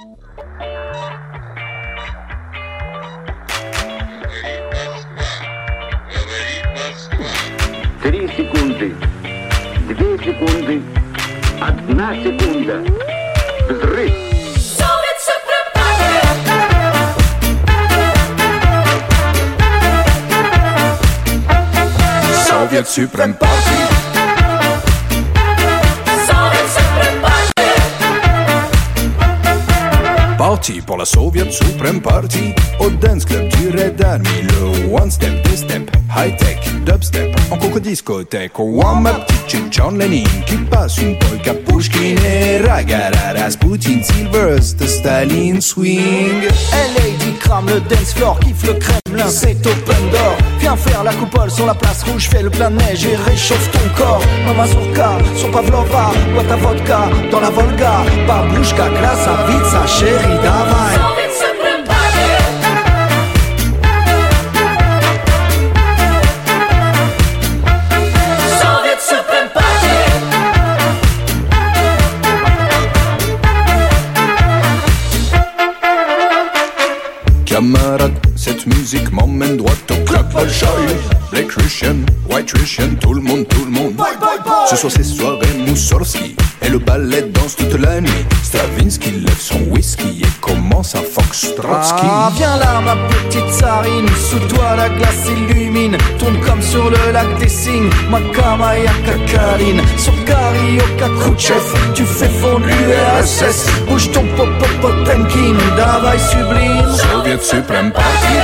Три секунды, 2 секунды, 1 секунда. Взрыв! Soviet Supreme Party. Soviet Supreme Party. Party pour la Soviet Supreme Party. Au dance club du Red Army. Le one step, two step, high tech, dubstep. En coco discothèque. Warm up, petite John Lennon qui passe une polka Pushkin et Ragara Rasputin, Sylvester Staline swing. LA crame le dance floor, kiffe le Kremlin, c'est open door. Viens faire la coupole sur la place rouge, fais le plein de neige et réchauffe ton corps. Ma mazurka, son pavlova, bois ta vodka dans la Volga. Bablouchka, classe à vite sa chérie, davai. Camarade, cette musique m'emmène droit au club Bolshoi. Black Russian, White Russian, tout le monde. Ce soir c'est soirée Moussorski et le ballet danse toute la nuit. Stravinsky lève son whisky et commence un foxtrotski. Ah, viens là ma petite tsarine, sous toi la glace s'illumine. Tourne comme sur le lac des Cygnes, Makamaya Kakarin. Sur Karioka Khrouchtchev, tu fais fondre l'URSS. Bouge ton Potemkin, davai sublime. Soviet Supreme Party.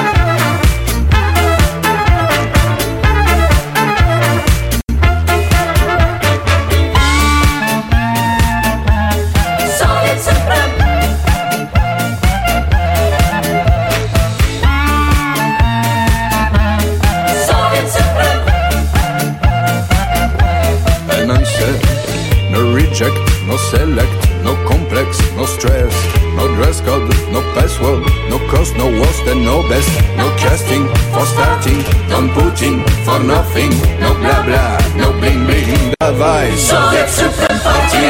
No select, no complex, no stress, no dress code, no password, no cost, no worst and no best, no casting for starting, don't putting for nothing, no blah blah, no bling bling, давай, Soviet Supreme Party.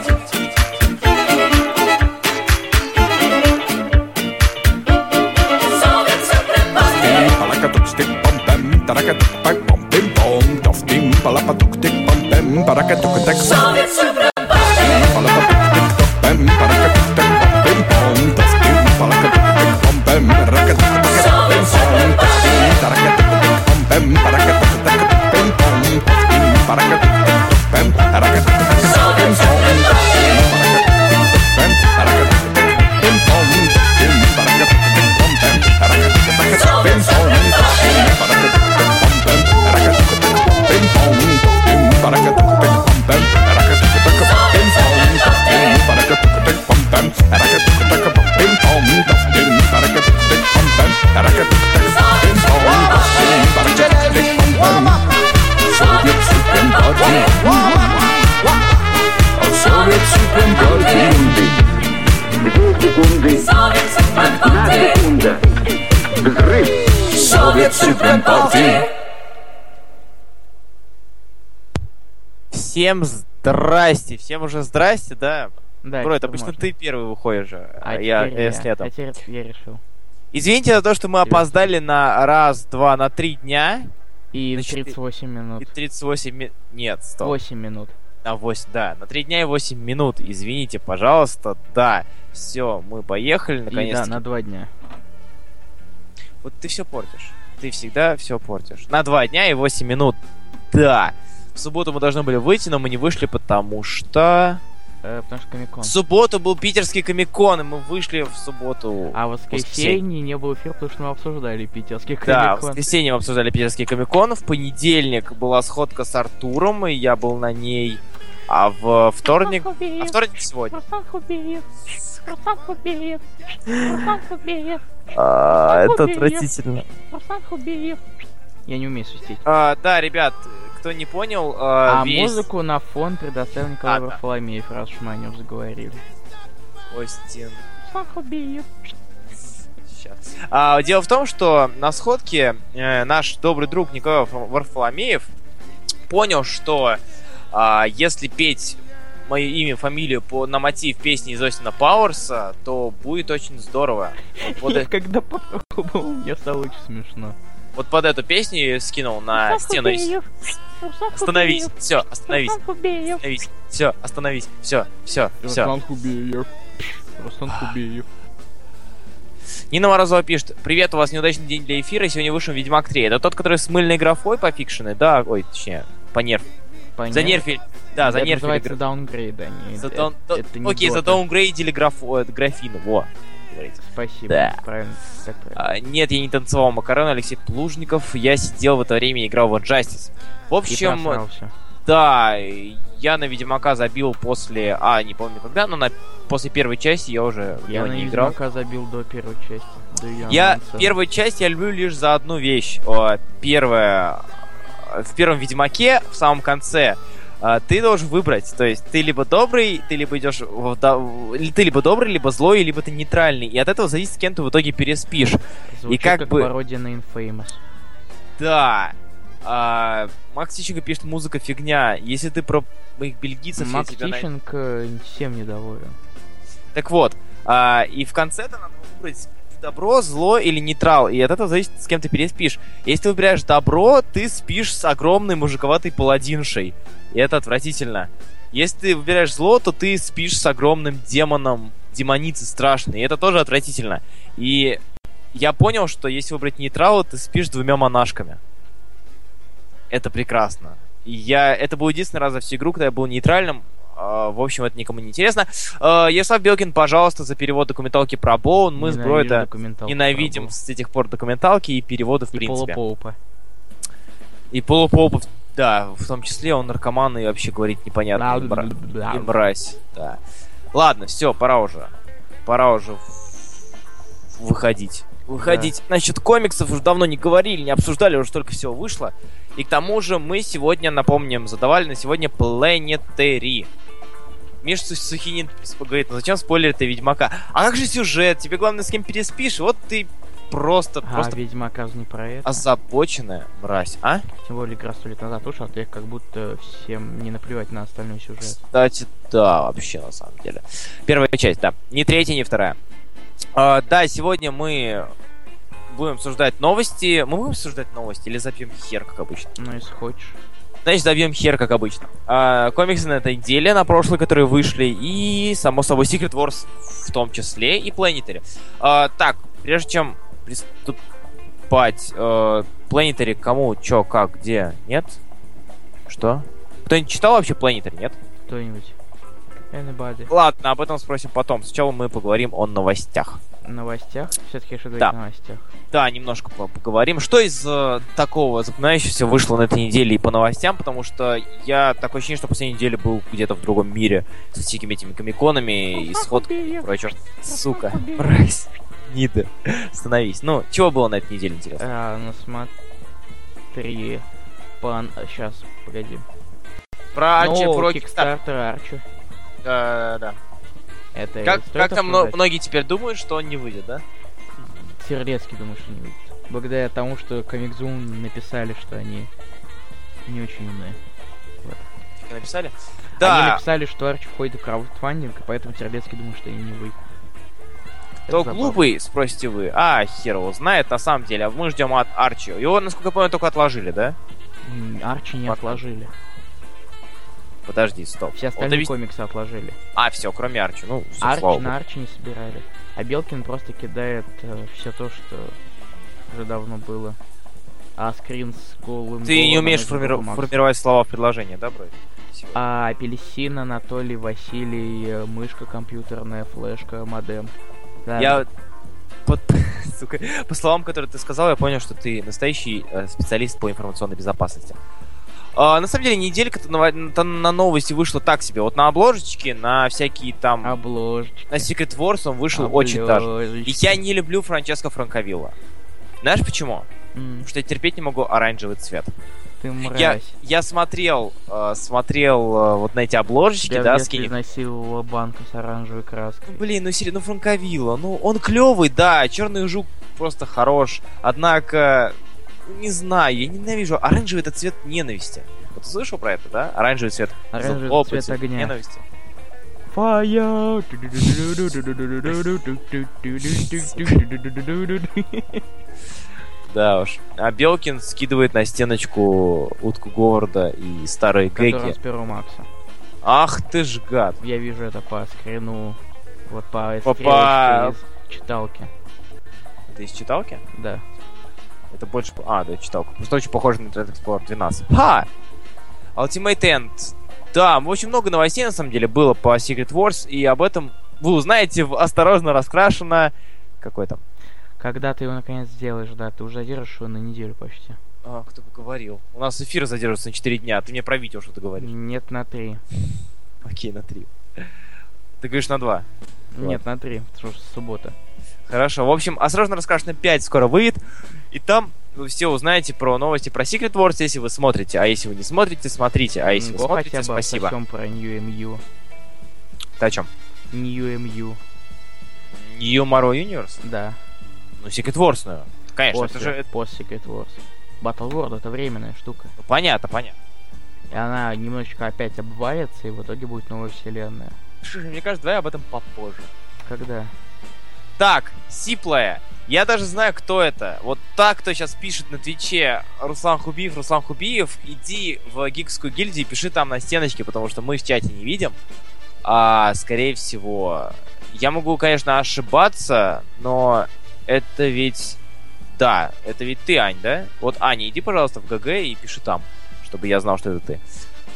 Soviet Supreme Party. Palakatuk stick pom pam, tarakatuk pak pom pim pom, tof tim palapatuk tik pom pam, parakatuk tek. Soviet Supreme Supreme Party. Всем здрасте, всем уже здрасте, да? Да, Бро, это обычно ты первый выходишь же, я следом. А теперь я решил. Извините за то, что мы опоздали на раз, два, на 3 дня. И 38 минут. И 38 Нет, стоп. 8 минут. На 8, да, на 3 дня и 8 минут. Извините, пожалуйста, да. Все, мы поехали, наконец-то. Да, на 2 дня. Вот ты все портишь. Ты всегда все портишь. На 2 дня и 8 минут. Да. В субботу мы должны были выйти, но мы не вышли, потому что... Потому что Комик-кон. В субботу был питерский Комик-кон, и мы вышли в субботу. А в воскресенье не было эфира, потому что мы обсуждали питерский Комик-кон. Да, в воскресенье мы обсуждали питерский Комик-кон. В понедельник была сходка с Артуром, и я был на ней. А в вторник... А вторник сегодня. Это отвратительно. Я не умею свистеть. Да, ребят, кто не понял, весь... музыку на фон предоставил Николай Варфоломеев, раз уж мы о нем заговорили. Остин. Сейчас. Дело в том, что на сходке наш добрый друг Николай Варфоломеев понял, что если петь мое имя, фамилию на мотив песни из Остина Пауэрса, то будет очень здорово. Я когда попробовал, мне стало очень смешно. Вот под эту песню скинул на стену. Остановись, все, остановись. Остановись, все, остановись, все. Руслан Хубеев. Нина Морозова пишет: привет, у вас неудачный день для эфира, сегодня вышел Ведьмак 3. Это тот, который с мыльной графой пофикшенный? Да, ой, точнее, занерфили. Да, занерфили. Это называется даунгрейд, Окей, задаунгрейдили графину, во. Спасибо, да. Правильно. Нет, я не танцевал макароны, Алексей Плужников. Я сидел в это время и играл в Injustice. В общем, да, я на Ведьмака забил после... не помню когда, но после первой части я уже в него не играл. Я на Ведьмака забил до первой части. Первую часть я люблю лишь за одну вещь. Первая... В первом Ведьмаке, в самом конце, ты должен выбрать, то есть ты либо добрый, ты либо идешь ты либо добрый, либо злой, либо ты нейтральный, и от этого зависит, с кем ты в итоге переспишь. Звучит и как бы пародия на Infamous. Да. Макс Тищенко пишет: музыка фигня. Если ты про моих бельгийцев... Макс Тищенко всем недоволен. Так вот, и в конце-то надо выбрать добро, зло или нейтрал, и от этого зависит, с кем ты переспишь. Если ты выбираешь добро, ты спишь с огромной мужиковатой паладиншей, и это отвратительно. Если ты выбираешь зло, то ты спишь с огромным демоном, демоницей страшной, и это тоже отвратительно. И я понял, что если выбрать нейтрал, ты спишь с 2 монашками. Это прекрасно. И это был единственный раз за всю игру, когда я был нейтральным. В общем, это никому не интересно. Ярослав Белкин, пожалуйста, за перевод документалки про Боун. Мы с Броида ненавидим с этих пор документалки и переводы в принципе. И Полупоупа, да, в том числе он наркоман и вообще говорит непонятно. И мразь. Да. Ладно, все, пора уже выходить. Да. Значит, комиксов уже давно не говорили, не обсуждали, уже только всего вышло. И к тому же мы сегодня, напомним, задавали на сегодня Planetary. Миша Сухинин говорит: ну зачем спойлерить Ведьмака? А как же сюжет? Тебе главное с кем переспишь? Вот ты просто Ведьмака не про это. Озабоченная мразь, а? Тем более игра 100 лет назад ушла, то их как будто всем не наплевать на остальной сюжет. Кстати, да, вообще на самом деле. Первая часть, да. Не третья, не вторая. Да, сегодня мы будем обсуждать новости. Мы будем обсуждать новости или забьем хер, как обычно? Ну, если хочешь. Значит, забьем хер, как обычно. Комиксы на этой неделе, на прошлой, которые вышли, и, само собой, Secret Wars в том числе, и Planetary. Так, прежде чем приступать, Planetary кому, чё, как, где, нет? Что? Кто-нибудь читал вообще Planetary, нет? Кто-нибудь? Anybody. Ладно, об этом спросим потом. Сначала мы поговорим о новостях. Новостях? Все-таки что говорить о новостях? Да, немножко поговорим. Что из такого запоминающегося вышло на этой неделе и по новостям, потому что я такое ощущение, что последнюю неделю был где-то в другом мире с всякими этими комиконами и сходками и прочее. Сука, мразь. Нида, становись. Ну, чего было на этой неделе, интересно? Ну смотри. Сейчас, погоди. Про Арчи, про Kickstarter Арчи. Да. Это как там многие теперь думают, что он не выйдет, да? Терлецкий думает, что не выйдет. Благодаря тому, что Комикзум написали, что они не очень умные. Вот. Написали? Да. Они написали, что Арчи входит в краудфандинг, и поэтому Терлецкий думает, что они не выйдут. Кто глупый, спросите вы? Хер его знает, на самом деле. Мы ждем от Арчи. Его, насколько я помню, только отложили, да? Арчи не отложили. Подожди, стоп. Все остальные комиксы отложили. Все, кроме Арчи. Ну, все, Арчи на Арчи не собирали. А Белкин просто кидает все то, что уже давно было. Скрин с голым... Ты не умеешь формировать слова в предложение, да, Бройд? Апельсин, Анатолий, Василий, мышка компьютерная, флешка, модем. Да. Я... Сука, по словам, которые ты сказал, я понял, что ты настоящий специалист по информационной безопасности. На самом деле, неделька-то на новости вышла так себе. Вот на обложечке, на всякие там... Обложечки. На Secret Wars он вышел очень даже. И я не люблю Франческо Франковилла. Знаешь почему? Потому что я терпеть не могу оранжевый цвет. Ты мразь. Я смотрел вот на эти обложечки, я да, скинь. Я носил банку с оранжевой краской. Ну Франковилла, он клевый, да, Черный жук просто хорош. Однако... Не знаю, я ненавижу. Оранжевый — это цвет ненависти. Вот ты слышал про это, да? Оранжевый цвет. Оранжевый цвет огня. Ненависти. Fire. Да уж. А Белкин скидывает на стеночку утку Говарда и старые Который гэги. с первого Макса. Ах ты ж гад. Я вижу это по скрину. Вот по По- стрелочке из читалки. Это из читалки? Да. Это больше... А, да, читалка. Просто очень похоже на Internet Explorer 12. Ха! Ultimate End. Да, очень много новостей, на самом деле, было по Secret Wars, и об этом вы узнаете в «Осторожно, раскрашено». Какой там? Когда ты его наконец сделаешь, да, ты уже задержишь его на неделю почти. А, кто бы говорил. У нас эфир задерживается на 4 дня, а ты мне про видео что-то говоришь. Нет, на 3. Окей, на 3. Ты говоришь на 2. Нет, на 3, потому что суббота. Хорошо. В общем, «Осторожно, раскрашено 5» скоро выйдет, и там вы все узнаете про новости про Secret Wars, если вы смотрите. А если вы не смотрите, смотрите. А если вы смотрите, хотя бы спасибо. обо всем про New MU. Ты о чем? New MU. New Marvel Universe? Да. Ну, Secret Wars, ну. Конечно, это После, же... пост Secret Wars. Battle World это временная штука. Ну, понятно. И она немножечко опять обвалится, и в итоге будет новая вселенная. Слушай, мне кажется, давай об этом попозже. Когда? Так, Сиплая. Я даже знаю, кто это. Вот так, кто сейчас пишет на Твиче Руслан Хубиев, иди в Гикскую гильдию и пиши там на стеночке, потому что мы в чате не видим. А, скорее всего... Я могу, конечно, ошибаться, но это ведь... Да, это ведь ты, Ань, да? Вот, Аня, иди, пожалуйста, в ГГ и пиши там, чтобы я знал, что это ты.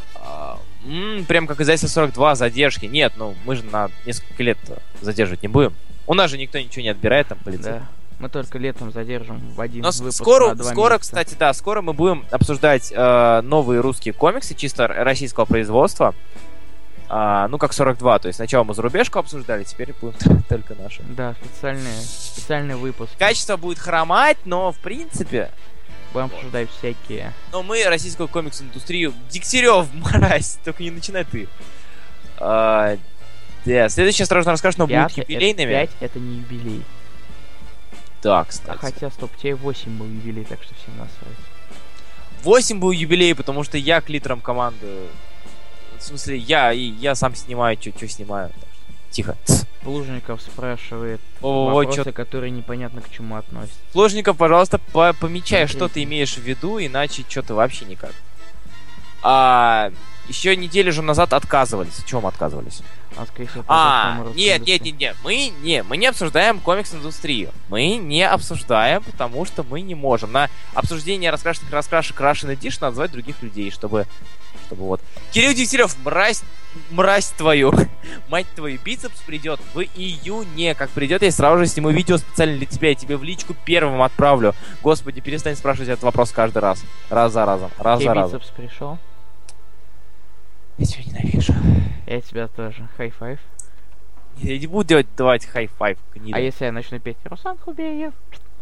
Прям как издательство 42 задержки. Нет, ну мы же на несколько лет задерживать не будем. У нас же никто ничего не отбирает там полицей. Да. Мы только летом задержим в один Но выпуск скоро, на 2 скоро, месяца. кстати, да, скоро мы будем обсуждать новые русские комиксы, чисто российского производства. Ну, как 42, то есть сначала мы зарубежку обсуждали, теперь будем только наши. Да, специальный выпуск. Качество будет хромать, но в принципе... Будем обсуждать всякие. Но мы российскую комикс-индустрию... Дегтярев, мразь, только не начинай ты. Да, следующее «Осторожно, расскажешь», но будут юбилейными. 5 это не юбилей. Да, кстати. Хотя, стоп, тебе 8 был юбилей, так что всем насрать. 8 был юбилей, потому что я к литрам команды... В смысле, я сам снимаю, что снимаю. Тихо. Плужников спрашивает Ой, вопросы, чё... которые непонятно к чему относятся. Плужников, пожалуйста, помечай, что ты имеешь в виду, иначе что-то вообще никак. Еще неделю же назад отказывались. В чем отказывались? Нет. Мы не обсуждаем комикс-индустрию. Мы не обсуждаем, потому что мы не можем. На обсуждение раскрашенных раскрашек Russian Edition надо звать других людей, чтобы вот... Кирилл Дегтярев, мразь твою. Мать твою, бицепс придет в июне. Как придет, я сразу же сниму видео специально для тебя. Я тебе в личку первым отправлю. Господи, перестань спрашивать этот вопрос каждый раз. Раз за разом. Бицепс пришел? Я тебя ненавижу. Я тебя тоже. Хай-файв. Я не буду давать хай-файв. А если я начну петь Руслан Хубиев?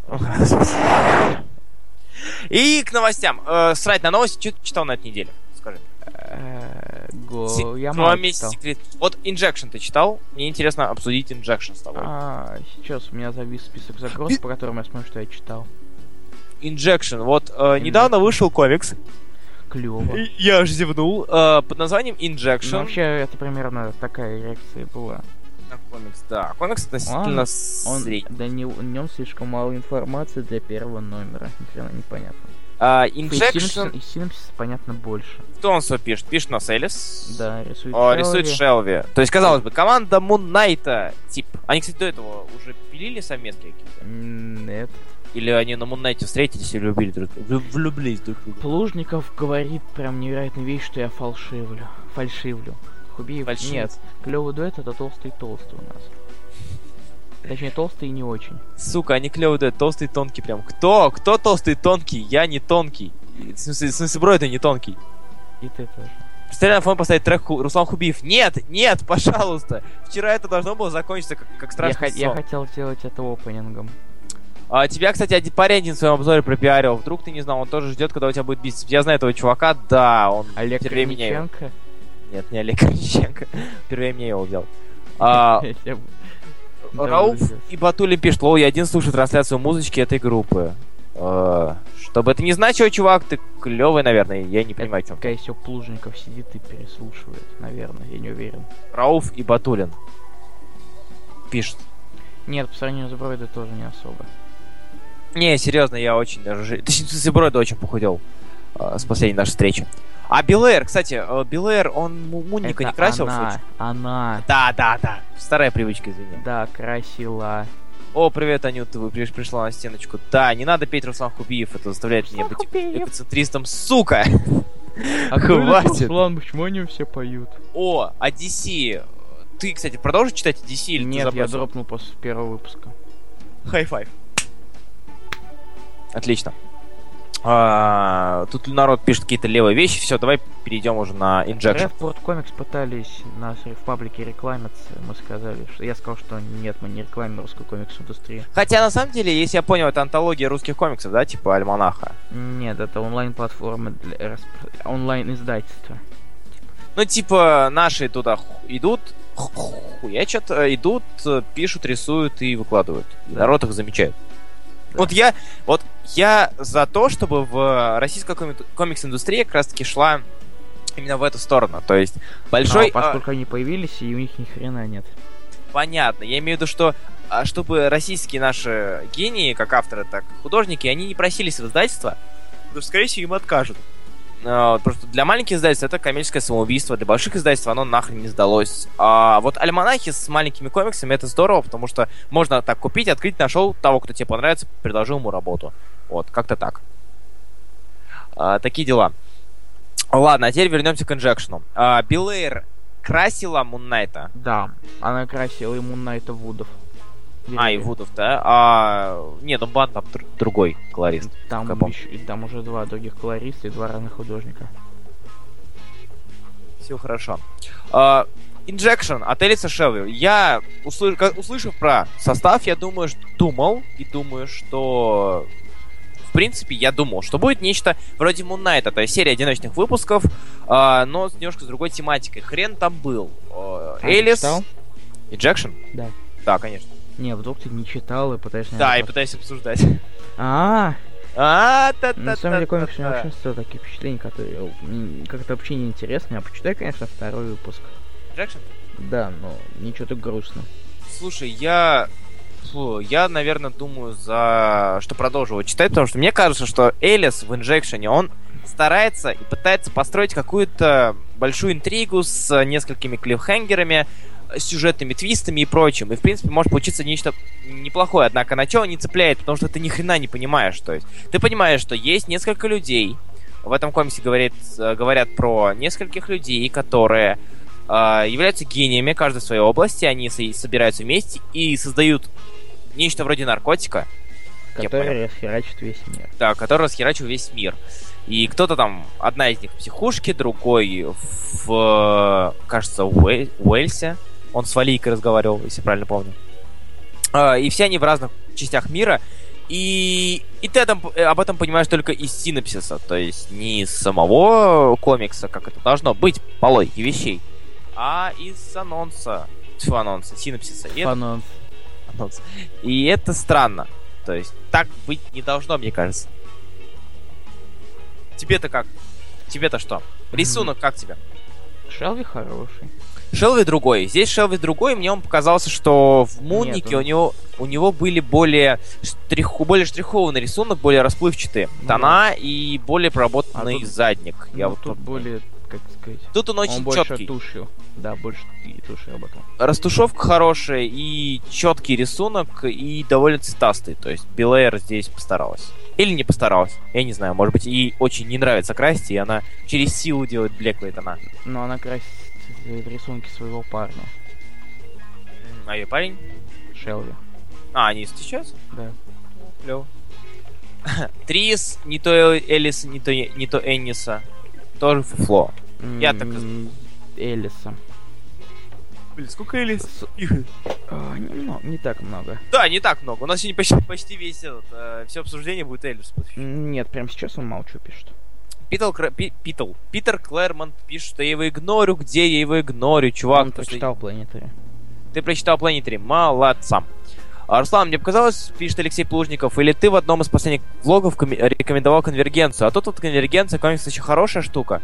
И к новостям. Срать на новости. Что ты читал на этой неделе? Скажи. Я мало Кроме читал. Secret... Вот Injection ты читал? Мне интересно обсудить Injection с тобой. Сейчас у меня завис список загроз, по которым я смотрю, что я читал. Injection. Вот недавно вышел комикс. Клево. Я аж зевнул. Под названием Injection. Ну, вообще, это примерно такая реакция была. На комикс, да. Комикс относительно средний. Да в нем слишком мало информации для первого номера. Ни хрена непонятно. Injection... И синопсис понятно больше. Кто он все пишет? Пишет нас Элис. Да, рисует рисует Шелви. То есть, казалось бы, команда Moon Knight тип. Они, кстати, до этого уже пилили совместки какие-то? Нет. Или они на Moon Knight встретились и влюбились друг в друга? Плужников говорит прям невероятную вещь, что я фальшивлю. Хубиев нет. Клёвый дуэт — это толстый у нас. Точнее, толстый и не очень. Сука, они клёвые дуэт, толстый и тонкий прям. Кто толстый и тонкий? Я не тонкий. В смысле, бро, это не тонкий. И ты тоже. Представляю, на фон поставить трек Руслан Хубиев. Нет, пожалуйста. Вчера это должно было закончиться как страшный сон. Я хотел сделать это опенингом. Тебя, кстати, парень один в своем обзоре пропиарил. Вдруг ты не знал, он тоже ждет, когда у тебя будет бицепс. Я знаю этого чувака, да, он Олег впервые меня его... Корниченко? Нет, не Олег Корниченко. Впервые мне его взял. Рауф и Батулин пишет: лоу, я один слушаю трансляцию музычки этой группы. Что бы это ни значило, чувак, ты клевый, наверное. Я не понимаю, о чем. Скорее всего, Плужников сидит и переслушивает, наверное, я не уверен. Рауф и Батулин. Пишет. Нет, по сравнению с Бройдой тоже не особо. Не, серьезно, я очень даже... Точнее, Бройда очень похудел с последней нашей встречи. А Белэйр, кстати, Белэйр, он Мунника не красил? Она. Да. Старая привычка, извини. Да, красила. О, привет, Анюта, вы пришла на стеночку. Да, не надо петь Руслан Хубиев, это заставляет меня быть эгоцентристом, сука! Хватит! Руслан, почему они все поют? О, Одиссея. Ты, кстати, продолжишь читать Одиссею или нет, я дропнул после первого выпуска. Хай-файв. Отлично. Тут народ пишет какие-то левые вещи. Все, давай перейдем уже на Injection. Redport Comics пытались нас в паблике рекламиться. Мы сказали, что я сказал, что нет, мы не рекламируем русскую комикс-индустрию. Хотя, на самом деле, если я понял, это антология русских комиксов, да, типа Альманаха? Нет, это онлайн-платформа для онлайн-издательства. Ну, типа, наши туда идут, хуячат, идут, пишут, рисуют и выкладывают. И народ их замечает. Да. Вот я за то, чтобы в российской комикс-индустрии как раз-таки шла именно в эту сторону. То есть большой... поскольку они появились, и у них ни хрена нет. Понятно. Я имею в виду, что чтобы российские наши гении, как авторы, так и художники, они не просились в издательство, потому что, скорее всего, им откажут. Просто для маленьких издательств это коммерческое самоубийство, для больших издательств оно нахрен не сдалось. А вот альманахи с маленькими комиксами это здорово, потому что можно так купить, открыть, нашел того, кто тебе понравится, предложил ему работу. Вот, как-то так. Такие дела. Ладно, а теперь вернемся к Инжекшену. Белэйр красила Муннайта? Да, она красила и Муннайта Вудов. И Вудов, да? Нет, ну Бан там другой колорист. Там уже два других колориста и два разных художника. Все хорошо. Injection от Элиса Шелви. Я, услышав про состав, я думаю, что... В принципе, я думал, что будет нечто вроде Moon Knight, то есть серия одиночных выпусков, но немножко с другой тематикой. Хрен там был. Элис... Injection? Да. Да, конечно. Не, вдруг ты не читал и пытаешься... Да, и пытаюсь обсуждать. На самом деле комикс у меня вообще стоит такие впечатления, которые как-то вообще неинтересные. А почитай, конечно, второй выпуск. Injection? Да, но ничего так грустно. Слушай, я, наверное, думаю, что продолжу его читать, потому что мне кажется, что Элис в Injection, он старается и пытается построить какую-то большую интригу с несколькими клиффхенгерами, сюжетными твистами и прочим. И, в принципе, может получиться нечто неплохое. Однако начало не цепляет, потому что ты ни хрена не понимаешь. То есть ты понимаешь, что есть несколько людей. В этом комиксе говорят про нескольких людей, которые являются гениями каждой в своей области. Они собираются вместе и создают нечто вроде наркотика. Который расхерачит весь мир. Да, который расхерачил весь мир. И кто-то там, одна из них в психушке, другой кажется, в Уэльсе. Он с Валийкой разговаривал, если правильно помню. И все они в разных частях мира. И ты об этом понимаешь только из синопсиса. То есть не из самого комикса, как это должно быть по логике вещей, а из анонса, синопсиса. Анонс. И это странно. То есть так быть не должно, мне кажется. Тебе-то как? Тебе-то что? Рисунок как тебе? Шелви хороший. Шелви другой. Здесь Шелви другой. Мне он показался, что в Муннике у него были более штрихованный рисунок, более расплывчатые тона и более проработанный задник. Тут более, как сказать... Тут он очень четкий. Тушью. Да, больше тушью работал. Растушевка хорошая и четкий рисунок и довольно цветастый. То есть Белэйр здесь постаралась. Или не постаралась. Я не знаю, может быть, ей очень не нравится красить, и она через силу делает блеклые тона. Но она красит рисунки своего парня. А ее парень? Шелви. Они встречаются? Да. Клево. Трис, не то Элис, не то Энниса. Тоже фуфло. Я так... Элиса. Блин, сколько Элис? Не так много. Да, не так много. У нас сегодня почти весь все обсуждение будет Элис. Нет, прямо сейчас он молчу пишет. Питер Клэрмонт пишет, что я его игнорю. Где я его игнорю, чувак? Он прочитал Planetary. Ты прочитал Planetary. Молодцам. Руслан, мне показалось, пишет Алексей Плужников, или ты в одном из последних влогов рекомендовал Конвергенцию, а тут вот Конвергенция, комикс очень хорошая штука.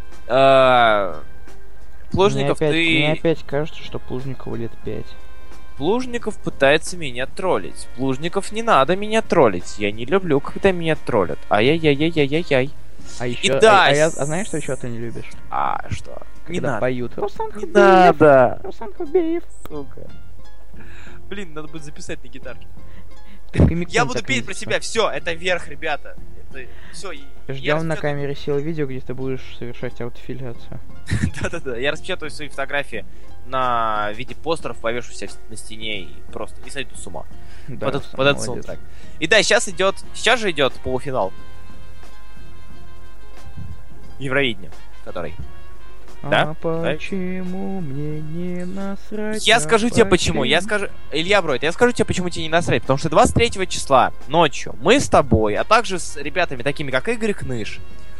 Плужников, мне опять кажется, что Плужникову лет 5. Плужников пытается меня троллить. Плужников, не надо меня троллить. Я не люблю, когда меня троллят. Ай-яй-яй-яй-яй-яй. А еще, знаешь, что еще ты не любишь? А, что? Когда не надо. Поют. Руслан Хубеев. Не надо. Руслан Хубеев. Сука. Блин, надо будет записать на гитарке. Я буду петь про себя. Все, это верх, ребята. Это все. Ждем на камере силы видео, где ты будешь совершать аутофиляцию. Да-да-да. Я распечатаю свои фотографии на виде постеров, повешу себя на стене и просто не сойду с ума. Да, под этот саундтрек. И да, сейчас же идет полуфинал. Евровидение, который. Да? Почему мне не насрать? Я скажу тебе почему. Илья Бройд, я скажу тебе, почему тебе не насрать. Потому что 23 числа ночью мы с тобой, а также с ребятами такими, как Игорь Кныш,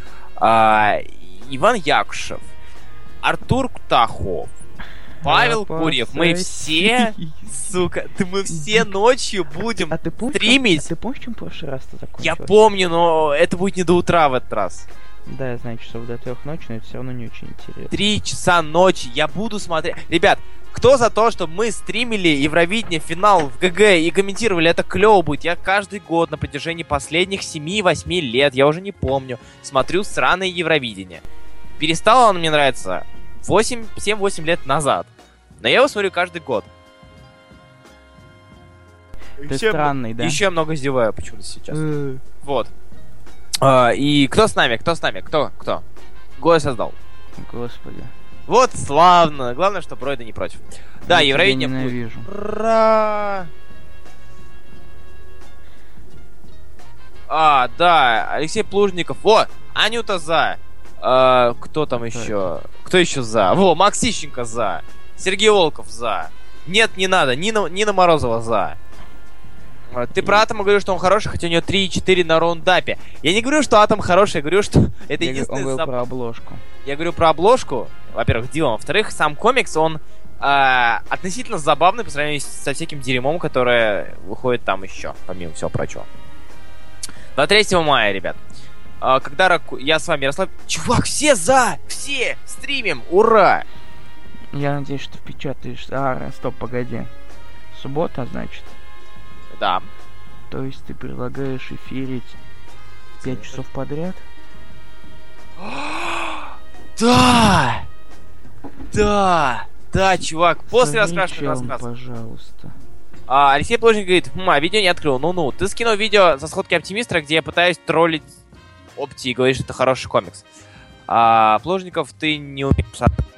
Иван Якушев, Артур Ктахов, Павел Курьев, мы все, сука, мы все ночью будем стримить. А ты помнишь, чем в прошлый раз-то закончилось? Я помню, но это будет не до утра в этот раз. Да, я знаю, часов до 3 ночи, но это все равно не очень интересно. 3 часа ночи, я буду смотреть. Ребят, кто за то, чтобы мы стримили Евровидение, финал в ГГ и комментировали, это клево будет. Я каждый год на протяжении последних 7-8 лет, я уже не помню, смотрю сраное Евровидение. Перестало оно мне нравиться 7-8 лет назад. Но я его смотрю каждый год. Ты странный, да? Еще я много издеваю почему-то сейчас. Вот. И кто с нами? Кто? Гоя создал. Господи. Вот славно. Главное, что Бройда не против. Да, Евровидение будет. Ура! Да, Алексей Плужников. Во! Анюта за. Кто там еще? Кто еще за? Во, Макс Тищенко за. Сергей Волков за. Нет, не надо. Нина Морозова за. Ты про Атома говоришь, что он хороший, хотя у него 3,4 на раундапе. Я не говорю, что Атом хороший, я говорю, что это единственный... Он говорил про обложку. Я говорю про обложку, во-первых, Дилан. Во-вторых, сам комикс, он относительно забавный по сравнению со всяким дерьмом, которое выходит там еще, помимо всего прочего. 23 мая, ребят. Когда я с вами, Ярослав... Чувак, все за! Все! Стримим! Ура! Я надеюсь, что впечатаешь... Стоп, погоди. Суббота, значит? Да. То есть ты предлагаешь эфирить 5 часов подряд? Да! Да, чувак, после раскрашенного рассказа. Пожалуйста. Алексей Плужников говорит, видео не открыл. Ну, ты скинул видео со сходки Оптимистра, где я пытаюсь троллить Опти и говоришь, что это хороший комикс. Плужников, ты не умеешь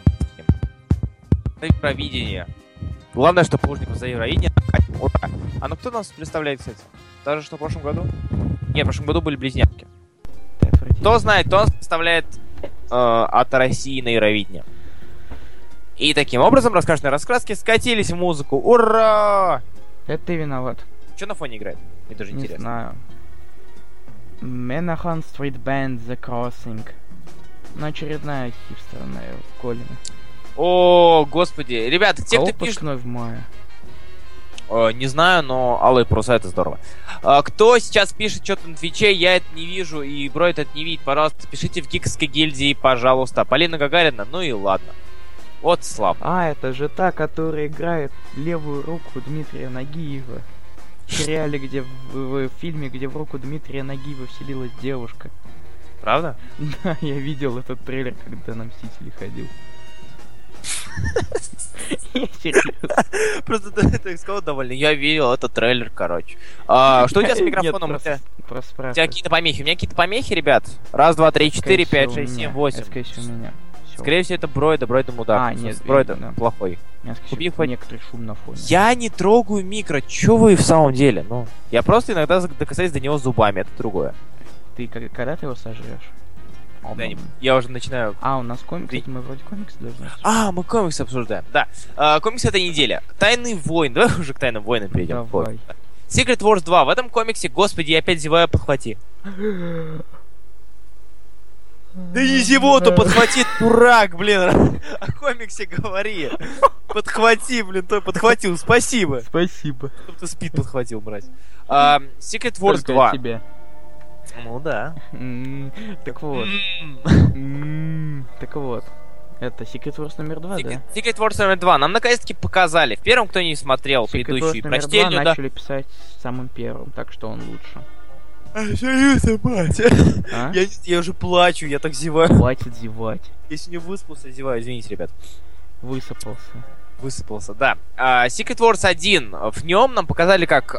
про видение. Главное, что Плужников за Евровидение. Ура! Ну кто нас представляет, кстати? Так же, что в прошлом году? Нет, в прошлом году были близняшки. Кто знает, кто нас представляет от России на Евровидение. И таким образом раскрашенные раскраски скатились в музыку. Ура! Это ты виноват. Что на фоне играет? Мне тоже интересно. Не знаю. Menahan Street Band The Crossing. Очередная хипстерная Колина. О, господи. Ребята, те, кто пишет... в мае? Не знаю, но алые паруса — это здорово. Кто сейчас пишет что-то на Твиче, я это не вижу, и Бройд это не видит. Пожалуйста, пишите в Гиковской гильдии, пожалуйста. Полина Гагарина, ну и ладно. Вот слабо. Это же та, которая играет левую руку Дмитрия Нагиева. В сериале, где в фильме, где в руку Дмитрия Нагиева вселилась девушка. Правда? Да, я видел этот трейлер, когда на Мстители ходил. Я серьезно. Просто ты сказал довольно. Я видел этот трейлер, короче. Что у тебя с микрофоном? У тебя какие-то помехи? У меня какие-то помехи, ребят? 1, 2, 3, 4, 5, 6, 7, 8. Скорее всего, это Бройда мудак. Нет, Бройда плохой. Некоторый шум на фоне. Я не трогаю микро. Чё вы в самом деле? Ну, я просто иногда докасаюсь до него зубами. Это другое. Ты когда ты его сожрешь? Да, я уже начинаю... у нас комикс, мы вроде комиксы должны... мы комиксы обсуждаем, да. Комикс этой недели. Тайный воин. Давай уже к Тайным воинам перейдем. Давай. Secret Wars 2. В этом комиксе, господи, я опять зеваю, подхвати. Да не зевоту подхвати, дурак, блин. О комиксе говори. Подхвати, блин, той подхватил, спасибо. Спасибо. Чтоб ты спид подхватил, брать. Secret Wars 2. Тебе. Ну да. Так вот. Так вот. Это Secret Wars номер 2, да? Secret Wars номер 2. Нам наконец-таки показали. В первом, кто не смотрел предыдущую прочтение, да. Начали писать самым первым, так что он лучше. Серьезно, мать. Я уже плачу, я так зеваю. Хватит зевать. Я сегодня выспался, зеваю. Извините, ребят. Высыпался, да. Secret Wars 1. В нем нам показали, как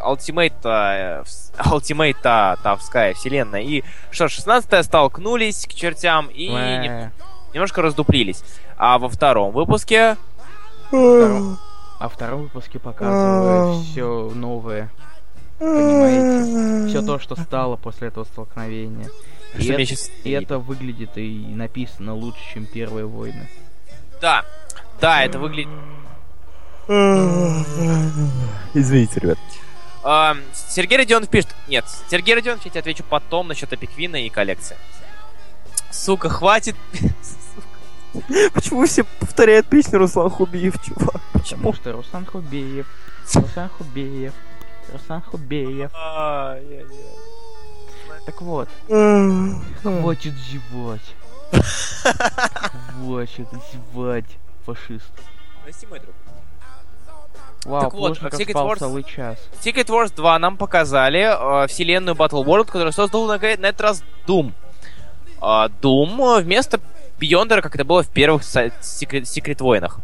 Ультимейт-тавская вселенная и 16-я столкнулись к чертям и немножко раздуплились. А во втором выпуске... Во втором выпуске показывают все новое. Понимаете? Все то, что стало после этого столкновения. И это выглядит и написано лучше, чем Первые войны. Да, это выглядит... Извините, ребят. Сергей Родионов пишет... Нет, Сергей Родионов, я тебе отвечу потом насчет Эпиквина и коллекции. Сука, хватит... Почему все повторяют песню Руслан Хубиев, чувак? Почему? Потому что Руслан Хубиев. Так вот. Хватит зевать. Фашист. Прости, мой друг. Вау, так вот, спал целый час. Secret Wars 2 нам показали вселенную Battle World, которую создал на этот раз Doom. Doom вместо Бьондера, как это было в первых Secret войнах.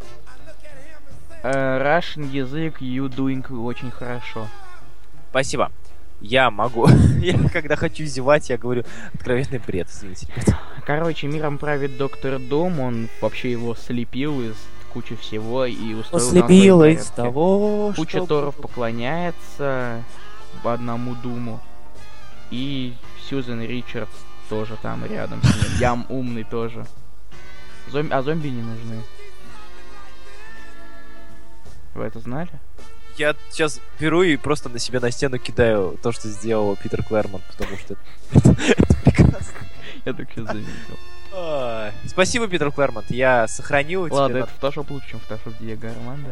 Russian язык you doing очень хорошо. Спасибо. Я могу. Я когда хочу зевать, я говорю откровенный бред, извините, ребята. Короче, миром правит доктор Дум, он вообще его слепил из кучи всего и устроил слепил из того, куча Торов поклоняется одному Думу. И Сьюзен Ричардс тоже там рядом с ним. Ям умный тоже. А зомби не нужны. Вы это знали? Я сейчас беру и просто на себя на стену кидаю то, что сделал Питер Клэрмонт, потому что это прекрасно. Я так сейчас заметил. Спасибо, Питер Клэрмонт, я сохранил тебя. Ладно, это фотошоп лучше, чем фотошоп Диего Армандо.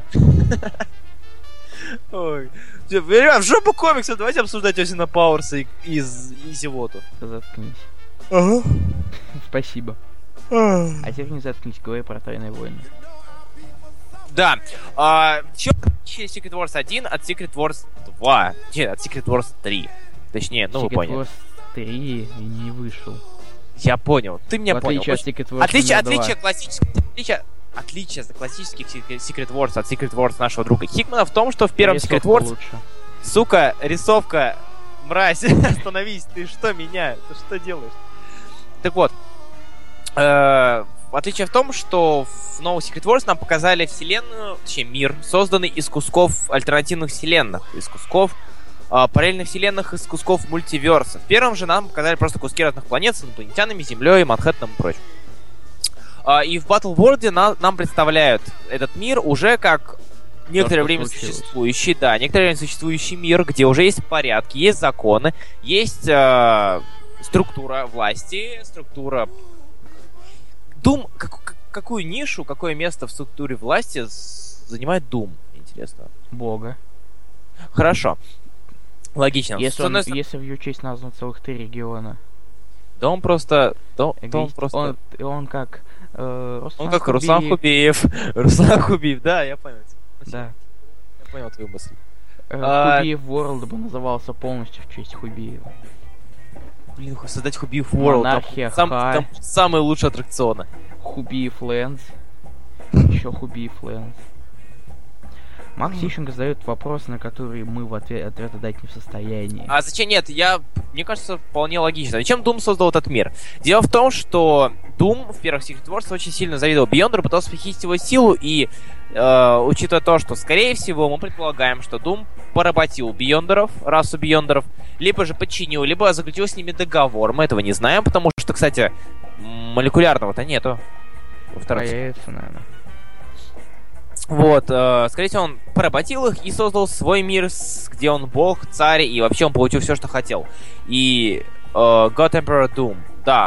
Ой. В жопу комиксов, давайте обсуждать Остина Пауэрса и Зевоту. Заткнись. Ага. Спасибо. А теперь не заткнись, говори про Тайные войны. Да. Чем отличие Secret Wars 1 от Secret Wars 2? Нет, от Secret Wars 3. Точнее, ну вы поняли. Secret Wars 3 не вышел. Я понял. Ты меня понял. Отличие классических Secret Wars от Secret Wars нашего друга Хикмана в том, что в первом Secret Wars... Лучше. Сука, рисовка, мразь, остановись, ты что меня? Ты что делаешь? Так вот, отличие в том, что в новом Secret Wars нам показали вселенную, точнее мир, созданный из кусков альтернативных вселенных, из кусков параллельных вселенных, из кусков мультиверса. В первом же нам показали просто куски разных планет с инопланетянами, Землей, Манхэттеном и прочим. И в Battle World нам представляют этот мир уже как некоторое время существующий, да, некоторое время существующий мир, где уже есть порядки, есть законы, есть структура власти, структура... Doom, какую нишу, какое место в структуре власти занимает Doom, интересно? Бога. Хорошо. Логично. Если в ее честь назван целых 3 региона. Да он просто... Он как... Руслан Хубиев. Руслан Хубиев, да, я понял. Да. Я понял твою мысль. Хубиев World бы назывался полностью в честь Хубиева. Блин, создать Хубиев World. Монархия, там самые лучшие аттракционы. Хубиев Лэндс. Еще Хубиев Лэндс. Макс Ищенко задает вопрос, на который мы в ответа дать не в состоянии. А зачем? Нет, мне кажется, вполне логично. Зачем Doom создал этот мир? Дело в том, что Doom в первых Secret Wars очень сильно завидовал Бьондеру, пытался похитить его силу, и учитывая то, что, скорее всего, мы предполагаем, что Doom поработил Бьондеров, расу Бьондеров, либо же подчинил, либо заключил с ними договор. Мы этого не знаем, потому что, кстати, молекулярного-то нету. Появится, наверное. Вот, скорее всего, он поработил их и создал свой мир, где он бог, царь, и вообще он получил все, что хотел. И God Emperor Doom, да,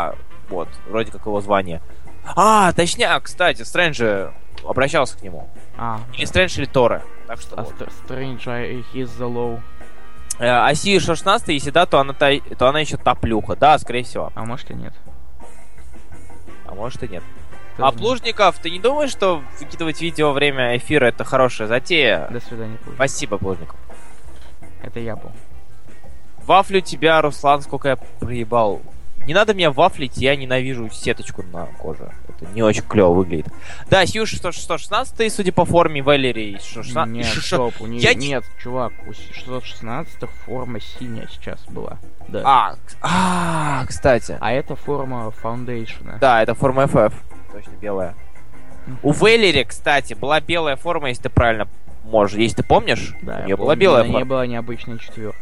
Вот, вроде как его звание. Точняк, кстати, Стрэндж же обращался к нему. Или Стрэндж, или Тора. Так что вот. Стрэндж, he's the low. А Си-16, если да, то она еще топлюха. Да, скорее всего. А может и нет. А может и нет. Плужников, ты не думаешь, что выкидывать видео во время эфира это хорошая затея? До свидания, Плужников. Спасибо, Плужников. Это я был. Вафлю тебя, Руслан, сколько я проебал. Не надо меня вафлить, я ненавижу сеточку на коже. Это не очень клево выглядит. Да, Сью 116, судя по форме, Валерий 116. Нет, стоп, нет, чувак, у 616 форма синяя сейчас была. Да. Кстати. А это форма Foundation. Да, это форма FF. Точно белая. У Валери, кстати, была белая форма, если ты правильно можешь. Если ты помнишь, да, у нее была белая форма. У нее была необычная 4.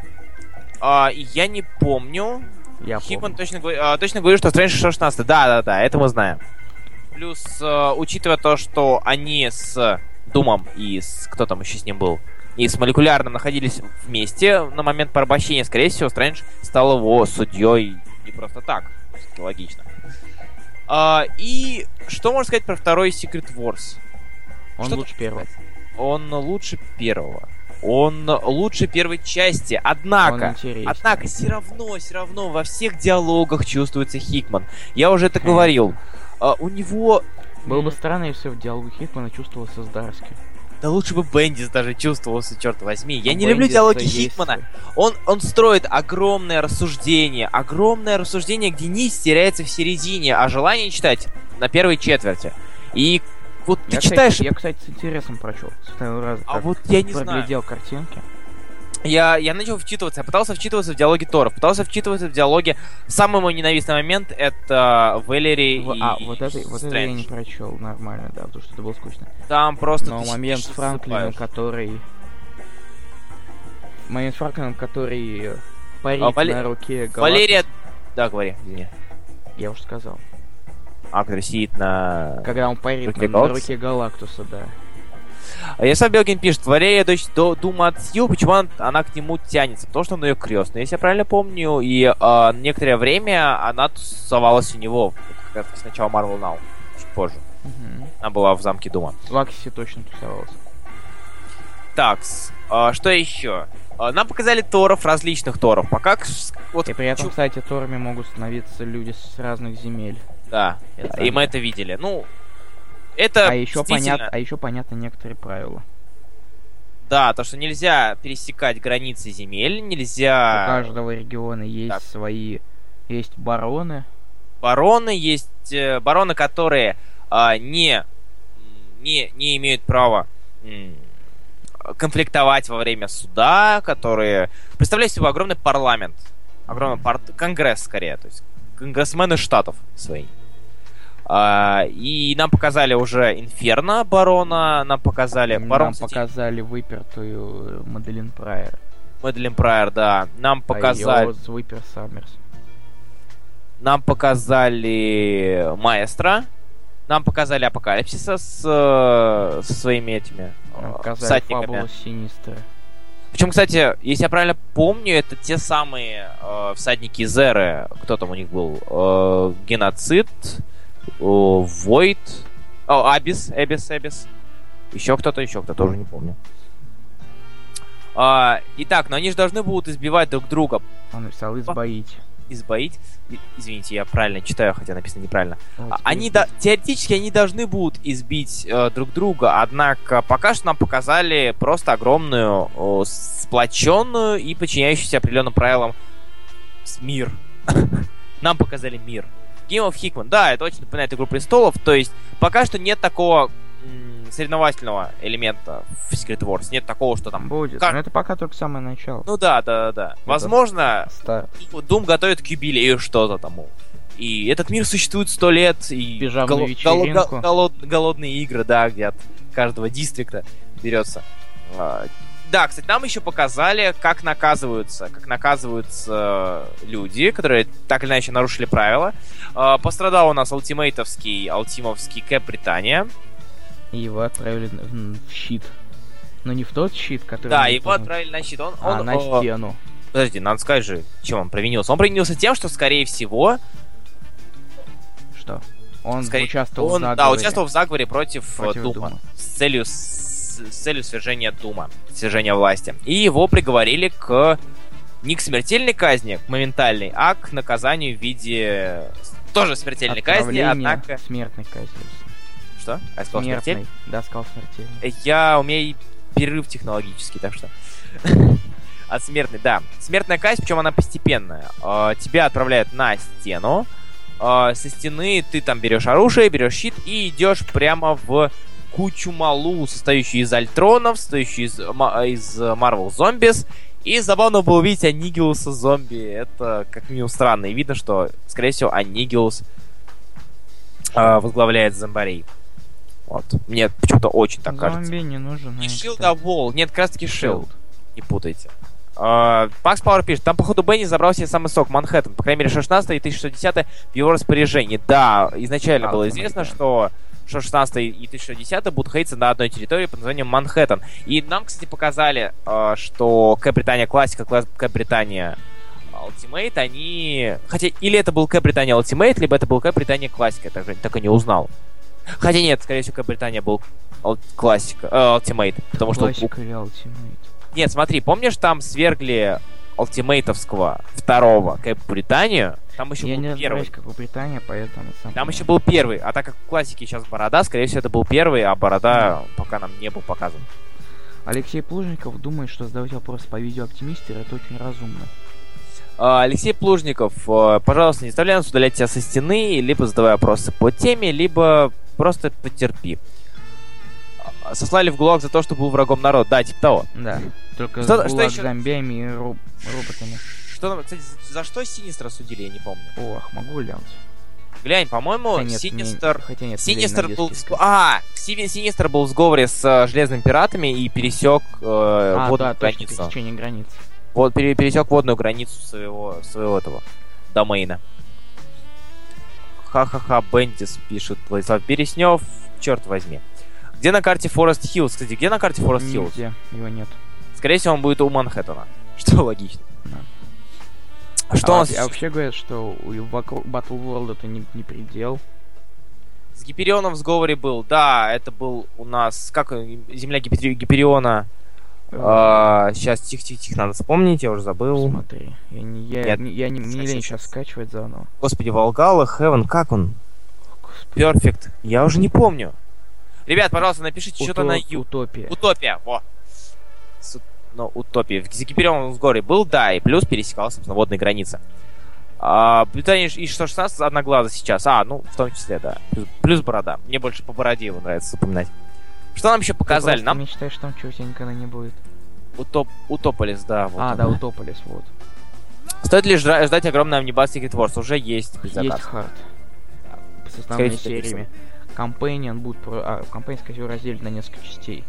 Я не помню. Хикман помню. точно говорит, что Стрэндж 16. Да, это мы знаем. Плюс, учитывая то, что они с Думом и кто там еще с ним был, и с Молекулярным находились вместе на момент порабощения, скорее всего, Стрэндж стал его судьей не просто так. Логично. И что можно сказать про второй Secret Wars? Он лучше первого. Он лучше первого. Он лучше первой части. Однако все равно во всех диалогах чувствуется Хикман. Я уже это говорил. У него... Было бы странно, если в диалоге Хикмана чувствовался Здарский. Да лучше бы Бендис даже чувствовался, черт возьми. Я не люблю диалоги Хикмана. Он строит огромное рассуждение, где низ теряется в середине, а желание читать на первой четверти. И вот ты читаешь... Я, кстати, с интересом прочел. Я не знаю. Проглядел картинки. Я начал вчитываться, я пытался вчитываться в диалоги Торов, пытался вчитываться в диалоги. Самый мой ненавистный момент — это Валери и вот это я не прочел нормально, да, потому что это было скучно. Там просто... Но момент с Франклином, который парит на руке Галактуса. Валерия... Да, говори, извини. Я уже сказал. Который сидит на... Когда он парит на руке Галактуса, да. Ярослав Белкин пишет: Валерия дочь Дума от Сью, почему она к нему тянется? Потому что он ее крестный, если я правильно помню, и некоторое время она тусовалась у него, как сначала Marvel Now, чуть позже. Она была в замке Дума. В Аксисе точно тусовалась. Так, что еще? Нам показали Торов, различных Торов. Пока... И при этом, кстати, Торами могут становиться люди с разных земель. Да, и мы это видели. Ну, это еще понятно некоторые правила. Да, то, что нельзя пересекать границы земель, нельзя... У каждого региона есть свои... Есть бароны. Есть бароны, которые не имеют права конфликтовать во время суда, которые представляют собой огромный парламент. Конгресс, скорее. То есть конгрессмены штатов свои. И нам показали уже Инферно барона, нам показали... Нам показали выпертую Маделин Прайер. Маделин Прайер, да. Нам показали... Выпер Саммерс. Нам показали Маэстро. Нам показали Апокалипсиса со своими этими всадниками. Синистра. Причем, кстати, если я правильно помню, это те самые всадники Зеры. Кто там у них был? Геноцид... Войд, Эбис. Еще кто-то, уже не помню. Итак, но они же должны будут избивать друг друга. Он написал избоить. Извините, я правильно читаю, хотя написано неправильно. Теоретически они должны будут избить друг друга, однако пока что нам показали просто огромную, сплоченную и подчиняющуюся определенным правилам мир. Нам показали мир. Game of Hickman, да, это очень напоминает «Игру престолов», то есть пока что нет такого соревновательного элемента в Secret Wars, нет такого, что там... Будет, но это пока только самое начало. Ну да. Возможно, Doom готовит к юбилею что-то тому. И этот мир существует 100 лет, и голодные игры, да, где от каждого дистрикта берется. Да, кстати, нам еще показали, как наказываются люди, которые так или иначе нарушили правила. Пострадал у нас алтимовский Кэп Британия. И его отправили в щит. Но не в тот щит, который... Да, его отправили на щит. На стену. Подожди, надо сказать же, чем он провинился. Он провинился тем, что, скорее всего, Что? Он участвовал в заговоре. Да, участвовал в заговоре против Дума. С целью свержения Дума, свержения власти. И его приговорили не к смертельной казни, к моментальной, а к наказанию в виде тоже смертельной казни, однако... смертной казни. Что? А сказал смертельной? Да, сказал смертельной. У меня перерыв технологический, так что... От смертной, да. Смертная казнь, причем она постепенная. Тебя отправляют на стену. Со стены ты там берешь оружие, берешь щит и идешь прямо в кучу малу, состоящую из альтронов, состоящую из Marvel Zombies. И забавно было увидеть Аннигилуса зомби. Это как минимум странно. И видно, что, скорее всего, Аннигилус возглавляет зомбарей. Вот. Мне почему-то очень так кажется. Зомби не нужен. Не Shield, а Wall. Нет, как раз таки Shield. Не путайте. Макс Пауэр пишет, там, походу, Бенни забрал себе самый сок, Манхэттен. По крайней мере, 16 и 1610 в его распоряжении. Да, изначально было известно, что 16 и 1610 будут находиться на одной территории под названием Манхэттен. И нам, кстати, показали, что Кэп-Британия Классика, Кэп-Британия Ultimate, они... Хотя, или это был Кэп-Британия Ultimate, либо это был Кэп-Британия Классика, я так и не узнал. Хотя нет, скорее всего, Кэп-Британия был Классика, Ultimate, потому что... Классика или Ultimate? Нет, смотри, помнишь, там свергли ультимейтовского второго Кэп-Британию? Там еще я был не первый. как у Британии, поэтому... Там еще был первый, а так как в классике сейчас Борода, скорее всего, это был первый, а Борода пока нам не был показан. Алексей Плужников думает, что задавать вопросы по видео оптимистера это очень разумно. Алексей Плужников, пожалуйста, не заставляй нас удалять тебя со стены, либо задавай вопросы по теме, либо просто потерпи. Сослали в ГУЛАГ за то, что был врагом народа. Да, типа того. Да, только с зомбиями и роботами. Кстати, за что Синистра судили, я не помню. Ох, могу глянуть. Глянь, по-моему, Синистр... Хотя нет, Синистр был... Синистр был в сговоре с Железными Пиратами и пересек водную границу. Пересечение границ. Вот, пересек водную границу своего этого домейна. Ха-ха-ха, Бендис, пишет Владислав Береснев. Черт возьми. Где на карте Форест Хиллз? Кстати, где на карте Форест Хиллз? Нигде, его нет. Скорее всего, он будет у Манхэттена. Что логично. Да. Что у нас... вообще говорят, что у Battle World это не предел. С Гиперионом в сговоре был. Да, это был у нас... Как земля Гипериона... Сейчас, тихо, надо вспомнить, я уже забыл. Смотри, я не лень сейчас скачивать заново. Господи, Волгала, Heaven, как он? Perfect. Я уже не помню. Ребят, пожалуйста, напишите что-то на Утопия, во. Ну, Утопия. В Гиперион в сговоре был, да, и плюс пересекал, собственно, водные границы. Британия и 116 одноглаза сейчас. Ну, в том числе, да. Плюс Борода. Мне больше по Бороде его нравится запоминать. Что нам еще показали? Ты мечтаешь, что там чего-то никогда не будет. Утополис, да. Вот да, Утополис, вот. Стоит ли ждать огромный амнибас Secret Wars? Уже есть предзаказ. Есть хард. Да. С основными сериями. Компаньон будет... Компаньон, скорее всего, разделит на несколько частей.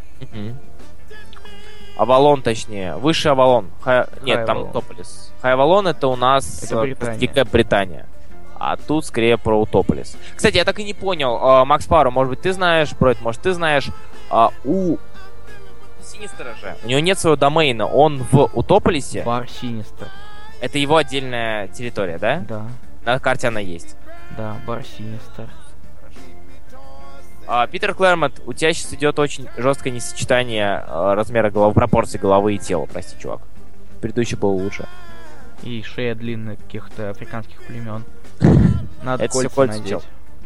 Авалон, точнее. Высший Авалон. Нет, там Утополис. Хай Авалон это у нас... Это Британия. А тут скорее про Утополис. Кстати, я так и не понял. Макс Пауэр, может быть, ты знаешь про это? Может, ты знаешь. У Синистера же. У него нет своего домейна. Он в Утополисе. Бар Синистер. Это его отдельная территория, да? Да. На карте она есть. Да, Бар Синистер. Питер Клэрмонт, у тебя сейчас идет очень жесткое несочетание размера головы, пропорций головы и тела. Прости, чувак. Предыдущий был лучше. И шея длинная каких-то африканских племен. Надо кольца надеть.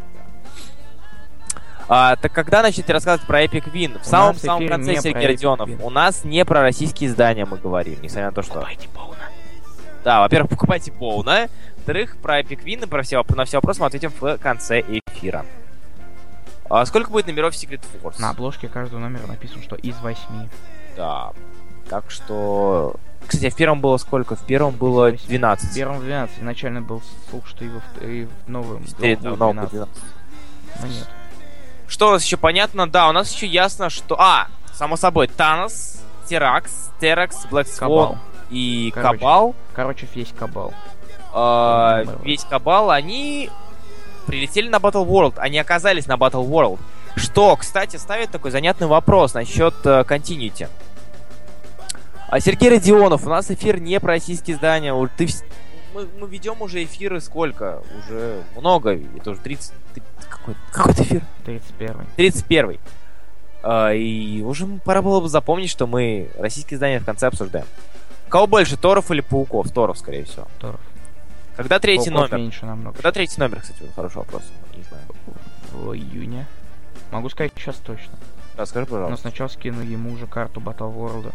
Так когда начнете рассказывать про Epic Win? В самом конце, Сергей Родионов. У нас не про российские издания мы говорим, несмотря на то, что... Покупайте Боуна. Да, во-первых, покупайте Боуна. Во-вторых, про Epic Win и на все вопросы мы ответим в конце эфира. Сколько будет номеров Secret Force? На обложке каждого номера написано, что из 8. Да. Так что... Кстати, в первом было сколько? В первом было 12. В первом 12. Изначально был слух, что и в новом 12. Но нет. Что у нас еще понятно? Да, у нас еще ясно, что... само собой, Танос, Теракс, Блэк Свон и Кабал. Короче, весь Кабал. Весь Кабал, они... прилетели на Battle World, они оказались на Battle World. Что, кстати, ставит такой занятный вопрос насчет Continuity. Сергей Родионов, у нас эфир не про российские издания. мы ведем уже эфиры сколько? Уже много. Это уже 30... Какой-то эфир? 31. И уже пора было бы запомнить, что мы российские издания в конце обсуждаем. Кого больше, Торов или Пауков? Торов, скорее всего. Торов. Когда третий Пауков номер? Меньше намного. Когда третий номер, кстати, вот хороший вопрос. Не знаю. В июне. Могу сказать сейчас точно. Расскажи, пожалуйста. Но сначала скину ему уже карту Battle World.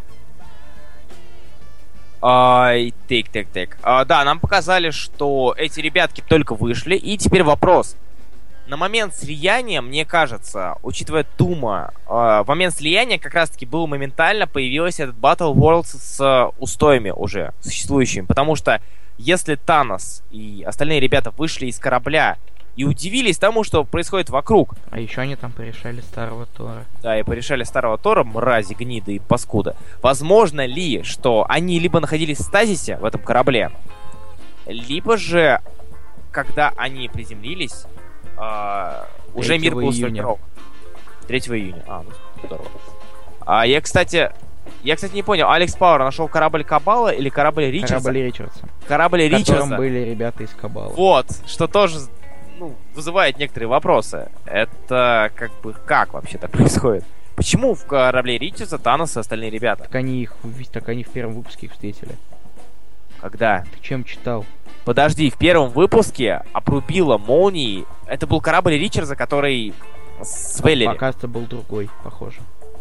Так. Да, нам показали, что эти ребятки только вышли, и теперь вопрос. На момент слияния, мне кажется, учитывая Дума, в момент слияния как раз-таки был моментально появился этот Battle World с устоями уже существующими, потому что если Танос и остальные ребята вышли из корабля и удивились тому, что происходит вокруг. А еще они там порешали старого Тора. Да, и порешали старого Тора, мрази, гниды и паскуда. Возможно ли, что они либо находились в стазисе в этом корабле, либо же, когда они приземлились, уже мир был сформирован. 3 июня. Здорово. Я, кстати, не понял, Алекс Пауэр нашел корабль Кабала или корабль Ричардса? Корабль Ричардса. В котором были ребята из Кабала. Вот, что тоже вызывает некоторые вопросы. Это как вообще так происходит? Почему в корабле Ричардса Танос и остальные ребята? Так они в первом выпуске их встретили. Когда? Ты чем читал? Подожди, в первом выпуске обрубило молнией. Это был корабль Ричардса, который свелили. Оказывается, был другой, похоже.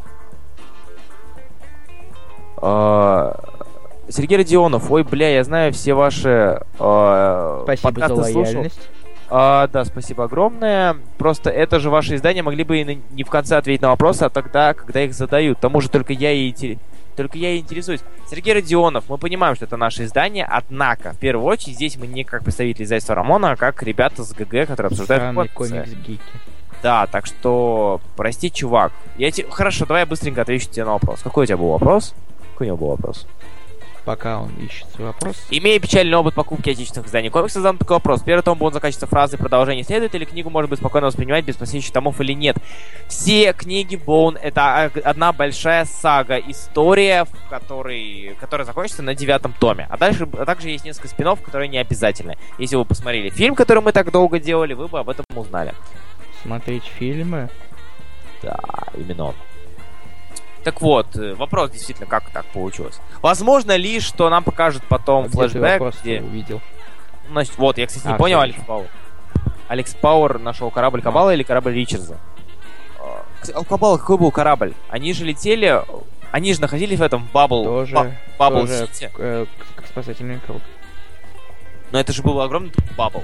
Сергей Родионов, я знаю все ваши спасибо за лояльность. Да, спасибо огромное. Просто это же ваше издание, могли бы и не в конце ответить на вопросы, а тогда, когда их задают. К тому же только я и интересуюсь. Сергей Родионов, мы понимаем, что это наше издание, однако, в первую очередь, здесь мы не как представители издательства Рамона, а как ребята с ГГ, которые обсуждают комикс-гики. Да, так что, прости, чувак. Хорошо, давай я быстренько отвечу тебе на вопрос. Какой у тебя был вопрос? Какой у него был вопрос? Пока он ищет свой вопрос. Имея печальный опыт покупки отечественных изданий комиксов, задам такой вопрос. Первый том будет заканчиваться фразой «Продолжение следует» или книгу можно быть спокойно воспринимать без последующих томов или нет? Все книги Боун — это одна большая сага, история, которая закончится на 9-м томе. А также есть несколько спин-офф, которые не обязательны. Если вы посмотрели фильм, который мы так долго делали, вы бы об этом узнали. Смотреть фильмы? Да, именно он. Так вот, вопрос действительно, как так получилось. Возможно ли, что нам покажут потом флешбэк, где... увидел? Значит, вот, я, кстати, не понял, Алекс Пауэр. Алекс Пауэр нашел корабль Кабала или корабль Ричардса? У Кабала какой был корабль? Они же летели... Они же находились в этом Баббл-Сити. Как спасательный круг. Но это же был огромный Баббл.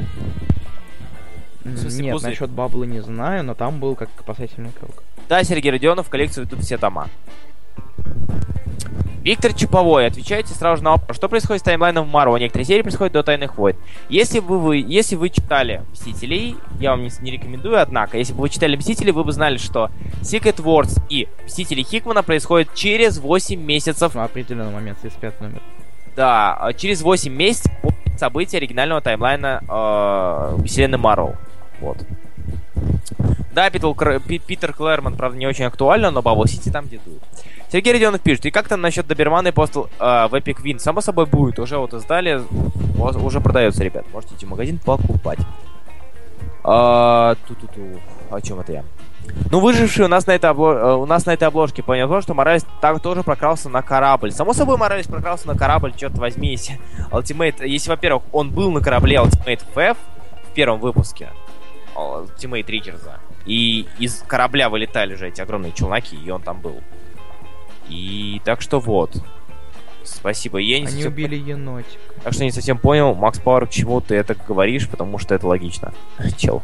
Нет, насчет Баббла не знаю, но там был как спасательный круг. Да, Сергей Родионов, в коллекцию идут все тома. Виктор Чуповой, отвечайте сразу же на вопрос. Что происходит с таймлайном в Марвел? Некоторые серии происходят до Тайных войн. Если вы читали Мстителей, я вам не рекомендую, однако, если бы вы читали Мстителей, вы бы знали, что Secret Wars и Мстители Хикмана происходят через 8 месяцев. В определенный момент, 35 номер. Да, через 8 месяцев по события оригинального таймлайна вселенной Марвел. Вот. Да, Питер Клэрмонт, правда, не очень актуально, но Баббл Сити там где дует. Сергей Родионов пишет, и как там насчет Добермана и Постал в Epic Win? Само собой будет, уже вот издали, уже продается, ребят. Можете идти в магазин покупать. О чем это я? Выживший у нас на этой обложке понял, что Моралес тоже прокрался на корабль. Само собой, Моралес прокрался на корабль, черт возьми, если, во-первых, он был на корабле Ultimate FF в первом выпуске, Ultimate Ричардса, и из корабля вылетали же эти огромные челноки, и он там был. И так что вот. Спасибо. Они убили енотика. Так что не совсем понял, Макс Пауэр, к чему ты это говоришь, потому что это логично. Чел.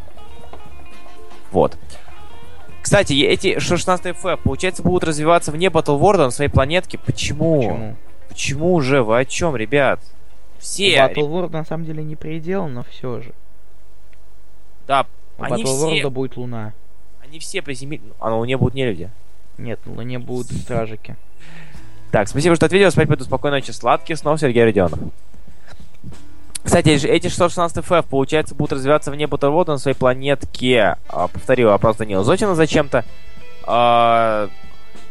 Вот. Кстати, эти 16 FF, получается, будут развиваться вне Battle World на своей планетке. Почему? Почему же? Вы о чем, ребят? Все... Battle World на самом деле не предел, но все же. Да, у Battle World будет Луна. Они все приземлились. А на Луне будут не люди. Нет, на Луне будут стражики. Так, спасибо, что ответил. Спать пойду. Спокойной ночи. Сладких снов, Сергей Родионов. Кстати, эти 616 FF, получается, будут развиваться вне Battle World на своей планетке. Повторю вопрос Данила Зотина зачем-то.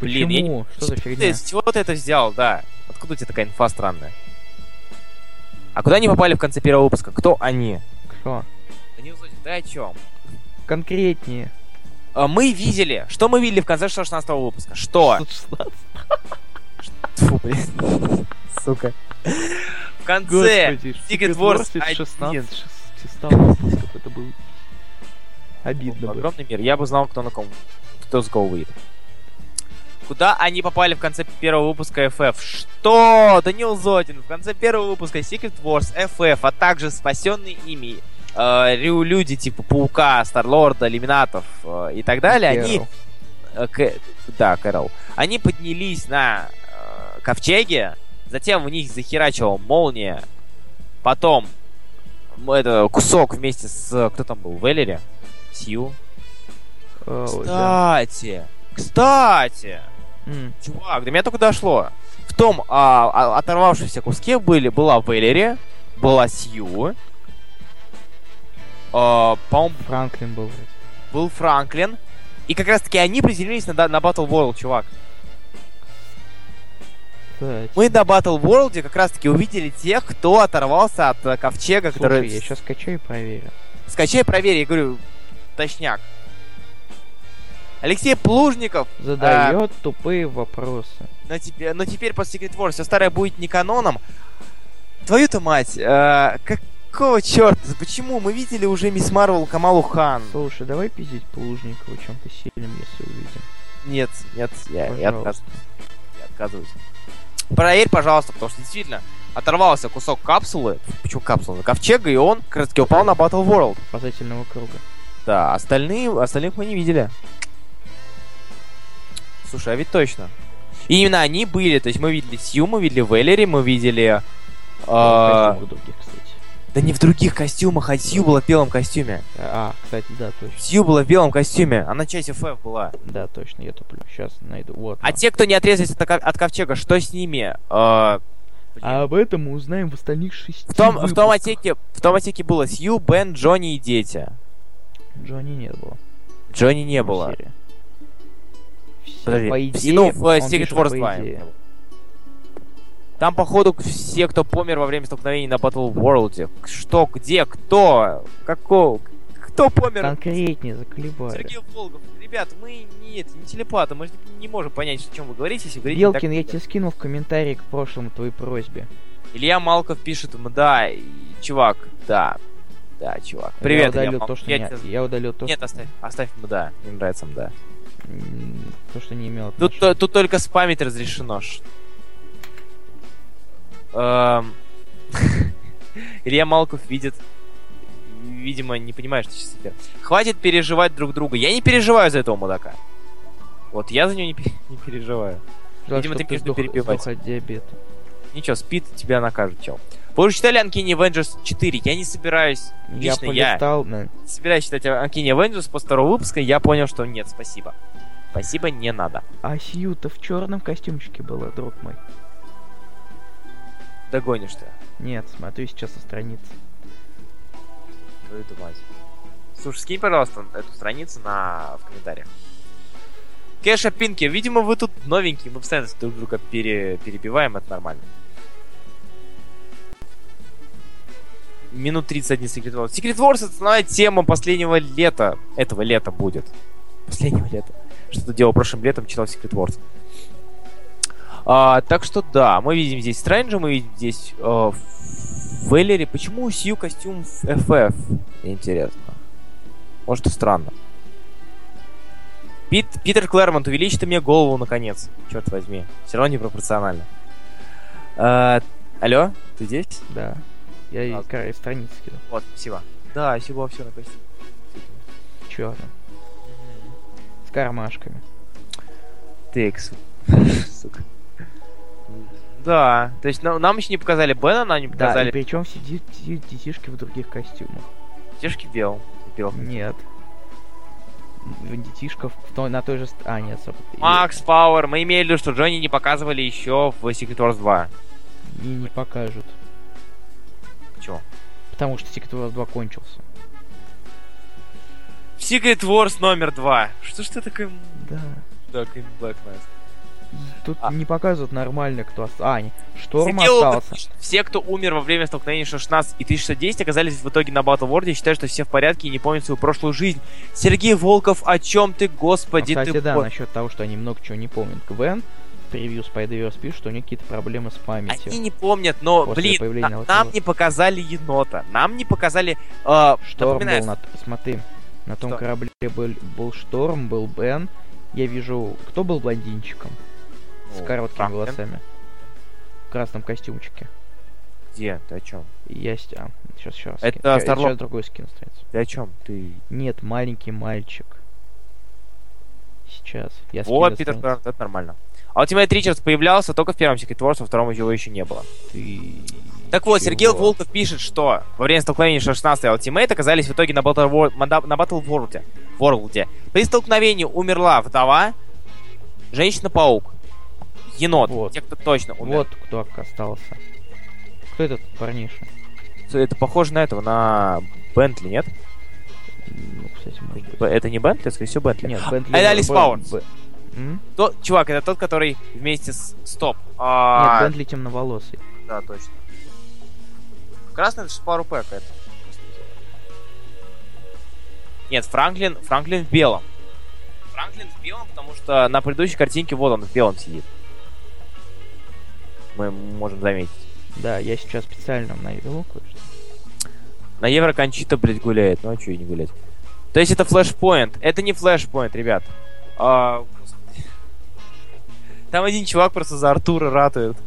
Почему? Что за фигня? С чего ты это взял, да? Откуда у тебя такая инфа странная? А куда они попали в конце первого выпуска? Кто они? Что? Данил Зодин, ты о чем? Конкретнее. Мы видели. Что мы видели в конце 16-го выпуска? Что? 16. Фу, блин. Сука. В конце Secret Wars 16 выпусков. Это было обидно. Огромный мир. Я бы знал, кто с кого выйдет. Куда они попали в конце первого выпуска FF? Что? Данил Зотин. В конце первого выпуска Secret Wars, FF, а также спасенные ими люди типа Паука, Старлорда, Иллюминатов и так далее, Кэрол. Они поднялись на ковчеге, затем в них захерачила молния, потом это кусок вместе с... Кто там был? Веллери? Сью? Кстати! Чувак, до меня только дошло. В том оторвавшемся куске была Веллери, была Сью, по-моему... Франклин был. Был Франклин. И как раз таки они приземлились на Battle World, чувак. Кстати. Мы на Battle World как раз таки увидели тех, кто оторвался от ковчега. Слушай, который... я сейчас скачаю и проверю. Скачай и проверь, я говорю, точняк. Алексей Плужников задает тупые вопросы. Но теперь после Secret Wars все старое будет не каноном. Твою-то мать, какого черта? Почему? Мы видели уже Мисс Марвел Камалу Хан. Слушай, давай пиздить Плужникова чем-то сильным, если увидим. Нет, я отказываюсь. Проверь, пожалуйста, потому что действительно оторвался кусок капсулы. Почему капсулы? Ковчега, и он как раз таки упал на Battle World. Спасательного круга. Да, остальных мы не видели. Слушай, а ведь точно. И именно они были, то есть мы видели Сью, мы видели Веллери, мы видели... других, кстати. Да не в других костюмах, а Сью была в белом костюме. Кстати, да, точно. Сью была в белом костюме, она часть FF была. Да, точно, я туплю. Сейчас найду. Вот. А те, кто не отрезались от ковчега, что с ними? А об этом мы узнаем в остальных 6 В том отсеке было Сью, Бен, Джонни и дети. Джонни не было. Подожди. По идее, в Secret Wars 2. Там, походу, все, кто помер во время столкновений на Battle World. Что, где, кто? Кто помер? Конкретнее заколебали. Сергей Волгов. Ребят, мы не телепаты, мы не можем понять, о чем вы говорите, если говорите. Белкин, я тебе скинул в комментарии к прошлому твоей просьбе. Илья Малков пишет, да, чувак, да, чувак. Привет, я удалил то, Нет, оставь МДА, мне нравится МДА. То, что не имел отношения. Тут только спамить разрешено. Илья Малков видимо, не понимает, что сейчас эфир. Хватит переживать друг друга. Я не переживаю за этого мудака. Вот я за него не переживаю. Жаль, видимо, ты сдох от диабета. Ничего, спит, тебя накажут, чел. Вы уже читали Uncanny Avengers 4? Я не собираюсь. Лично я собираюсь читать Uncanny Avengers после второго выпуска. Я понял, что нет, спасибо. Спасибо, не надо. А Сью-то в черном костюмчике была, друг мой. Догонишь ты. Нет, смотрю сейчас со страницы. Твою мать. Слушай, скинь, пожалуйста, эту страницу в комментариях. Кэша Пинки, видимо, вы тут новенькие, мы постоянно друг друга перебиваем, это нормально. Минут 31 Secret Wars. Secret Wars — это основная тема последнего лета. Этого лета будет. Последнего лета. Что-то делал прошлым летом, читал Secret Wars. Так что да, мы видим здесь Стрэнджа, мы видим здесь Веллери. Почему у Сью костюм FF? Интересно. Может, и странно. Питер Клэрмонт, увеличьте мне голову, наконец. Черт возьми. Все равно непропорционально. Алло, ты здесь? Да. Я страницы кидал. Вот, спасибо. Да, всего все на костюме. Черно. С кармашками. Текс. Сука. Да, то есть нам еще не показали Бена, нам не показали... Да, и причем все детишки в других костюмах. Детишки в белом. Нет. Детишка на той же... нет, Макс Пауэр, мы имели в виду, что Джонни не показывали еще в Secret Wars 2. И не покажут. Почему? Потому что Secret Wars 2 кончился. Secret Wars номер 2. Что ж ты такой... Да. Так, Black Mask. Тут не показывают нормально, кто остался. Шторм остался. Все, кто умер во время столкновения 16 и 1610, оказались в итоге на Battleworld и считают, что все в порядке и не помнят свою прошлую жизнь. Сергей Волков, о чем ты, господи, кстати, ты... да, насчет того, что они много чего не помнят. Гвен в превью Spider-Verse пишет, что у них какие-то проблемы с памятью. Они не помнят, но, блин, нам не показали енота. Нам не показали... Шторм был, смотри, на том корабле был Шторм, был Бен. Я вижу, кто был блондинчиком? С короткими волосами. В красном костюмчике. Где? Ты о чем? Сейчас. Это сейчас другой скин страница. Ты о чем? Ты... Нет, маленький мальчик. Сейчас. Вот, Питер Паркер, это нормально. Ultimate Richards появлялся только в первом Secret Wars, во втором его еще не было. Так вот, Сергей Волков пишет, что во время столкновения 16 и Ultimate оказались в итоге на Battleworld. При столкновении умерла вдова, Женщина-паук, енот, вот. Те, кто точно умер. Вот кто остался. Кто этот парниша? Это похоже на этого, на Бентли, нет? Ну, кстати, может быть. Это не Бентли, скорее всего, Бентли. Нет, Бентли... Это Алис Пауэрс. Чувак, это тот, который вместе с... Стоп. Нет, Бентли темноволосый. Да, точно. Красный это же пару пэк, это. Нет, Франклин в белом. Франклин в белом, потому что на предыдущей картинке вот он в белом сидит. Мы можем заметить. Да, я сейчас специально найду кое-что. На Евро Кончита, блядь, гуляет. Ну а чё и не гулять? То есть это флешпоинт. Это не флешпоинт, ребят. Там один чувак просто за Артура ратует.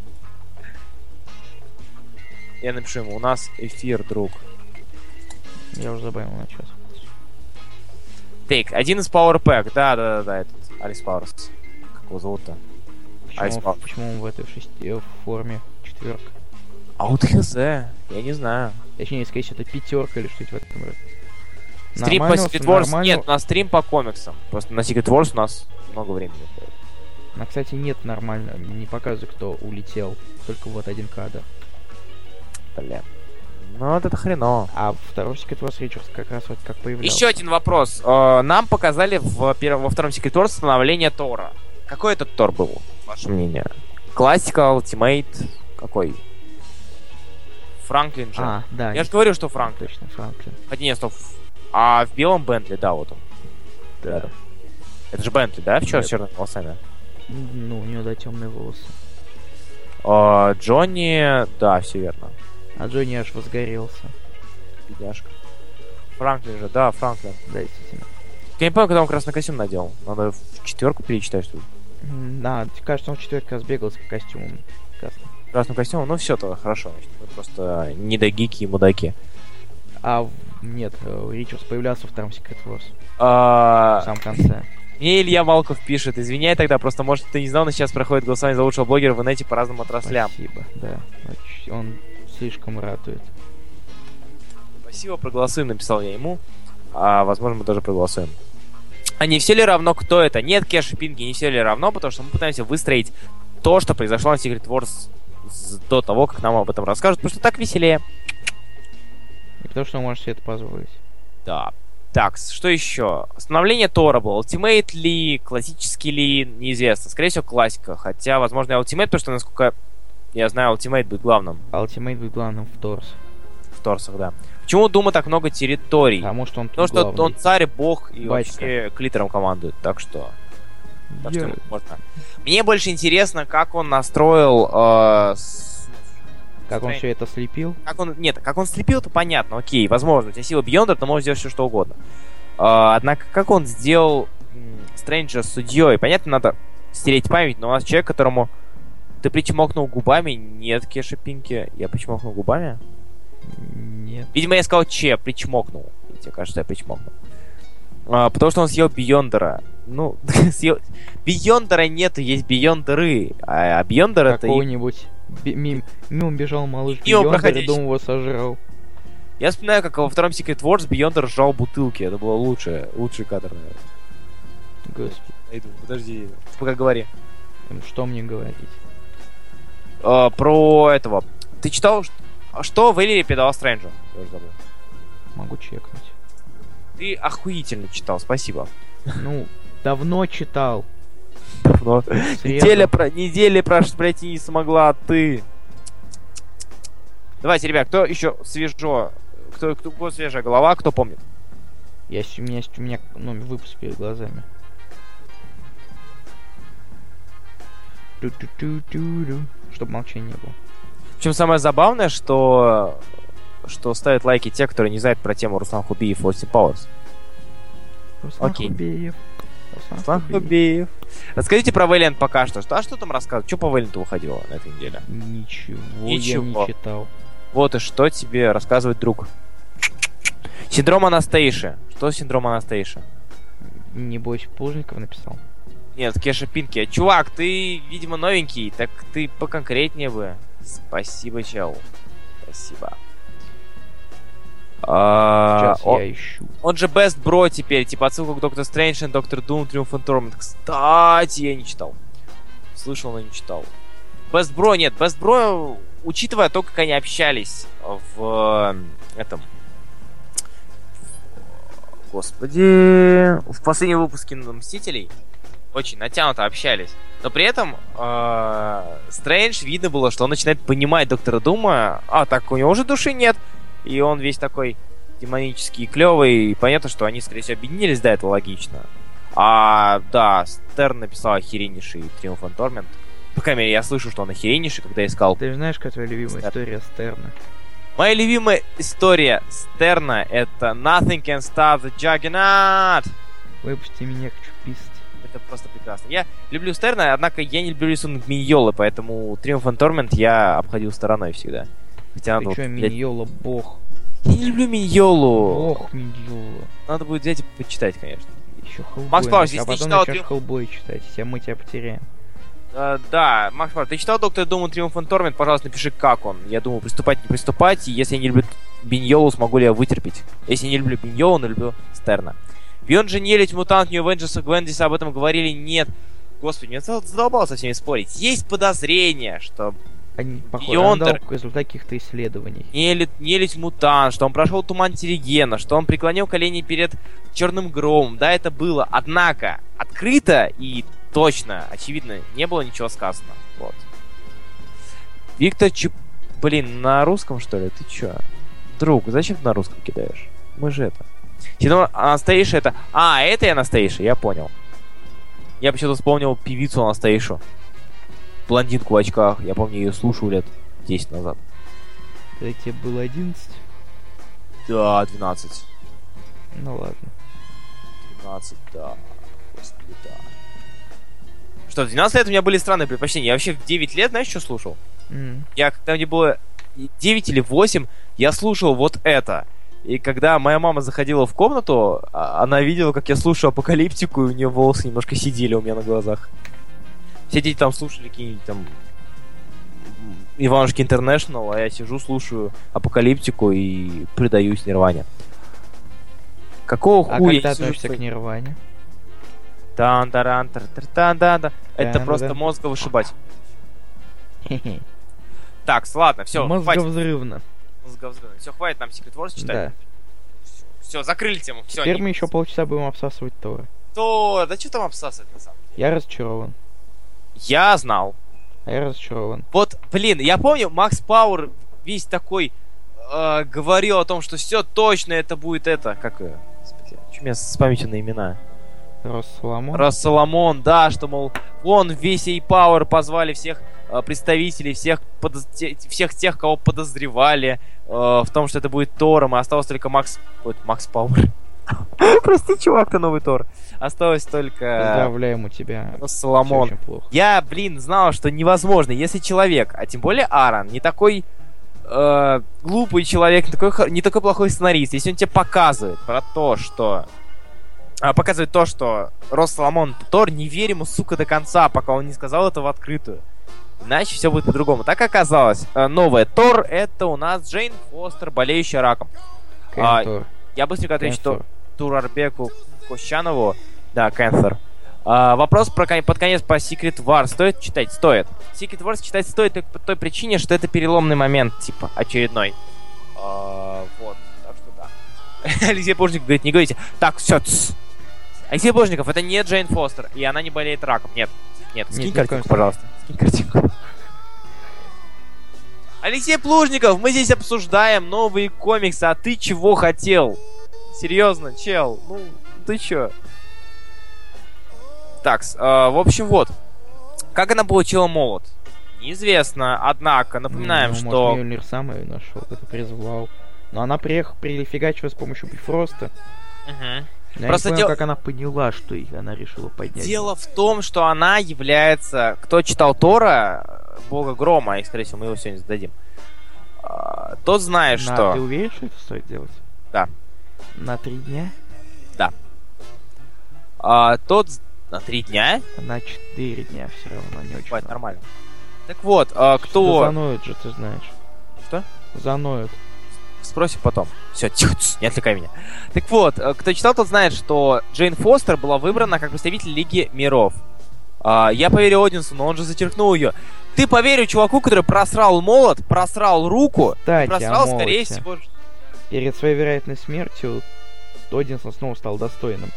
Я напишу ему, у нас эфир, друг. Я уже забавил на час. Так, один из Power Pack. Да, этот Алис Пауэрс. Как его зовут-то? Почему он в этой форме четверка? А вот хз, я не знаю. Точнее, скорее всего, это пятерка или что-то в этом роде. Стрим по Secret Wars? Нет, у нас стрим по комиксам. Просто на Secret Wars у нас много времени уходит. Ну, кстати, нет, нормально. Не показывает, кто улетел. Только вот один кадр. Бля. Ну, вот это хреново. А второй Secret Wars Richards как раз вот как появлялся. Еще один вопрос. Нам показали во втором Secret Wars становление Тора. Какой этот Тор был, ваше мнение? Классика, Ultimate, какой? Франклин же. Да. Я же говорю, что Франклин. Точно, Франклин. Хотя нет, стоп. А в белом Бентли, да, вот он. Да. Это же Бентли, да? В с черными волосами? Ну, у него, да, темные волосы. Джонни, да, все верно. А Джонни аж возгорелся. Бедняжка. Франклин же, да, Франклин. Да, действительно. Я не помню, когда он красный костюм надел. Надо в четверку перечитать, что ли? Да, кажется, он в четверке раз бегал с костюмом красным. Красным костюмом? Ну все-то хорошо, значит. Мы просто недогики и мудаки. Нет, Ричардс появлялся во втором Secret Wars. В самом конце. Мне Илья Малков пишет, извиняй тогда, просто может ты не знал, но сейчас проходит голосование за лучшего блогера в инете по разным отраслям. Спасибо, да. Он слишком ратует. Спасибо, проголосуем, написал я ему. Возможно, мы тоже проголосуем. А не все ли равно, кто это? Нет, Кэш и Пинги, не все ли равно, потому что мы пытаемся выстроить то, что произошло на Secret Wars до того, как нам об этом расскажут, потому что так веселее. И потому что он может себе это позволить. Да. Так, что еще? Становление Тора было. Ultimate ли, классический ли, неизвестно. Скорее всего, классика. Хотя, возможно, и Ultimate, потому что, насколько я знаю, Ultimate будет главным. Ultimate будет главным в Торс. В Торсах, да. Почему у Дума так много территорий? А может он тут потому главный. Что он царь, бог и Батька. вообще клитором командует. Так что можно. Мне больше интересно, как он настроил... Как он все это слепил? Как он слепил, то понятно, окей, возможно, у тебя сила Бьондер, ты можешь сделать все, что угодно. Однако, как он сделал Стрэнджа с судьей? Понятно, надо стереть память, но у нас человек, которому ты причмокнул губами. Нет, Кеша Пинки, я причмокнул губами? Нет. Видимо, я сказал причмокнул. Тебе кажется, я причмокнул. Потому что он съел Бьондера. Ну, съел... Бьондера нету, есть Бьондеры. А Бьондер это... Какой-нибудь... Мимо бежал малыш Бьондер, и дом его сожрал. Я вспоминаю, как во втором Secret Wars Бьондер сжал бутылки. Это было лучший кадр, наверное. Господи. Подожди, ты пока говори. Что мне говорить? Про этого. Ты читал, что Валерий передал Стрэнджу? Я уже забыл. Могу чекнуть. Ты охуительно читал, спасибо. Ну, давно читал. Давно. Неделя пройти не смогла, а ты. Давайте, ребят, кто еще свежо? Кто свежая голова, кто помнит? У меня выпуск перед глазами. Чтобы молчания не было. Причем самое забавное, что ставят лайки те, которые не знают про тему Руслан Хубиев и Austin Powers. Руслан Хубиев. Расскажите про Valiant пока что. А что там рассказывать? Что по Valiant выходило на этой неделе? Ничего. Я не читал. Вот и что тебе рассказывает друг. Синдром Анастейши. Что синдром Анастейши? Небось, Плужников написал. Нет, Кеша Пинки. Чувак, ты, видимо, новенький, так ты поконкретнее бы. Спасибо, чел. Спасибо. Сейчас я ищу. Он же Best Bro теперь, типа отсылка к Доктор Стрэндж, Доктор Дум, Triumph and Torment. Кстати, я не читал. Слышал, но не читал. Best Bro нет. Best Bro, учитывая то, как они общались в в последнем выпуске Мстителей, очень натянуто общались. Но при этом Стрэндж, видно было, что он начинает понимать Доктора Дума, так у него уже души нет, и он весь такой демонический и клевый, и понятно, что они, скорее всего, объединились, да, это логично. Да, Стерн написал охереннейший Triumph and Torment. По крайней мере, я слышу, что он охереннейший, когда искал. Ты знаешь, какая твоя любимая история Стерна? Моя любимая история Стерна — это Nothing Can Stop the Juggernaut. Выпусти меня, хочу писать. Это просто прекрасно. Я люблю Стерна, однако я не люблю рисунок Миньолы, поэтому Triumph and Torment я обходил стороной всегда. Хотя ты чё, Миньола бог? Я не люблю Миньолу. Бог Миньола. Надо будет взять и почитать, конечно. Еще Хеллбой. Макс Пауэр, здесь ты читал... Хеллбой читать, мы тебя потеряем. Да, Макс Пауэр, ты читал Доктор Дум и Triumph and Torment? Пожалуйста, напиши, как он. Я думаю, приступать, не приступать. И если я не люблю Миньолу, смогу ли я вытерпеть? Если я не люблю Миньолу, но люблю Стерна. Beyond Geniality, Mutant, New Avengers, Гвендиса об этом говорили, нет. Господи, меня задолбало со всеми спорить. Есть подозрение, что Биондер в результате каких-то исследований. Нелить Мутант, что он прошел Туман Терригена, что он преклонил колени перед Черным Громом. Да, это было. Однако, открыто и точно, очевидно, не было ничего сказано. Вот. Виктор Блин, на русском, что ли? Ты чё? Друг, зачем ты на русском кидаешь? Мы же это... Анастейша это... это и Анастейша, я понял. Я почему-то вспомнил певицу Анастейшу. Блондинку в очках. Я помню, ее слушал лет 10 назад. Когда тебе было 11? Да, 12. Ну ладно. 12, да. Господи, да. Что, в 12 лет у меня были странные предпочтения. Я вообще в 9 лет, знаешь, что слушал? Я, когда мне было 9 или 8, я слушал вот это. И когда моя мама заходила в комнату, она видела, как я слушаю Апокалиптику, и у нее волосы немножко сидели у меня на глазах. Все дети там слушали какие-нибудь там Иванушки Интернешнл, а я сижу, слушаю Апокалиптику и предаюсь Нирване. Какого хуя? Как ты относишься к Нирване? Это просто мозга вышибать. Так, ладно, все. Мозговзрывно. Все, хватит нам Secret Wars читать. Да. Все, закрыли тему. Все, теперь мы еще полчаса будем обсасывать Тора. Да что там обсасывать на самом деле? Я разочарован. Я знал. А я разочарован. Вот, блин, я помню, Макс Пауэр весь такой говорил о том, что все точно это будет это. Как... Господи, что у меня с памятью на имена? Росс Соломон, да, что, мол, вон весь A-Power позвали всех представителей, всех тех, кого подозревали в том, что это будет Тором, и осталось только Макс Пауэр. Прости, чувак, ты новый Тор. Осталось только... Поздравляем у тебя. Соломон. Я, знал, что невозможно, если человек, а тем более Аарон, не такой глупый человек, не такой плохой сценарист, если он тебе показывает про то, что... показывает то, что Росс Соломон Тор, не верь ему, сука, до конца, пока он не сказал это в открытую. Иначе все будет по-другому. Так оказалось, новая Тор — это у нас Джейн Фостер, болеющая раком. Я быстренько отвечу Турарбеку Кощанову. Да, Кэнсер. Вопрос под конец по Secret Wars. Стоит читать? Стоит. Secret Wars читать стоит только по той причине, что это переломный момент, типа, очередной. Вот. Так что да. Алексей Пушник говорит, не говорите. Так, все. Алексей Плужников, это не Джейн Фостер, и она не болеет раком. Нет, скинь картинку, пожалуйста. Скинь картинку. Алексей Плужников, мы здесь обсуждаем новые комиксы, а ты чего хотел? Серьезно, чел, ну, ты чё? Такс, в общем, вот. Как она получила молот? Неизвестно, однако, напоминаем, что... Может, Мьёльнир сам ее нашел, это призвал. Но она прифигачила с помощью Бифроста. Я Просто не понял, как она поняла, что она решила поднять. Дело в том, что она является... Кто читал Тора, Бога Грома, и, скорее всего, мы его сегодня зададим, тот знает, что... Ты уверен, что это стоит делать? Да. На 3 дня? Да. Тот... На 3 дня? На 4 дня все равно, не очень. Хватит, нормально. Так вот, кто... Что заноют же, ты знаешь. Что? Заноют. Спросим потом. Все, тихо, не отвлекай меня. Так вот, кто читал, тот знает, что Джейн Фостер была выбрана как представитель Лиги Миров. Я поверю Одинсу, но он же зачеркнул ее. Ты поверю чуваку, который просрал молот, просрал руку, кстати, просрал, скорее всего... Перед своей вероятной смертью Одинсон снова стал достойным.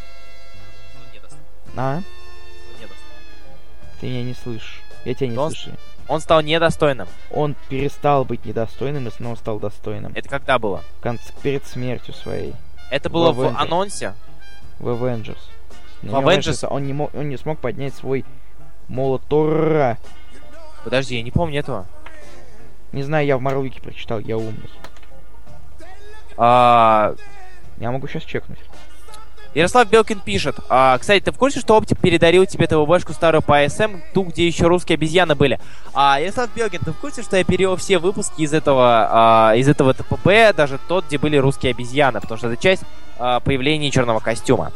А? Ты меня не слышишь. Я тебя не слышу. Он стал недостойным. Он перестал быть недостойным и снова стал достойным. Это когда было? Перед смертью своей. Это было в анонсе? В Avengers. В Avengers? Он не смог поднять свой молот Тора. Подожди, я не помню этого. Не знаю, я в Марвике прочитал, я умный. Я могу сейчас чекнуть. Ярослав Белкин пишет. Кстати, ты в курсе, что Оптик передарил тебе ТВ-башку старую по АСМ, ту, где еще русские обезьяны были? Ярослав Белкин, ты в курсе, что я перевел все выпуски из этого ТПБ, даже тот, где были русские обезьяны, потому что это часть появления черного костюма.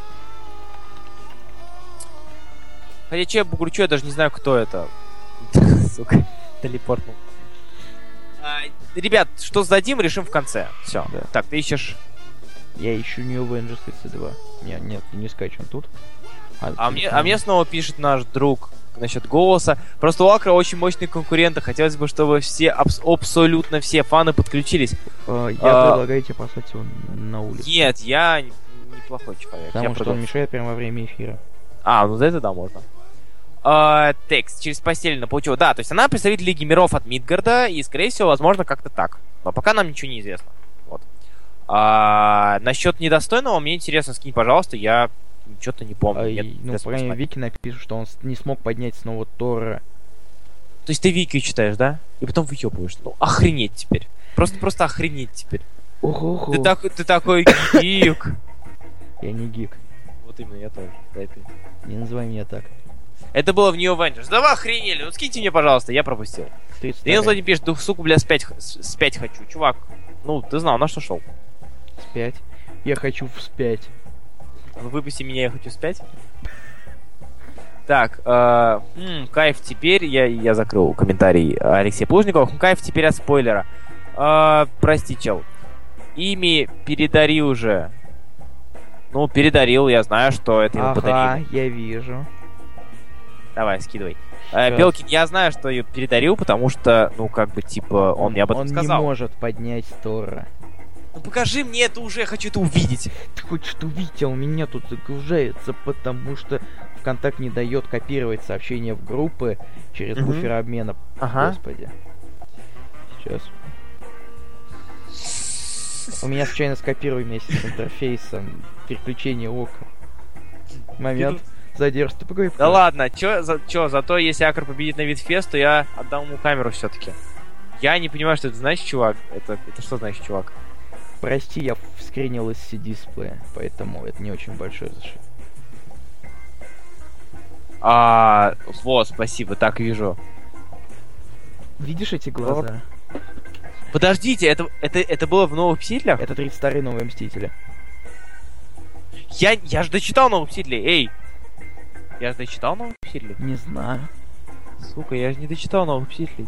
Хотя че я бугурчу, я даже не знаю, кто это. Сука, телепортнул. Ребят, что сдадим, решим в конце. Все. Да. Так, ты ищешь... Я ищу New Avengers 32. Нет, не скачан тут. Мне снова пишет наш друг насчет голоса. Просто у Акра очень мощные конкуренты. Хотелось бы, чтобы абсолютно все фаны подключились. Я предлагаю тебе послать его на улицу. Нет, я неплохой человек. Потому что он мешает прямо во время эфира. Ну за это да, можно. Текст через постель получила. Да, то есть она представитель Лиги Миров от Мидгарда, и, скорее всего, возможно, как-то так. Но пока нам ничего не известно. Вот. Насчет недостойного, мне интересно, скинь, пожалуйста, я что-то не помню. По крайней мере, Вики напишет, что он не смог поднять снова Тора. То есть ты Вики читаешь, да? И потом выебываешь. Ну, охренеть теперь. Просто охренеть теперь. Ого. Ты такой гик. Я не гик. Вот именно, я тоже. Дай ты. Не называй меня так. Это было в New Avengers. Да вы охренели, ну скиньте мне, пожалуйста, я пропустил. Денис Владимир пишет, суку, бля, спять хочу. Чувак, ну, ты знал, на что шел? Спять? Я хочу вспять. Выпусти меня, я хочу спять. Так, кайф теперь, я закрыл комментарий Алексея Плужникова. Кайф теперь от спойлера. Прости, чел. Ими передарил уже. Ну, передарил, я знаю, что это ему подарили. Ага, я вижу. Давай, скидывай. Белкин, я знаю, что ее передарил, потому что, ну, как бы, типа, он мне об этом сказал. Он не может поднять Тора. Ну, покажи мне это уже, я хочу это увидеть. Ты хочешь это увидеть, а у меня тут загружается, потому что ВКонтакт не дает копировать сообщения в группы через буфер обмена. Ага. Господи. Сейчас. У меня случайно скопировали вместе с интерфейсом переключение ока. Момент. Задержка. Ты поговори. Да ладно, зато если Акр победит на Витфест, то я отдам ему камеру все-таки. Я не понимаю, что это значит, чувак. Это что значит, чувак? Прости, я вскринил из дисплея, поэтому это не очень большой зашит. Вот, спасибо, так вижу. Видишь эти глаза? Подождите, это было в Новых Мстителях? Это 32-й Новые Мстители. Я же дочитал Новых Мстителей, эй! Я же дочитал Новых Мстителей? Не знаю. Сука, я же не дочитал Новых Мстителей.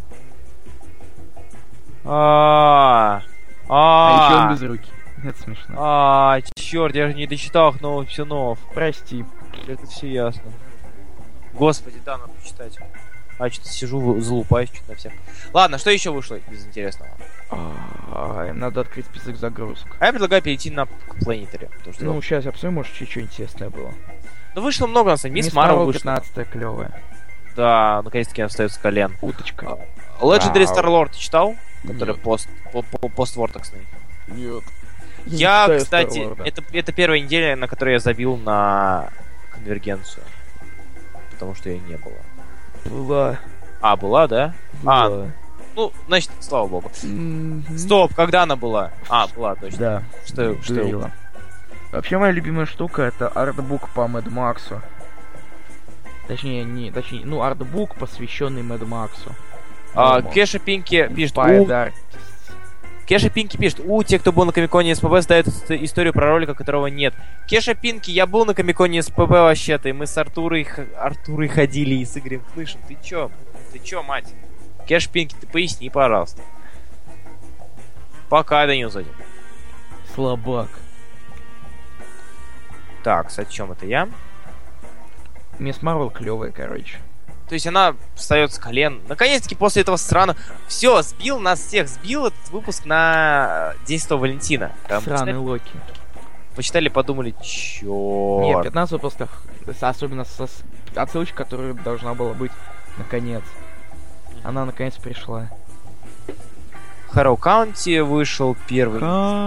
А еще он без руки. Это смешно. Черт, я же не дочитал их Новых Псюнов. Прости. Это все ясно. Господи, да, надо почитать. Что-то сижу, залупаюсь что-то на всех. Ладно, что еще вышло из интересного? Надо открыть список загрузок. Я предлагаю перейти на Planetary. Ну, сейчас я посмотрю, может, что-нибудь интересное было. Ну, вышло много, на самом деле. Мисс Марвел вышла. 15-я клевая. Да, наконец-таки он встает с колен. Уточка. Legendary Star-Lord ты читал? Который пост-вортексный. Нет. Я, кстати, это первая неделя, на которой я забил на конвергенцию. Потому что ее не было. Была. Была, да? Была. Ну, значит, слава богу. Стоп, когда она была? Была, точно. Да. Что было? Вообще, моя любимая штука — это артбук по Мэд Максу. Точнее, артбук, посвященный Мэд Максу. Кеша Пинки пишет... Кеша Пинки пишет, те, кто был на Комиконе СПБ, знают историю про ролика, которого нет. Кеша Пинки, я был на Комиконе СПБ вообще-то, и мы с Артурой ходили и с Игорем Флышем. Ты чё, мать? Кеша Пинки, ты поясни, пожалуйста. Пока, Данил Зодин. Слабак. Так, с о чем это я? Мисс Марвел клевая, короче. То есть она встает с колен. Наконец-таки после этого странного... Все, нас всех сбил этот выпуск на 10 Валентина. Сраный Локи. Почитали, подумали, чё... Нет, 15 выпусков, особенно с отсылочкой, которая должна была быть наконец. Она наконец пришла. Harrow County вышел первый.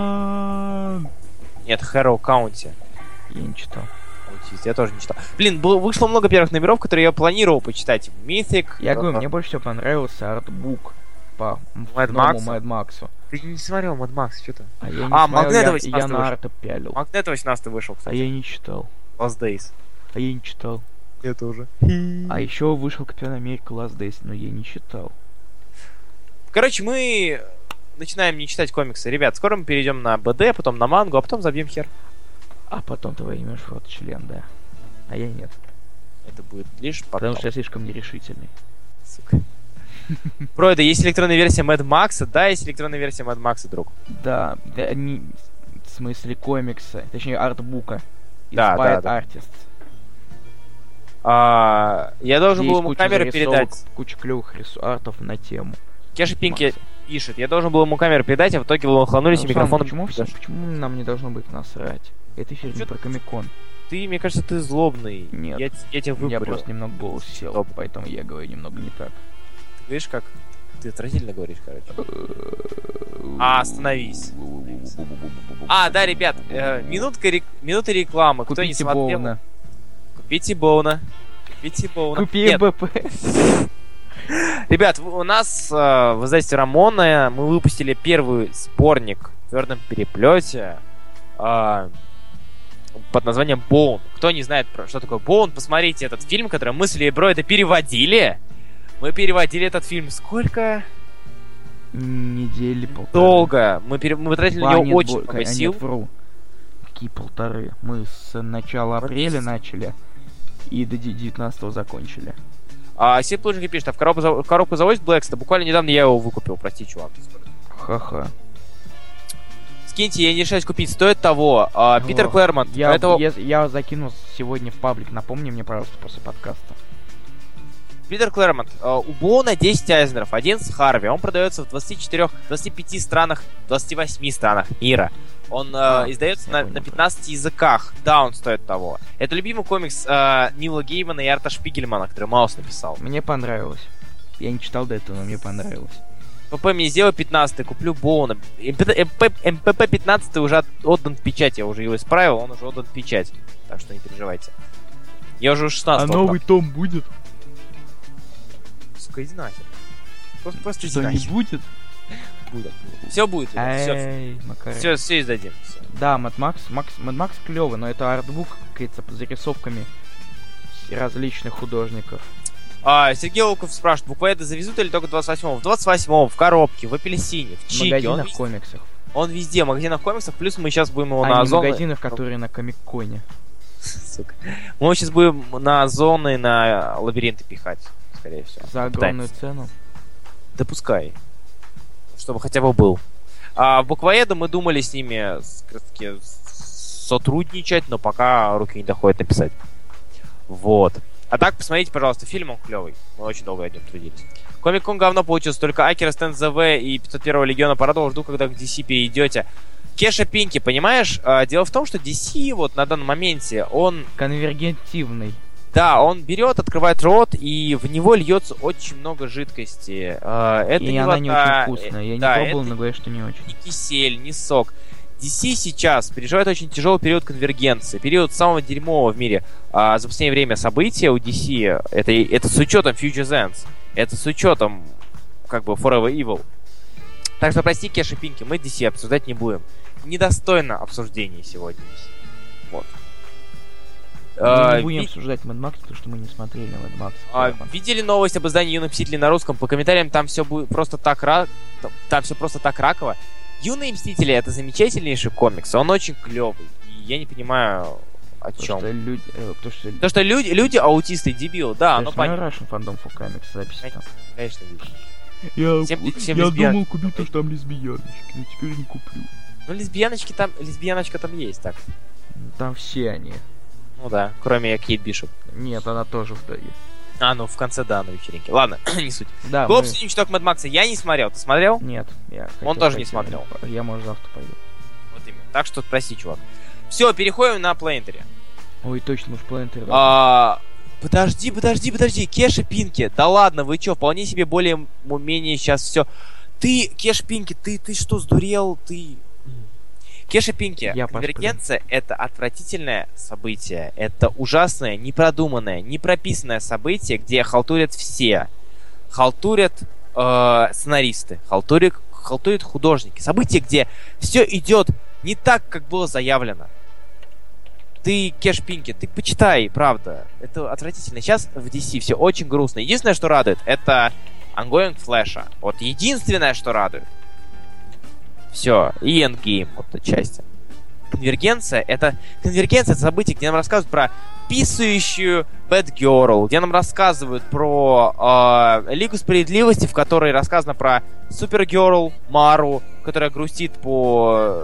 Нет, Harrow County. Я не читал. Я тоже не читал. Блин, вышло много первых номеров, которые я планировал почитать. Mythic. Я говорю, мне больше всего понравился артбук по новому Мэд Максу. Ты не смотрел Мэд Макс, что-то? А я не смотрел, я на арта вышел. пялил. Магнет 18 вышел, кстати. А я не читал. Last Days. А я не читал. Я тоже. А еще вышел Капитан Америка Last Days, но я не читал. Короче, мы начинаем не читать комиксы. Ребят, скоро мы перейдем на БД, потом на мангу, а потом забьем хер. А потом ты возьмешь в рот член, да. А я нет. Это будет лишь потом. Потому что я слишком нерешительный. Сука. Пройда, есть электронная версия Мэд Макса? Да, есть электронная версия Мэд Макса, друг. Да, в смысле комикса, точнее артбука. Да. Artists. Я должен был ему камеру передать. Куча клевых артов на тему. Кеша Пинки пишет, я должен был ему камеру передать, а в итоге вы хланулись и микрофон. Почему нам не должно быть насрать? Это эфир не про Комикон. Мне кажется, ты злобный. Нет. Я тебя выбрал. Я просто немного голос сел, поэтому я говорю немного не так. Ты говоришь, как... Ты отвратительно говоришь, короче. Остановись. Да, ребят, минута рекламы. Кто не смотрел... Боуна. Купите Боуна. Купи БП. Ребят, у нас в издательстве Рамона мы выпустили первый сборник в твердом переплете под названием Боун. Кто не знает, что такое Боун, посмотрите этот фильм, который мы с Лейбро это переводили. Мы переводили этот фильм сколько? Недели полторы. Долго. Мы потратили на него очень много сил. Нет, вру. Какие полторы? Мы с начала апреля начали и до 19-го закончили. Сид Плужники пишет, в коробку завозит Блэкста. Буквально недавно я его выкупил, прости, чувак. Ха-ха. Скиньте, я не решаюсь купить, стоит того. Питер Клэрмонт. Я закину сегодня в паблик, напомни мне, пожалуйста, после подкаста. Питер Клэрмонт. У Боуна 10 Айзнеров, один с Харви. Он продается в 25 странах, 28 странах мира. Он издается на 15 языках. Да, он стоит того. Это любимый комикс Нила Геймана и Арта Шпигельмана, который Маус написал. Мне понравилось. Я не читал до этого, но мне понравилось. ПП мне сделал 15-й, куплю Боуна. МПП 15 уже отдан в печать, я уже его исправил, он уже отдан в печать. Так что не переживайте. Я уже 16-го. А новый том будет? Сука, иди нахер. Просто иди нахер. Что, не будет? Будет. Все будет. Все издадим. Да, Мэд Макс клевый, но это артбук, как говорится, с зарисовками различных художников. Сергей Волков спрашивает, буквоеды завезут или только 28-го? В 28-м, в коробке, в апельсине, в чике. В магазинах комиксов. Он везде, в магазинах комиксов, плюс мы сейчас будем его на Озоне... магазинах, которые на Комик-Коне. Сука. Мы сейчас будем на Озоны, на Лабиринты пихать, скорее всего. За огромную цену? Да пускай. Чтобы хотя бы был. В буквоеды мы думали с ними сотрудничать, но пока руки не доходят написать. Вот. А так, посмотрите, пожалуйста, фильм, он клевый. Мы очень долго над ним трудились. Комик-кон говно получился, только Акера, Стэн ЗВ и 501-го Легиона порадовал. Жду, когда к DC перейдете. Кеша Пинки, понимаешь? Дело в том, что DC вот на данном моменте, он... Конвергентивный. Да, он берет, открывает рот, и в него льется очень много жидкости. Это и не она вода, не очень вкусная. Я да, не пробовал, это но говорят, что не очень. ни кисель, ни сок. DC сейчас переживает очень тяжелый период конвергенции, период самого дерьмового в мире. За последнее время события у DC, это с учетом Future's Ends, это с учетом, как бы, Forever Evil. Так что, прости, Кеша Пинки, мы DC обсуждать не будем. Недостойно обсуждения сегодня DC. Вот. Мы не будем обсуждать Mad Max, потому что мы не смотрели Mad Max. Видели новость об издании «Юных Мстителей» на русском? По комментариям там все будет просто так там все просто так раково. «Юные Мстители» — это замечательнейший комикс, он очень клевый. И я не понимаю, о чем. То, что люди аутисты, дебилы, да, оно понятно. Russian Fandom for Comics запись там. Конечно, видишь. Я думал купить, потому что там лесбияночки, но теперь не куплю. Ну, лесбияночка там есть, так. Там все они. Ну да, кроме Кейт Бишоп. Нет, она тоже в итоге. Ну в конце, да, на вечеринке. Ладно, не суть. Да, Был обсудим чуток Мэд Макса, я не смотрел. Ты смотрел? Нет, Он тоже не смотрел. Я, может, завтра пойду. Вот именно. Так что прости, чувак. Все, переходим на Плейнтере. Ой, точно, мы в Плейнтере. Подожди, Кеша Пинки. Да ладно, вы чё, вполне себе более-менее сейчас все. Ты, Кеш Пинки, ты что, сдурел? Кеша Пинки, конвергенция — это отвратительное событие. Это ужасное, непродуманное, непрописанное событие, где халтурят все. Халтурят сценаристы, халтурят художники. Событие, где все идет не так, как было заявлено. Ты, Кеш Пинки, ты почитай, правда. Это отвратительно. Сейчас в DC все очень грустно. Единственное, что радует, это ongoing Флэша. Вот единственное, что радует. Все, и Endgame, вот отчасти. Конвергенция это событие, где нам рассказывают про писающую Бэтгерл, где нам рассказывают про Лигу Справедливости, в которой рассказано про Супергерл Мару, которая грустит по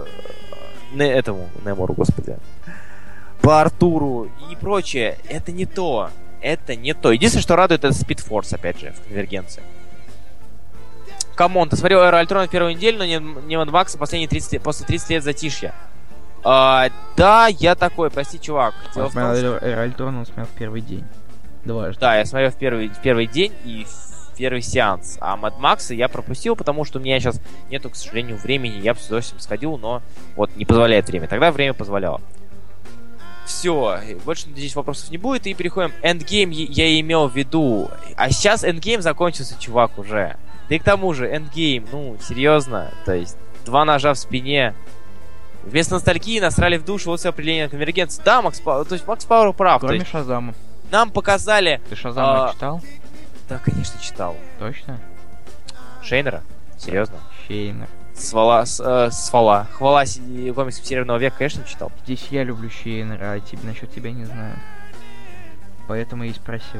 Немору, господи, по Артуру и прочее. Это не то. Единственное, что радует, это Спидфорс, опять же, в конвергенции. Камон, ты смотрел Эра Альтрона в первую неделю, но не Mad Max после 30 лет затишья. Да, я такой, прости, чувак. Я смотрел Эра Альтрона, он смотрел в первый день. Дважды. Да, я смотрел в первый день и в первый сеанс. А Mad Max я пропустил, потому что у меня сейчас нету, к сожалению, времени. Я бы с удовольствием сходил, но вот не позволяет время. Тогда время позволяло. Все, больше, надеюсь, вопросов не будет. И переходим. Endgame я имел в виду. А сейчас Endgame закончился, чувак, уже. Да и к тому же, Endgame, серьезно, то есть 2 ножа в спине. Вместо ностальгии насрали в душу, вот все определение конвергенции. Да, Макс Пауэр прав. Кроме Шазама. Нам показали... Ты Шазама читал? Да, конечно, читал. Точно? Шейнера? Серьезно? Шейнер. Хвала комиксов Серебряного века, конечно, читал. Здесь я люблю Шейнера, а насчет тебя не знаю. Поэтому и спросил.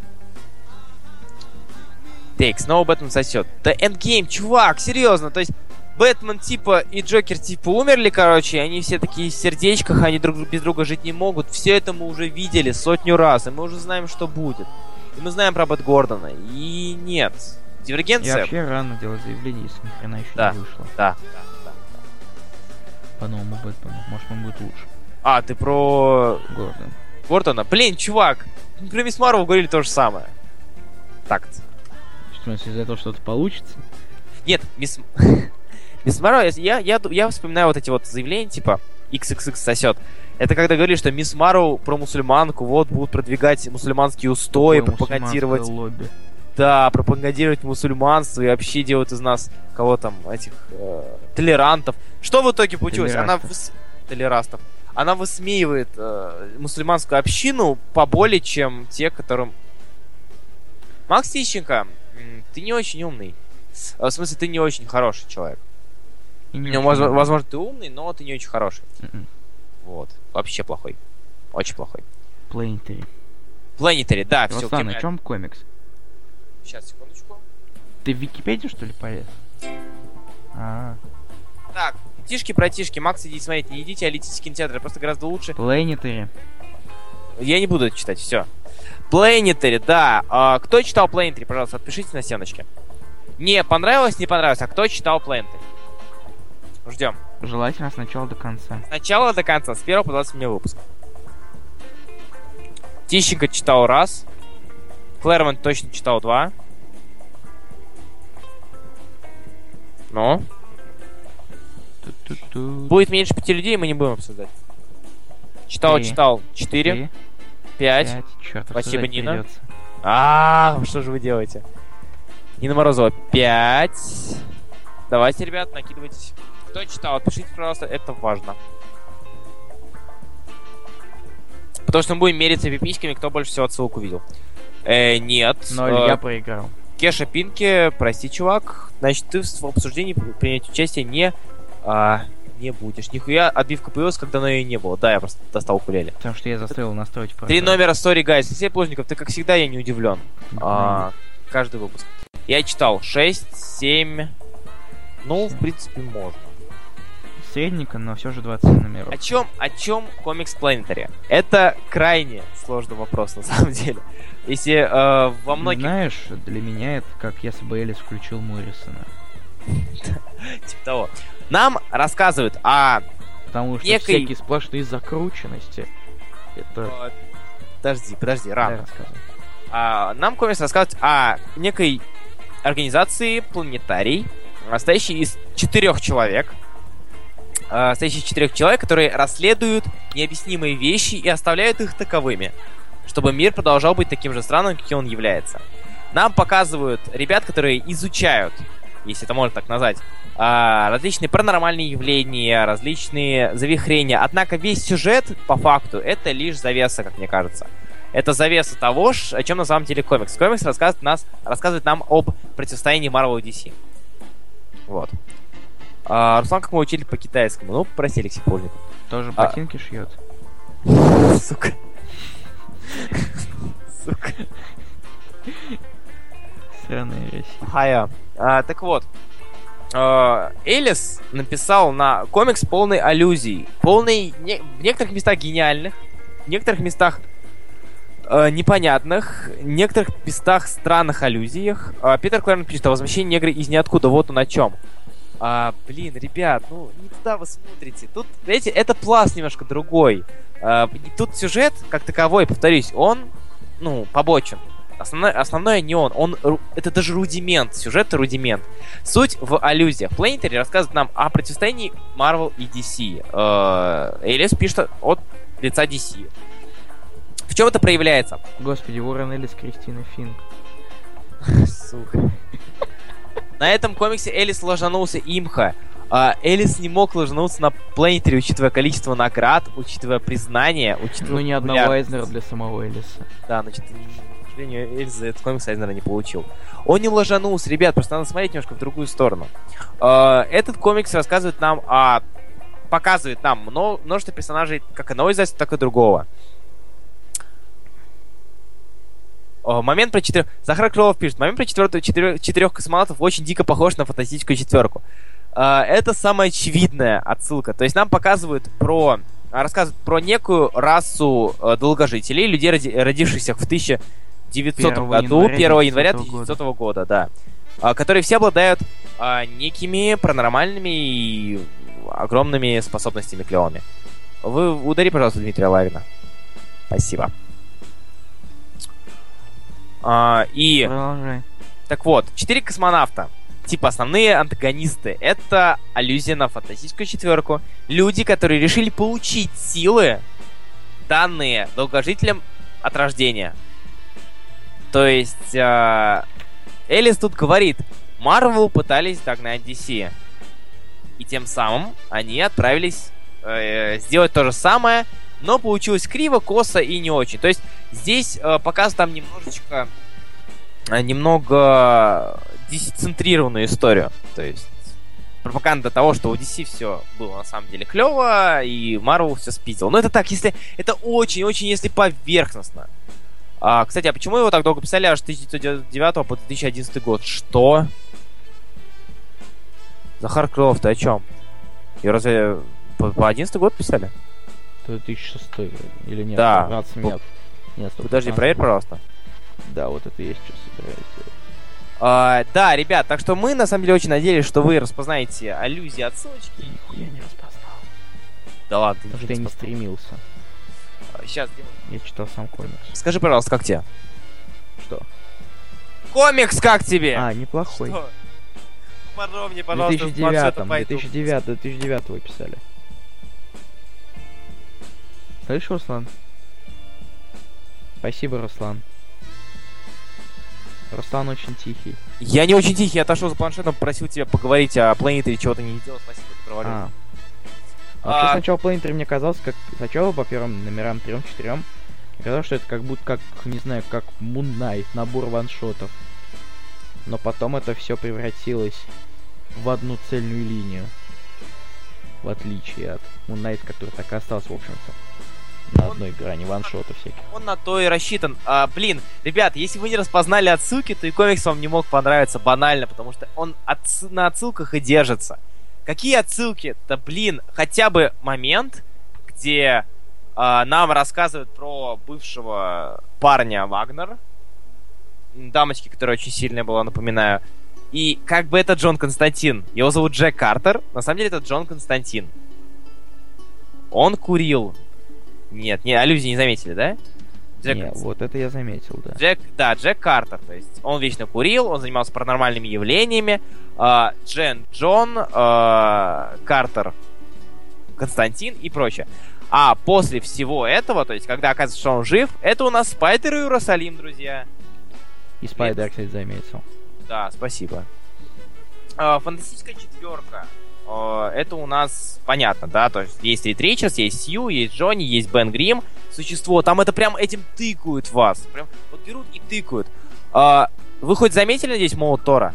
Снова Бэтмен сосет. Да Endgame, чувак, серьезно, то есть Бэтмен типа и Джокер типа умерли, короче, они все такие в сердечках, они друг без друга жить не могут. Все это мы уже видели 100 раз, и мы уже знаем, что будет. И мы знаем про Бэт Гордона. И нет. Дивергенция... Я вообще рано делать заявление, если ни хрена еще не вышло. Да. По новому Бэтмену. Может, он будет лучше. Ты про... Гордона? Блин, чувак, про Мисс Марвел говорили то же самое. Так-то. В смысле, из-за того, что что-то получится? Нет, Мисс Марвел, я вспоминаю вот эти вот заявления, типа XXX сосет. Это когда говорили, что Мисс Марвел про мусульманку, вот, будут продвигать мусульманские устои, пропагандировать... лобби. Да, пропагандировать мусульманство и вообще делать из нас, кого там, этих, толерантов. Что в итоге получилось? Толерастов. Она высмеивает мусульманскую общину поболее, чем те, которым... Макс Тищенко, ты не очень умный. В смысле, ты не очень хороший человек. Возможно, ты умный, но ты не очень хороший. Вот. Вообще плохой. Очень плохой. Планетари, да, все. Руслан, о чем комикс? Сейчас, секундочку. Ты в Википедию, что ли, полез? Так, тишки-братишки, Макс, идите смотреть, не идите, а летите в кинотеатр, просто гораздо лучше. Планетари. Я не буду это читать, все. Планетари, да. Кто читал Планетари, пожалуйста, отпишитесь на стеночке. Не понравилось, а кто читал Планетари? Ждем. Желательно с начала до конца. С начала до конца, с 1 по 27 выпуск. Тищенко читал раз. Клэрмонт точно читал 2. Ну? Будет меньше 5 людей, мы не будем обсуждать. Читал 4. 5. Черт, спасибо, Нина. Придется. Что же вы делаете? Нина Морозова 5. Давайте, ребят, накидывайтесь. Кто читал, пишите, пожалуйста, это важно. Потому что мы будем мериться пиписьками, кто больше всего отсылок увидел. Нет. Но я проиграл. Кеша Пинки, прости, чувак. Значит, ты в обсуждении принять участие не будешь. Нихуя, отбивка появилась, когда она ее не было. Да, я просто достал укулеле. Потому что я заставил настроить. 3 номера Sorry Guys. Алексей Плужников, ты, как всегда, я не удивлен. Каждый выпуск. Я читал 6, 7. Ну, в принципе, можно. Средненько, но все же 20 номеров. О чем комикс Planetary? Это крайне сложный вопрос, на самом деле. Если во многих... Знаешь, для меня это как если бы Элис включил Моррисона. Типа того. Нам рассказывают о Потому что некой... всякие сплошные закрученности. Это... Подожди, рано. Нам комикс рассказывает о некой организации Планетарий, состоящей из 4 человек, которые расследуют необъяснимые вещи и оставляют их таковыми, чтобы мир продолжал быть таким же странным, каким он является. Нам показывают ребят, которые изучают, если это можно так назвать, различные паранормальные явления, различные завихрения. Однако весь сюжет, по факту, это лишь завеса, как мне кажется. Это завеса того, о чем на самом деле комикс. Комикс рассказывает нам об противостоянии Marvel и DC. Вот. Руслан, как мой учитель по китайскому. Ну, прости, Алексей Польников. Тоже ботинки шьет. Сука. Странная Россия. Хая. Так вот. Элис написал на комикс полный аллюзий. Полный в некоторых местах гениальных, в некоторых местах непонятных, в некоторых местах странных аллюзиях. Питер Клэрмонт пишет о возвращении негра из ниоткуда. Вот он о чем. Ребят, не туда вы смотрите. Тут, видите, это пласт немножко другой. Тут сюжет, как таковой, повторюсь, он, побочен. Основное не он. Это даже рудимент. Сюжет — рудимент. Суть в аллюзиях. Planetary рассказывает нам о противостоянии Marvel и DC. Элис пишет от лица DC. В чем это проявляется? Господи, Уоррен Эллис, Кристина Финк. Сука. На этом комиксе Элис ложанулся имха. Элис не мог ложануться на Planetary, учитывая количество наград, учитывая признание, учитывая... ни одного Эйзнера для самого Элиса. Да, к сожалению, Элис за этот комикс Эйзнера не получил. Он не ложанулся, ребят, просто надо смотреть немножко в другую сторону. Этот комикс показывает нам множество персонажей как одного издательства, так и другого. Момент про 4... Захар Крылов пишет: момент про 4 космонавтов очень дико похож на фантастическую 4. Это самая очевидная отсылка. То есть нам рассказывают про некую расу долгожителей, людей, родившихся в 1900 году, 1 января 1900 года, да. Которые все обладают некими паранормальными и огромными способностями клевыми. Вы удари, пожалуйста, Дмитрия Ларина. Спасибо. Продолжай. Так вот, 4 космонавта, типа основные антагонисты, это аллюзия на фантастическую 4. Люди, которые решили получить силы, данные долгожителям от рождения. То есть, Элис тут говорит, Marvel пытались догнать DC. И тем самым они отправились сделать то же самое, но получилось криво, косо и не очень. То есть здесь показывают там немного децентрированную историю. То есть пропаганда того, что у DC все было на самом деле клево, и Marvel все спиздил. Но это так, если это очень-очень, если поверхностно. Кстати, а почему его так долго писали аж с 1999 по 2011 год? Что? Захар Крылов, ты о чем? И разве по 2011 год писали? 2006 или нет? Да. 15 минут. Нет, подожди, проверь, пожалуйста. Да, вот это я сейчас собираюсь Да, ребят, так что мы на самом деле очень надеялись, что вы распознаете аллюзии, отсылочки. Я не распознал. Да ладно, Потому что я не стремился. Сейчас. Я читал сам комикс. Скажи, пожалуйста, как тебе? Что? Комикс как тебе? Неплохой. Что? Подробнее, В пожалуйста, 2009 вы писали. Слышишь, Руслан? Спасибо, Руслан. Руслан очень тихий. Я не очень тихий, я отошел за планшетом, просил тебя поговорить о Планете или чего-то не делал. Спасибо, ты провалил. Вообще сначала Планетари мне казалось, как сначала по первым номерам 3-4 казалось, что это как будто как, не знаю, как Moon Knight, набор ваншотов. Но потом это все превратилось в одну цельную линию. В отличие от Moon Knight, который так и остался, в общем-то, на одной грани ваншотов всяких. Он на то и рассчитан. Блин, ребят, если вы не распознали отсылки, то и комикс вам не мог понравиться банально, потому что он на отсылках и держится. Какие отсылки? Да блин, хотя бы момент, где нам рассказывают про бывшего парня Вагнер, дамочки, которая очень сильная была, напоминаю. И как бы это Джон Константин. Его зовут Джек Картер. На самом деле это Джон Константин. Он курил. Нет, аллюзии не заметили, да? Нет, вот это я заметил, да. Джек Картер. То есть он вечно курил, он занимался паранормальными явлениями. Джон Картер, Константин и прочее. А после всего этого, то есть когда оказывается, что он жив, это у нас Спайдер и Иерусалим, друзья. И Спайдер, кстати, заметил. Да, спасибо. Фантастическая четверка. Это у нас понятно, да, то есть есть Рид Ричардс, есть Сью, есть Джонни, есть Бен Грим, существо, там это прям этим тыкают вас, прям вот берут и тыкают. Вы хоть заметили здесь молот Тора?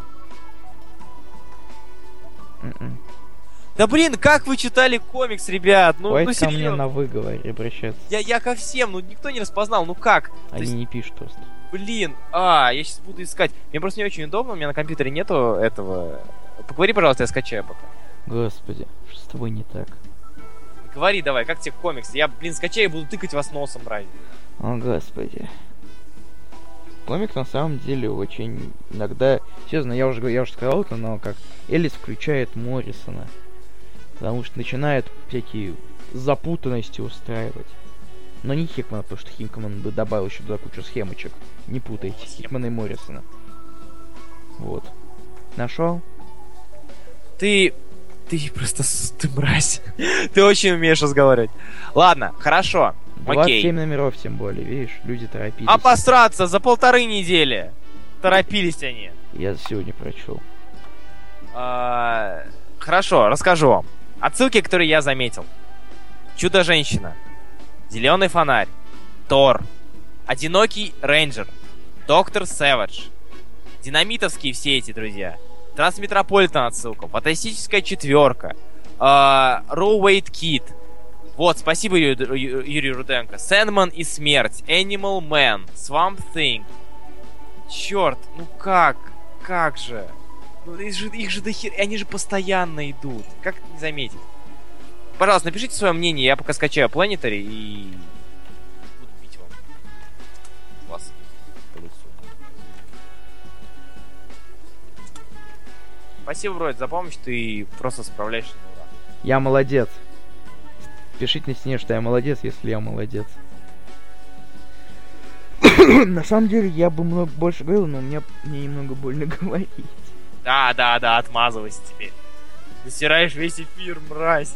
Да блин, как вы читали комикс, ребят? Ну серьезно. Ко мне на выговоре обращаться. Я ко всем, никто не распознал, как? Они не пишут просто. Блин, я сейчас буду искать. Мне просто не очень удобно, у меня на компьютере нету этого. Поговори, пожалуйста, я скачаю пока. Господи, что с тобой не так? Говори давай, как тебе комикс? Я, скачаю и буду тыкать вас носом, мразь. О, господи. Комикс на самом деле очень иногда... Серьезно, я уже сказал это, но как Эллис включает Моррисона. Потому что начинает всякие запутанности устраивать. Но не Хикмана, потому что Хикман бы добавил еще туда кучу схемочек. Не путайте, Хикмана и Моррисона. Вот. Нашел? Ты просто... Ты мразь. Ты очень умеешь разговаривать. Ладно, хорошо. 27 номеров, тем более, видишь, люди торопились. Обосраться за 1,5 недели. Торопились они. Я сегодня прочел. Хорошо, расскажу вам. Отсылки, которые я заметил. Чудо-женщина. Зеленый фонарь. Тор. Одинокий рейнджер. Доктор Сэвидж. Динамитовские все эти, друзья. Трансметрополитен отсылка. Фантастическая четверка. Роуэйт Кид. Вот, спасибо Юрий Руденко. Сэндман и смерть. Animal Man. Swamp Thing. Черт, как? Как же? Их же дохер... Они же постоянно идут. Как не заметить? Пожалуйста, напишите свое мнение. Я пока скачаю Planetary и буду бить вам вас по лицу. Спасибо, Бройд, за помощь. Ты просто справляешься на ура. Я молодец. Пишите на стене, что я молодец, если я молодец. На самом деле, я бы много больше говорил, но мне немного больно говорить. Да, отмазывайся теперь. Засираешь весь эфир, мразь.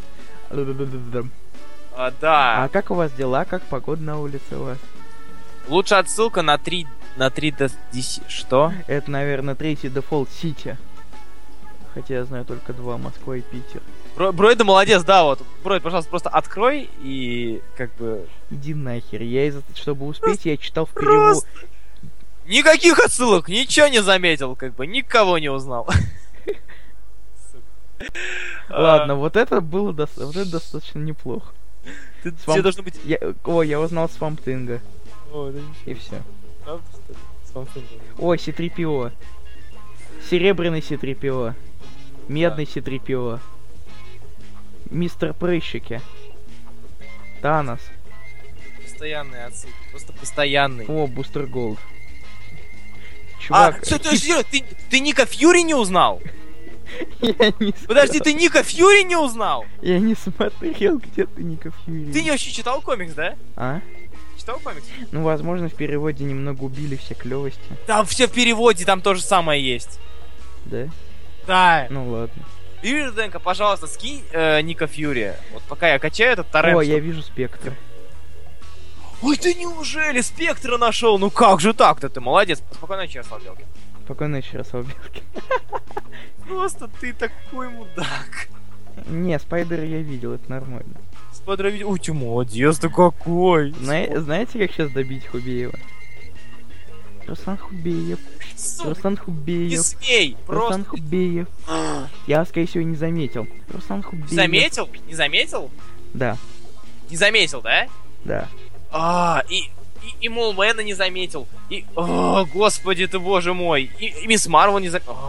Да. А как у вас дела? Как погода на улице у вас? Лучше отсылка на 3 до 10. Что? Это, наверное, 3-й Default City. Хотя я знаю только 2, Москва и Питер. Бройда молодец, да, вот. Бройд, пожалуйста, просто открой и как бы... Иди нахер. Чтобы успеть, я читал в переводе. Никаких отсылок, ничего не заметил, никого не узнал. Ладно, вот это было достаточно неплохо. Тебе должно быть... Я узнал Swamp Thing. И все. Ой, C-3PO. Серебряный C-3PO. Медный C-3PO. Мистер Прыщики. Танос. Постоянные отсылки, просто постоянные. О, Бустер Голд. чувак... Ты Ника Фьюри не узнал? Я не Подожди, ты Ника Фьюри не узнал? Я не смотрел, где ты Ника Фьюри. Ты не вообще читал комикс, да? А? Читал комикс? Ну, возможно, в переводе немного убили все клевости. Там все в переводе, там то же самое есть. Да? Да. Ну ладно. Видишь, Дэнка, пожалуйста, скинь Ника Фьюри. Вот пока я качаю этот торрент. О, я вижу Спектр. Ой, ты неужели Спектра нашел? Ну как же так-то? Ты молодец. Спокойной ночи, Ярослав Белкин. Спокойной ночи, Ярослав Белкин. Просто ты такой мудак. Не, Спайдера я видел, это нормально. Спайдера видел? Ой, ты молодец, ты какой. Знаете, как сейчас добить Хубеева? Руслан Хубеев. Руслан Хубеев. Не смей! Руслан Хубеев. Я, скорее всего, не заметил. Руслан Хубеев. Заметил? Не заметил? Да. Не заметил, да? Да. И Молмена не заметил. И... О, господи ты, боже мой. И Мисс Марвел не заметил.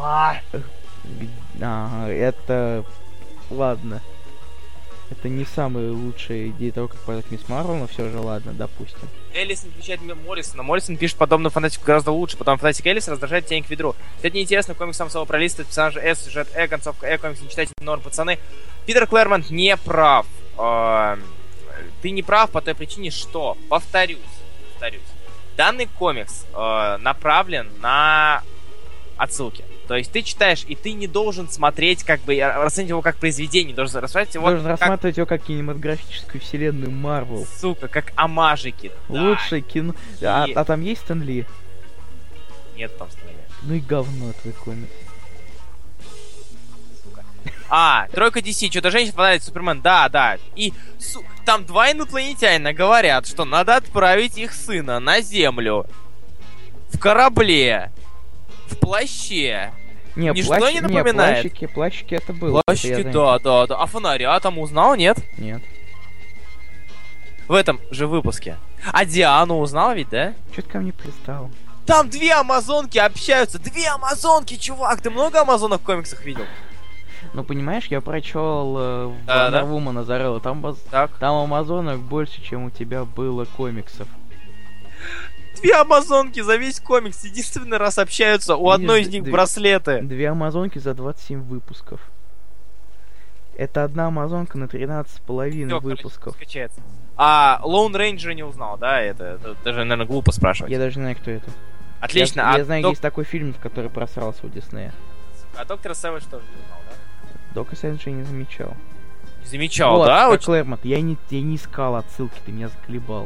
Это... Ладно. Это не самая лучшая идея того, как подать Мисс Марвел, но все же ладно, допустим. Эллисон отвечает Моррисона. Моррисон пишет подобную фантастику гораздо лучше, потом фантастика Эллиса раздражает тень к ведру. Это неинтересно, комикс сам собой пролистывает персонажа С, сюжет концовка комикс не читайте, норм, пацаны. Питер Клэрмонт не прав. Ты не прав по той причине, что, повторюсь, данный комикс направлен на отсылки. То есть ты читаешь, и ты не должен смотреть, как бы, расценивать его как произведение, должен рассматривать его рассматривать его как кинематографическую вселенную Марвел. Сука, как омажики. Лучшее кино. А там есть Стэн Ли? Нет там Стэн Ли. Ну и говно твой комикс. Тройка DC, что-то женщина понравится, Супермен, да. И там два инопланетянина говорят, что надо отправить их сына на Землю. В корабле. В плаще. Ничто не напоминает. Плащики это было. Плащики, да. А фонаря там узнал, нет? Нет. В этом же выпуске. А Диану узнал ведь, да? Чё ты ко мне пристал? Там две амазонки общаются. Две амазонки, чувак. Ты много амазонок в комиксах видел? Ну, понимаешь, я прочел Wonder Woman Зарелла. Там амазонок больше, чем у тебя было комиксов. Две амазонки за весь комикс единственный раз общаются. У одной из них браслеты. Две амазонки за 27 выпусков. Это одна амазонка на 13,5 выпусков. А Lone Ranger не узнал, да? Это даже, наверное, глупо спрашивать. Я даже не знаю, кто это. Отлично. Я знаю, есть такой фильм, в который просрался у Диснея. А Доктора Сэвидж тоже не узнал, да? Доктора Сэвидж я не замечал. Не замечал, вот, да? Вот, Клэрмонт, я не искал отсылки, ты меня заколебал.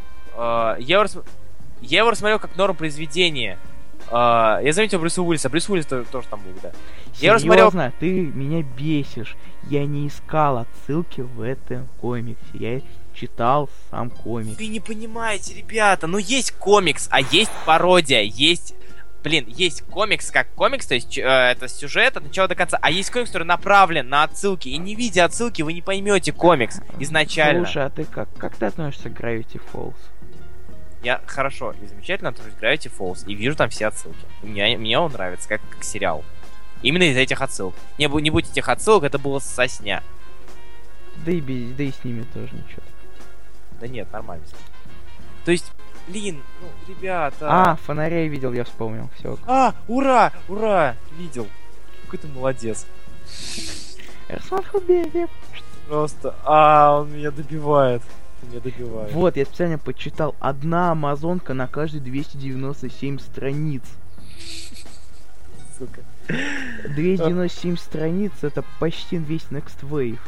Я его рассмотрел как норм произведение. Я заметил Брюса Уиллиса. Брюс Уиллис тоже там был, да. Серьезно, ты меня бесишь. Я не искал отсылки в этом комиксе. Я читал сам комикс. Вы не понимаете, ребята. Ну есть комикс, а есть пародия. Есть комикс как комикс, то есть это сюжет от начала до конца. А есть комикс, который направлен на отсылки. И не видя отсылки, вы не поймете комикс изначально. Слушай, а ты как ты относишься к Gravity Falls? Я хорошо и замечательно отношусь к Gravity Falls и вижу там все отсылки. Мне он нравится, как сериал. Именно из этих отсылок. Не будь этих отсылок, это было сосня. Да и с ними тоже ничего. Да нет, нормально. То есть, ребята... фонаря я видел, я вспомнил. Все. Ура! Видел. Какой ты молодец. Руслан Хубеев. Просто, он меня добивает. Вот, я специально почитал. Одна амазонка на каждые 297 страниц. Сука. 297 страниц, это почти весь Next Wave.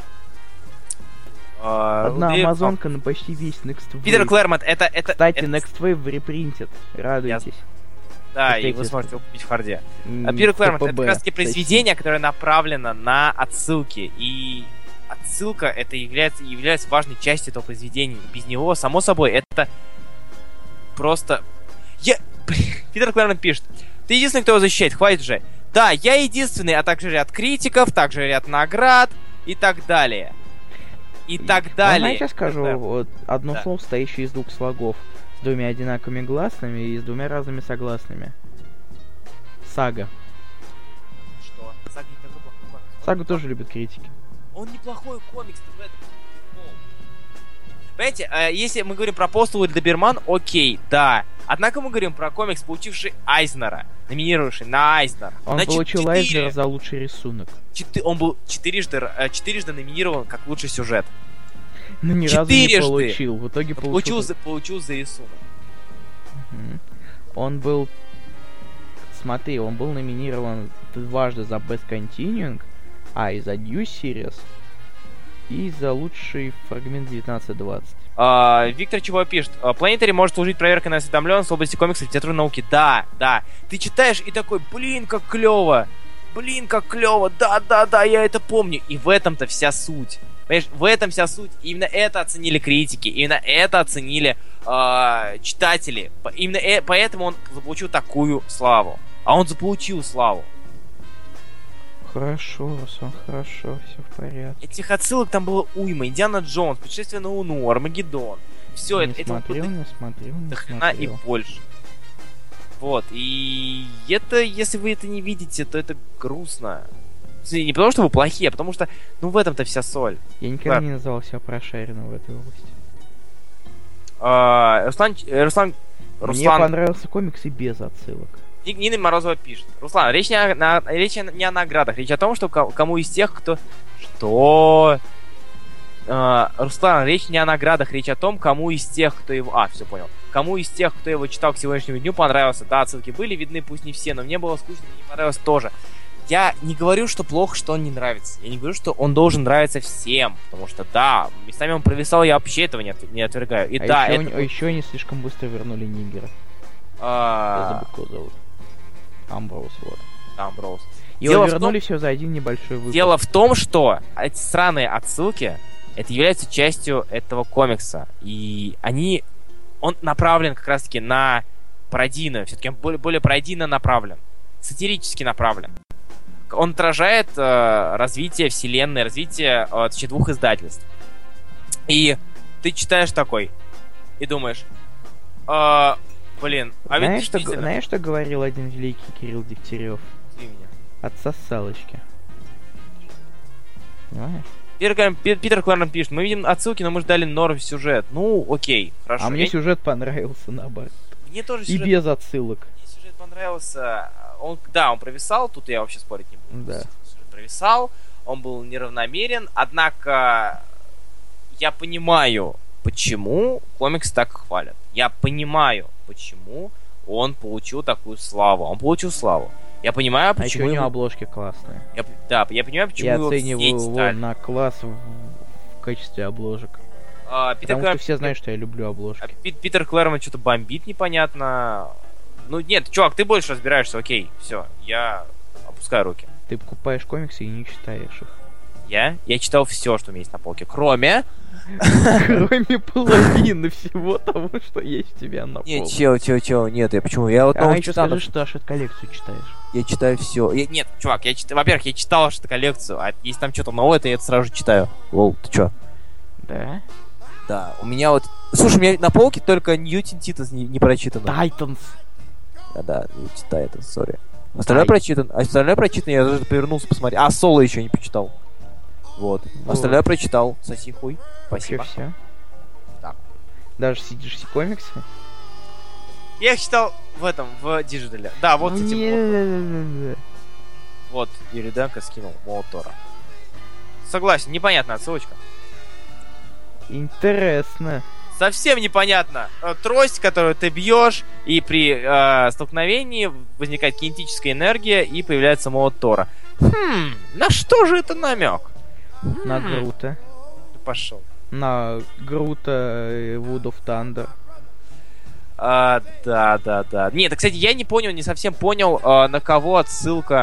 Одна амазонка на почти весь Next Wave. Питер Клэрмонт, это... Кстати, Next Wave репринтед. Радуйтесь. Да, и вы сможете его купить в харде. Питер Клэрмонт, это как раз таки произведение, которое направлено на отсылки. И отсылка это является важной частью этого произведения. Без него, само собой, это просто... Питер Клэрмонт пишет: ты единственный, кто его защищает, хватит уже. Да, я единственный, а также ряд критиков, также ряд наград и так далее. Я сейчас скажу одно слово, состоящее из двух слогов. С двумя одинаковыми гласными и с двумя разными согласными. Сага. Что? Сага не такой плохой комикс. Сагу тоже любят критики. Он неплохой комикс в этом. Понимаете, если мы говорим про Postal и Доберман, окей, да. Однако мы говорим про комикс, получивший Айзнера, номинировавший на Айзнер. Он Значит, получил Айзнера за лучший рисунок. Он был четырежды номинирован как лучший сюжет. Но ни разу не получил. В итоге получил за рисунок. Он был... Смотри, он был номинирован дважды за Best Continuing, и за New Series, и за лучший фрагмент 19-20. Виктор чего пишет? Planetary может служить проверкой на осведомленность в области комиксов и литературной науки. Да. Ты читаешь и такой, блин, как клево. Да, я это помню. И в этом-то вся суть. Понимаешь, в этом вся суть. Именно это оценили критики, именно это оценили читатели. Именно поэтому он заполучил такую славу. А он заполучил славу. Хорошо, Руслан, хорошо, все в порядке. Этих отсылок там было уйма. Индиана Джонс, Путешествие на Луну, Армагеддон. Все не это смотрел. До хрена и больше. Вот, и это, если вы это не видите, то это грустно. Не потому, что вы плохие, а потому что, в этом-то вся соль. Я никогда не называл себя прошаренным в этой области. Руслан... Мне понравился комикс и без отсылок. Нина Морозова пишет. Руслан, речь не о наградах, речь о том, что кому из тех, кто... Что? Руслан, речь не о наградах, речь о том, кому из тех, кто его... все понял. Кому из тех, кто его читал к сегодняшнему дню, понравился. Да, отсылки были видны, пусть не все, но мне было скучно и не понравилось тоже. Я не говорю, что плохо, что он не нравится. Я не говорю, что он должен нравиться всем. Потому что, да, местами он провисал, я вообще этого не отвергаю. И еще они слишком быстро вернули Нигера. Я забыл, кого зовут. Амброуз, вот. Амброуз. Его вернули все за один небольшой выпуск. Дело в том, что эти странные отсылки, это является частью этого комикса. И он направлен как раз-таки на пародийную. Все-таки он более пародийно направлен. Сатирически направлен. Он отражает развитие вселенной, развитие двух издательств. И ты читаешь такой и думаешь... Блин, знаешь, что говорил один великий Кирилл Дегтярев? От сосалочки. Понимаешь? Питер Кларнер пишет, мы видим отсылки, но мы ждали норм сюжет. Окей, хорошо. А мне сюжет понравился, наоборот. Мне тоже сюжет... И без отсылок. Мне сюжет понравился. Он провисал, тут я вообще спорить не буду. Да. Сюжет провисал, он был неравномерен, однако я понимаю, почему комикс так хвалят. Я понимаю, почему он получил такую славу. Он получил славу. Я понимаю, почему... А еще у него обложки классные. Я понимаю, почему я оцениваю его на класс в качестве обложек. Потому что все знают, что я люблю обложки. Питер Клэрмонт что-то бомбит непонятно. Нет, чувак, ты больше разбираешься, окей, все, я опускаю руки. Ты покупаешь комиксы и не читаешь их. Я читал все, что у меня есть на полке, кроме половины всего того, что есть у тебя на полке. Нет, чел, нет, я почему? Я еще скажи, что Ашет-коллекцию читаешь. Я читаю все. Нет, чувак, во-первых, я читал Ашет-коллекцию, а если там что-то новое, то я это сразу же читаю. Лол, ты чё? Да? Да, у меня Слушай, у меня на полке только Ньютон Титас не прочитано. Тайтанс. Да, Ньютон Тайтанс, сори. Остальное прочитано, я даже повернулся посмотреть. Соло еще не почитал. Вот. Остальное прочитал. Соси хуй. Спасибо. Все. Так. Даже сидишь все комиксы? Я их читал в диджитале. Да, вот эти. Вот, Юриденко скинул Молот Тора. Согласен, непонятная отсылочка. Интересно. Совсем непонятно. Трость, которую ты бьешь, и при столкновении возникает кинетическая энергия, и появляется Молот Тора. На что же это намек? На Грута. Пошел. На Грута Wood of Thunder. Да. Нет, кстати, я не совсем понял, на кого отсылка...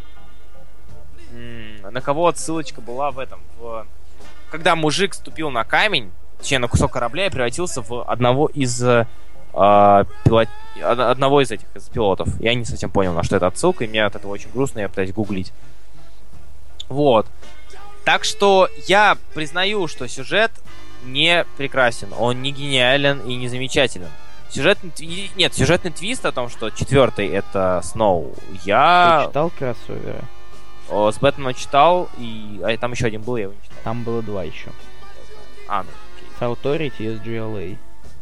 На кого отсылочка была в этом. Когда мужик ступил на камень, точнее, на кусок корабля, и превратился в одного из пилотов. Я не совсем понял, на что это отсылка, и мне от этого очень грустно, я пытаюсь гуглить. Вот. Так что я признаю, что сюжет не прекрасен, он не гениален и не замечателен. Сюжетный твист о том, что 4-й это Сноу, я... Ты читал кроссоверы? С Бэтменом читал, и там еще один был, я его не читал. Там было 2 еще. Окей. Authority и SGLA.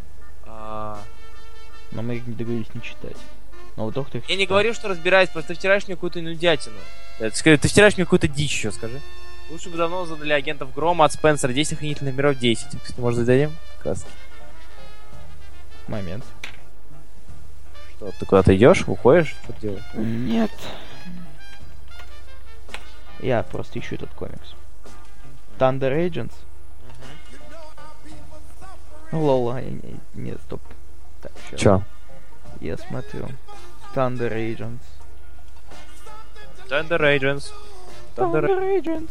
Но мы их не договорились не читать. Но вот только я не говорю, что разбираюсь, просто ты втираешь мне какую-то нудятину. Ты втираешь мне какую-то дичь еще, скажи. Лучше бы давно задали агентов Грома от Спенсера 10 охренительных миров 10. Кстати, может, зададим? Краски. Момент. Что, ты куда-то идешь, уходишь? Что ты делаешь? Нет. Я просто ищу этот комикс. Thunder Agents. Лола, нет, стоп. Так, сейчас. Чё? Я смотрю. Thunder Agents. Thunder Agents. Thunder Agents.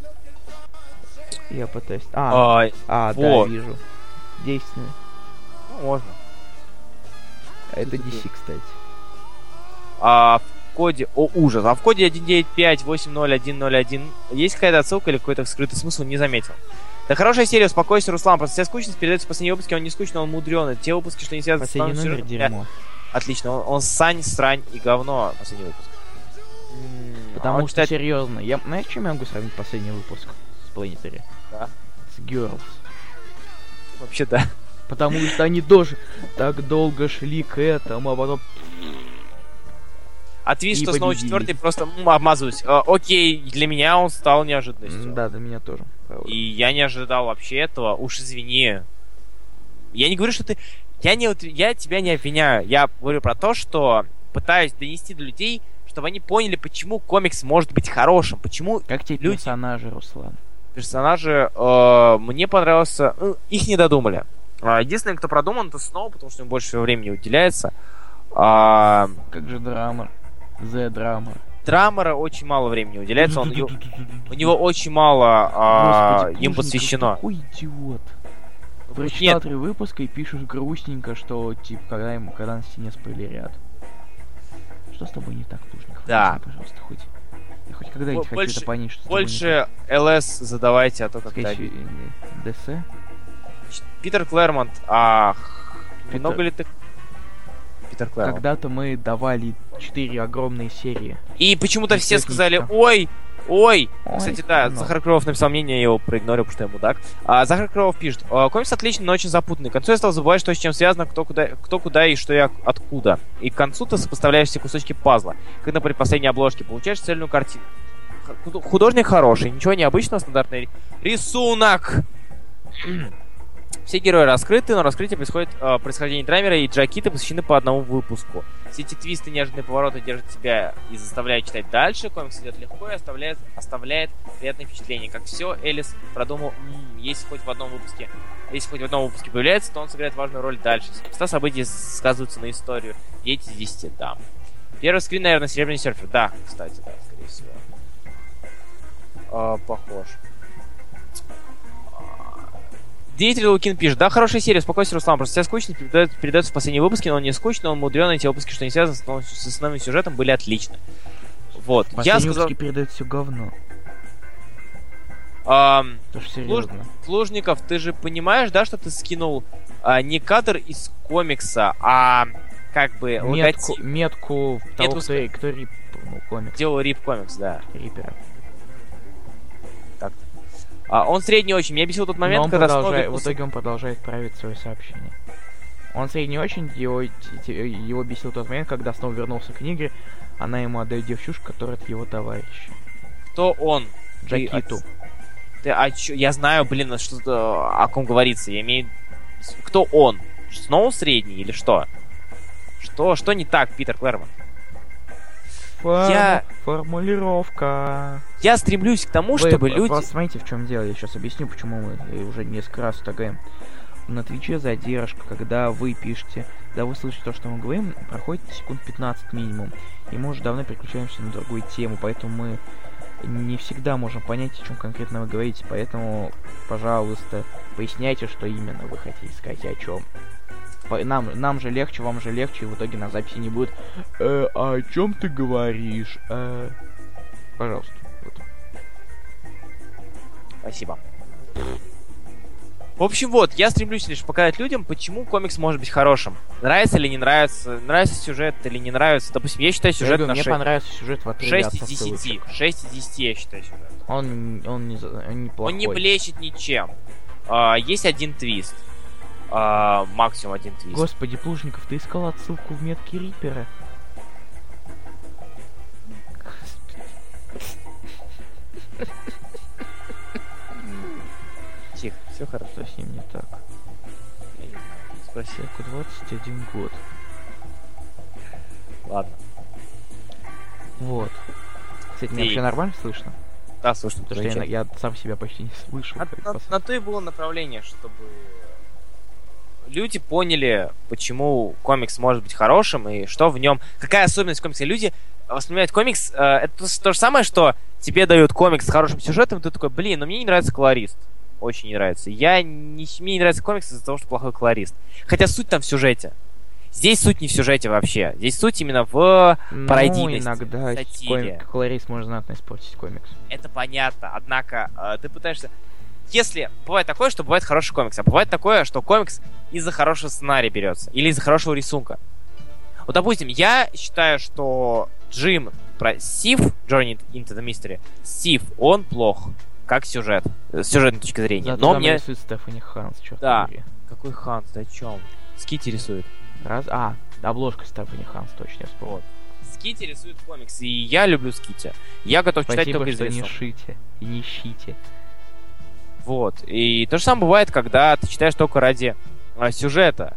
Я пытаюсь... вот. Да, вижу. Действенный. Ну, можно. Это DC, кстати. В коде... О, ужас. А в коде 195800101 есть какая-то отсылка или какой-то скрытый смысл? Не заметил. Да хорошая серия, успокойся, Руслан. Просто вся скучность передается в последние выпуски, он не скучный, он мудрёный. Те выпуски, что не связаны с последний номер дерьмо. Отлично, он срань и говно. Последний выпуск. Потому что, серьезно, знаешь, чем я могу сравнить последний выпуск с Planetary? Да. С Girls. Вообще, да. Потому что они тоже так долго шли к этому, а потом... Отвис, что снова четвертый, просто обмазываюсь. Окей, для меня он стал неожиданностью. Да, для меня тоже. Правда. И я не ожидал вообще этого. Уж извини. Я не говорю, что ты... Я тебя не обвиняю. Я говорю про то, что пытаюсь донести до людей, чтобы они поняли, почему комикс может быть хорошим. Почему как тебе люди... персонажи, Руслан? Персонажи мне понравился... их не додумали. Единственный, кто продуман, это Сноу, потому что ему больше всего времени уделяется. Как же Драмер? Драмер. Драмера очень мало времени уделяется. У него очень мало им посвящено. Какой идиот. Прочитал 3 выпуска и пишешь грустненько, что типа когда на стене спойлерят. Что с тобой не так, Плужников? Да. Пожалуйста, хоть когда-нибудь хочу это понять, что больше ЛС задавайте, а то как-то... ДС? Питер Клэрмонт, много ли ты... Питер Клэрмонт. Когда-то мы давали 4 огромные серии. И почему-то все сказали, ой. Кстати, да, Захар Крылов написал мнение, я его проигнорил, потому что я мудак. Захар Крылов пишет, комикс отличный, но очень запутанный. К концу я стал забывать, что с чем связано, кто куда и что я откуда. И к концу ты сопоставляешь все кусочки пазла. Как на предпоследней обложке, получаешь цельную картину. Художник хороший, ничего необычного, стандартный рисунок. Все герои раскрыты, но раскрытие происходит происхождение Драмера и Джакиты посвящены по одному выпуску. Все эти твисты, неожиданные повороты держат тебя и заставляют читать дальше. Комикс идет легко и оставляет приятное впечатление. Как все Элис продумал, если хоть в одном выпуске появляется, то он сыграет важную роль дальше. Места событий сказываются на историю. 9 из 10, да. Первый скрин, наверное, Серебряный серфер. Да, кстати, да, скорее всего. Похож. Деятель Лукин пишет, да, хорошая серия, успокойся, Руслан, просто вся скучность передается в последние выпуски, но он не скучный, он мудрёный, те выпуски, что не связаны с основным сюжетом, были отличны. Вот, я сказал... выпуски передают все говно. Плужников, ты же понимаешь, да, что ты скинул не кадр из комикса, а как бы метку того, кто рипнул комикс. Делал рип комикс, да. Рипера. Он средний очень. Меня бесил тот момент, когда в итоге он продолжает править свое сообщение. Он средний очень, его бесил тот момент, когда снова вернулся к игре, она ему отдает девчушку, которая от его товарища. Кто он? Джакиту. Я знаю, блин, что о ком говорится. Я имею... Кто он? Сноу средний или что? Что не так, Питер Клэрмонт? Формулировка. Я стремлюсь к тому, чтобы люди... Просто смотрите, в чем дело. Я сейчас объясню, почему мы уже несколько раз тагаем. На Твиче задержка, когда вы пишете, когда вы слышите то, что мы говорим, проходит секунд 15 минимум. И мы уже давно переключаемся на другую тему, поэтому мы не всегда можем понять, о чем конкретно вы говорите. Поэтому, пожалуйста, поясняйте, что именно вы хотите сказать и о чем. Нам же легче, вам же легче, и в итоге на записи не будет о чем ты говоришь? Пожалуйста. Вот. Спасибо. В общем, вот, я стремлюсь лишь показать людям, почему комикс может быть хорошим. Нравится или не нравится, нравится сюжет или не нравится. Допустим, я считаю сюжет на 6. Мне понравился сюжет в отрыве 6 из 10. 6 из 10 я считаю сюжет. Он неплохой. Он не блещет ничем. есть один твист. Максимум один твист. Господи, Плужников, ты искал отсылку в метке Риппера? Тихо, все хорошо. Что с ним не так? Спроси. 21 год. Ладно. Вот. Кстати, меня вообще нормально слышно? Да, слышно. Потому что я сам себя почти не слышу. На то и было направление, чтобы люди поняли, почему комикс может быть хорошим и что в нем... Какая особенность комикса. Люди воспринимают комикс... это то же самое, что тебе дают комикс с хорошим сюжетом, и ты такой, блин, но мне не нравится колорист. Очень не нравится. Мне не нравится комикс из-за того, что плохой колорист. Хотя суть там в сюжете. Здесь суть не в сюжете вообще. Здесь суть именно в пародийности. Иногда колорист может знатно испортить комикс. Это понятно. Однако ты пытаешься... Если бывает такое, что бывает хороший комикс, а бывает такое, что комикс из-за хорошего сценария берется. Или из-за хорошего рисунка. Вот, допустим, я считаю, что Джим про Стив, Journey into the Mystery, Стив, он плох. Как сюжет. С сюжетной точки зрения. Зато но там мне... рисует Стефани Ханс. Да. Какой Ханс? Ты о чем? Скитти рисует. Обложка Стефани Ханс, точно, я вспомнил. Вот. Скитти рисует комикс, и я люблю Скитти. Я готов читать только из рисунка. Не шите и не ищите. Вот. И то же самое бывает, когда ты читаешь только ради сюжета.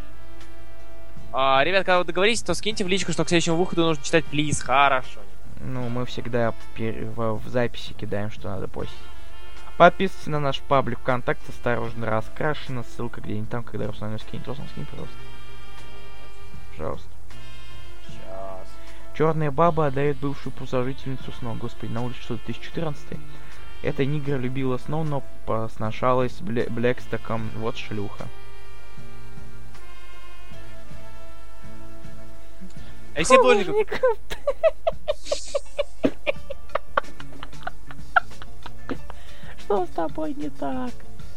Ребят, когда вы договоритесь, то скиньте в личку, что к следующему выходу нужно читать плиз. Хорошо. Ну, мы всегда в записи кидаем, что надо постить. Подписывайтесь на наш паблик ВКонтакте, осторожно раскрашена, ссылка где-нибудь там, когда Руслан скинет. Руслан, скинь, пожалуйста. Пожалуйста. Сейчас. Черная баба отдает бывшую пассажительницу Сноу. Господи, на улице что-то 2014. Эта нигра любила Сноу, но посношалась с Блэкстоком. Вот шлюха. Алексей Плужников. Что с тобой не так?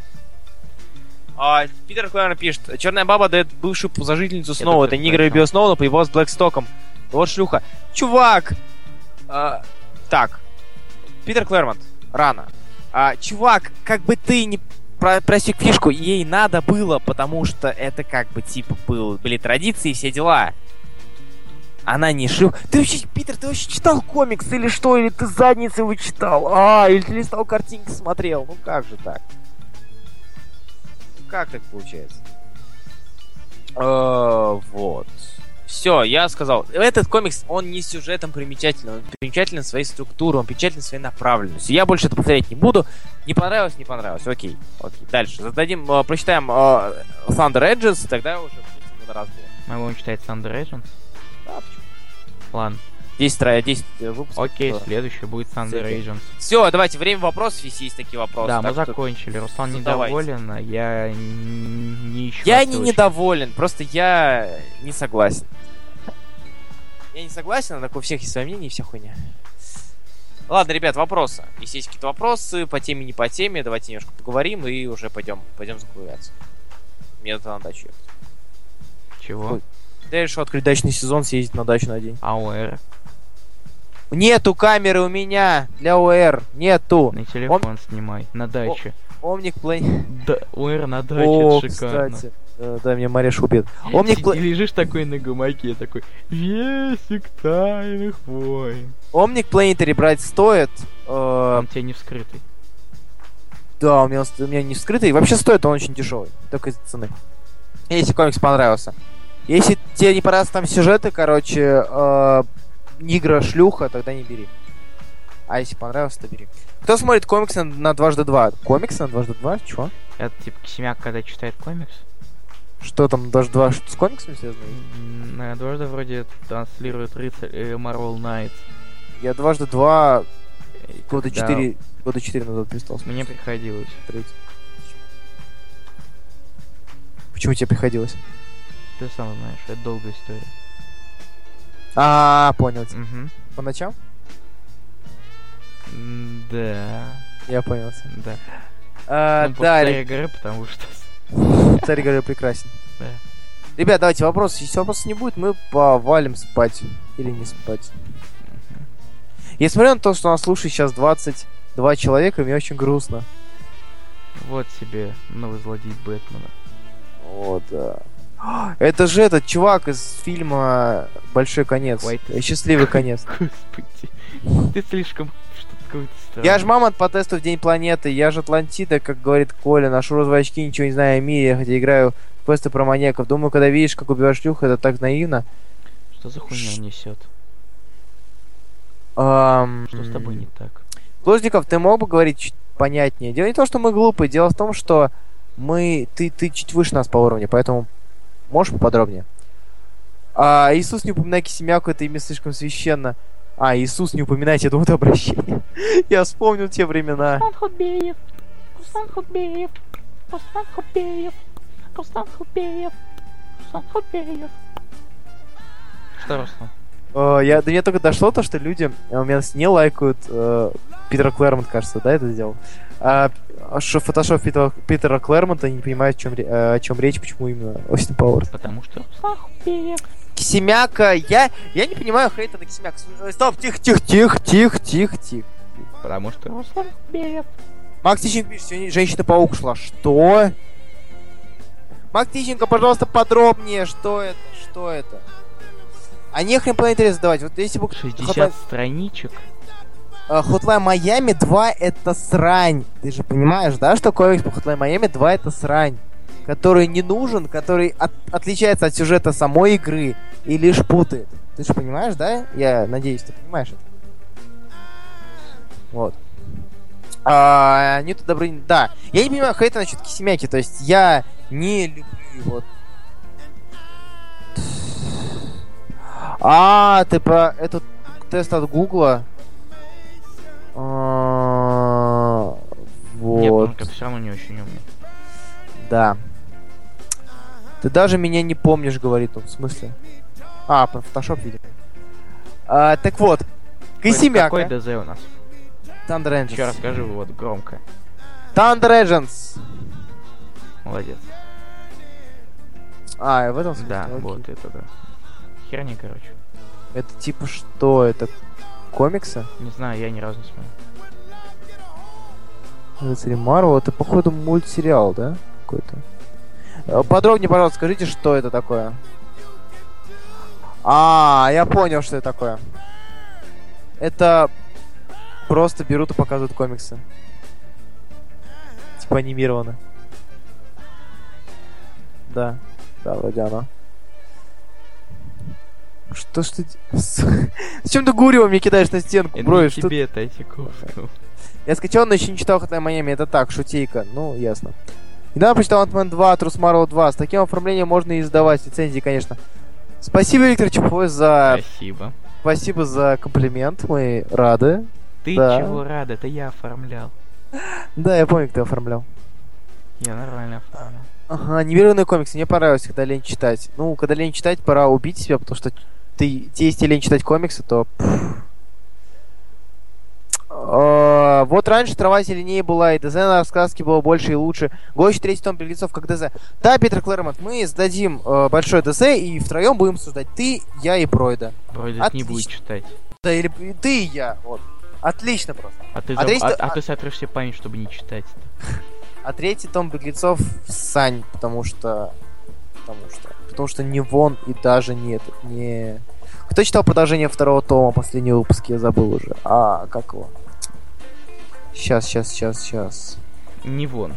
Питер Клэрон пишет: черная баба дает бывшую пассажительницу Сноу. Это нигра любила Сноу, но поебалась с Блэкстоком. Вот шлюха. Чувак! Так. Питер Клэрмонт. Рано. Чувак, как бы ты не просек фишку, ей надо было, потому что это как бы типа были традиции и все дела. Она не шлюха. Ты вообще, Питер, ты вообще читал комикс или что? Или ты задницы его читал? Или ты листал картинки, смотрел? Ну как же так? Как так получается? Вот. Все, я сказал. Этот комикс, он не сюжетом примечательный. Он примечателен своей структурой, он примечателен своей направленностью. Я больше это повторять не буду. Не понравилось, не понравилось. Окей. Дальше. Прочитаем Thunder Agents, тогда уже будем на разбор. Мы будем читать Thunder Agents? Да, почему? Ладно. 10 выпусков. Окей, следующий будет Thunder Agents. Все, давайте, время вопросов, если есть такие вопросы. Да, мы закончили. Руслан недоволен, а я не ищу. Я не недоволен, просто я не согласен. Я не согласен, однако у всех есть свое мнение и вся хуйня. Ладно, ребят, вопросы. Если есть какие-то вопросы по теме, не по теме, давайте немножко поговорим и уже пойдем закругляться. Мне надо на дачу ехать. Чего? Я решил открыть дачный сезон, съездить на дачу на день. А ОР? Нету камеры у меня для ОР. Нету. На телефон снимай. На даче. Омник Плей. Да, ОР на даче, шикарно. Кстати. Да, меня Мариш убьет. Ты лежишь такой на гамаке, такой Вестник тайных войн. Омник Планетари брать стоит. Он тебе не вскрытый. Да, у меня не вскрытый. Вообще стоит он очень дешевый. Только из-за цены. Если комикс понравился. Если тебе не понравятся там сюжеты, короче, нигра шлюха, тогда не бери. А если понравился, то бери. Кто смотрит комиксы на 2x2? Комиксы на 2x2? Чего? Это типа Семяк, когда читает комикс? Что там, 2x2 что с комиксами связано? На 2x2 вроде транслирует рыцарь Marvel Knights. Я 2x2 года 4 назад перестал. Мне приходилось. Почему тебе приходилось? Ты сам знаешь, это долгая история. Понял тебя. Угу. По ночам? Да. Я понял. Да. Царь горы, потому что... Царь горы прекрасен. Да. Ребят, давайте вопросы. Если вопросов не будет, мы повалим спать. Или не спать. Я смотрю на то, что нас слушает сейчас 22 человека, мне очень грустно. Вот себе новый злодей Бэтмена. О, да. Это же этот чувак из фильма «Большой конец». «Счастливый конец». Господи, ты слишком что-то какое-то странное. Я ж мамонт по тесту в День планеты, я же Атлантида, как говорит Коля, ношу розовые ничего не знаю о мире, хотя играю в квесты про маньяков. Думаю, когда видишь, как убиваешь шлюх, это так наивно. Что за хуйня несет? Что с тобой не так? Плужников, ты мог бы говорить чуть понятнее? Дело не в том, что мы глупые, дело в том, что ты чуть выше нас по уровню, поэтому можешь поподробнее? Иисус, не упоминай Кисемяку, это имя слишком священно. Иисус, не упоминайте, я думаю, это обращение. Я вспомнил те времена. Руслан Хубеев, Руслан Хубеев, Руслан Хубеев, Руслан Хубеев, Руслан Хубеев. Что, Руслан? До меня только дошло то, что люди у меня не лайкают Питера Клэрмонта, кажется, да, это сделал. Что фотошоп Питера Клэрмонта не понимает, о чем речь, почему именно Остин Пауэрс. Потому что Руслан Хубеев. Кисемяка, я не понимаю хейта на Кисемяка. Стоп, тихо. Потому что Руслан Хубеев. Макс Тищенко пишет, сегодня Женщина-паук шла. Что? Макс Тищенко, пожалуйста, подробнее, что это? А нехрен по интересу задавать. Вот если бы 60 страничек. Hotline Miami 2 это срань. Ты же понимаешь, да, что комикс по Hotline Miami 2 это срань, который не нужен, который отличается от сюжета самой игры и лишь путает. Ты же понимаешь, да? Я надеюсь, ты понимаешь это. Вот. Ньютон Добрынин, да. Я не понимаю хейта насчет Кисемяки, то есть я не люблю его. Ты про этот тест от Гугла? Вот. Нет, он как все равно не очень умный. Да. Ты даже меня не помнишь, говорит он. В смысле? Про фотошоп, видимо. Так вот. Кисемяка. Какой ДЗ у нас? Thunder Engines. Еще расскажи вот громко. Thunder Engines. Молодец. В этом смысле? Да, окей. вот это да. Херня, короче. Это типа что? Это комиксы? Не знаю, я ни разу не смотрел. Рыцари Марвел, это походу мультсериал, да? Какой-то. Подробнее, пожалуйста, скажите, что это такое. Я понял, что это такое. Это просто берут и показывают комиксы. Типа анимировано. Да, вроде оно. Что ж ты... Зачем ты Гурьева мне кидаешь на стенку, бро? Что тебе это, Тайсиковского? Я скачал, но еще не читал Hotline Miami. Это так, шутейка. Ну, ясно. Недавно прочитал Ant-Man 2, Трус Марвел 2. С таким оформлением можно и издавать лицензии, конечно. Спасибо, Виктор Чуповой, за... Спасибо. Спасибо за комплимент. Мы рады. Ты чего рад? Это я оформлял. Да, я помню, как ты оформлял. Я нормально оформлял. Анимированные комиксы. Мне понравилось, когда лень читать. Ну, когда лень читать, пора убить себя, потому что если лень читать комиксы, то... Вот раньше трава зеленее была, и ДЗ на рассказке было больше и лучше. Гощ третий том Беглецов как ДЗ. Да, Питер Клэрмонт, мы сдадим большой ДЗ и втроем будем обсуждать. Ты, я и Бройда. Бройда не будет читать. Да, или ты и я. Вот. Отлично просто. А ты сотрешь себе память, чтобы не читать. А третий том Беглецов Сань, потому что не вон и даже нет. Не... Кто читал продолжение второго тома, последний выпуск, я забыл уже. Как его? Сейчас. Не вон.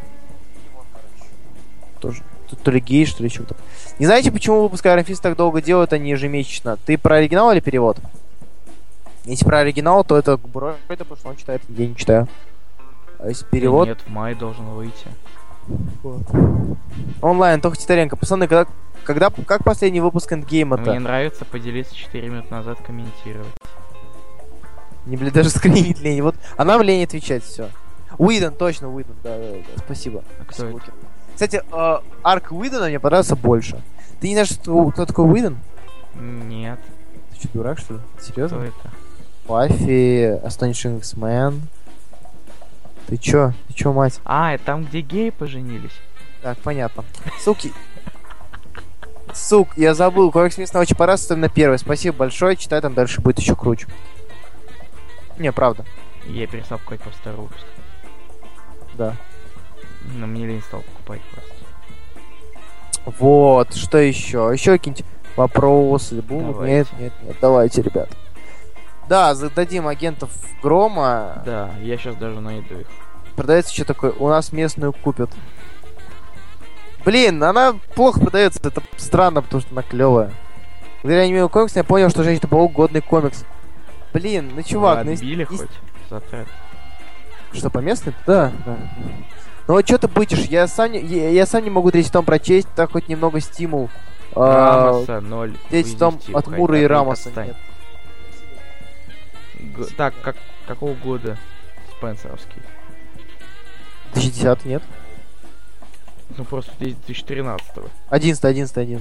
Тоже. То ли гей, что ли, что-то. Не знаете, почему выпуск Iron Fist так долго делают, а не ежемесячно? Ты про оригинал или перевод? Если про оригинал, то это Бройда, потому что он читает, я не читаю. А если перевод... Нет, в мае должен выйти. Вот. Онлайн, Тоха Титаренко. Пацаны, как последний выпуск Эндгейма-то? Мне нравится поделиться 4 минуты назад комментировать. Не, блин, даже скринить лень. Вот, а нам лень отвечать, все. Уидон, точно, Уидон, да. Спасибо. Кто это? Кстати, арк Уидона мне понравился больше. Ты не знаешь, кто такой Уидон? Нет. Ты что, дурак, что ли? Серьезно? Кто это? Баффи, Astonishing X-Men. Ты чё, мать? Это там, где геи поженились. Так, понятно. Сук, я забыл. Комикс местного очень понравился, особенно первый. Спасибо большое, читай, там дальше будет еще круче. Не, правда. Я перестал какой-то старый выпуск. Да. Но мне лень стал покупать просто. Вот, что еще? Еще какие-нибудь вопросы будут? Нет, давайте, ребят. Да, зададим агентов Грома. Да, я сейчас даже найду их. Продается что такое? У нас местную купят. Блин, она плохо продается, это странно, потому что она клевая. Когда я не имею комикс, я понял, что Женщина-паук годный комикс. Блин, ну чувак, вы отбили хоть? Что, по местной? Да. Ну вот что ты бычишь? Я сам не могу 30 том прочесть, так хоть немного стимул. Рамоса 0. 30 том от Мура и Рамоса нет. Так, какого года Спенсеровский? 2010 нет? Ну просто 2013-го. 11.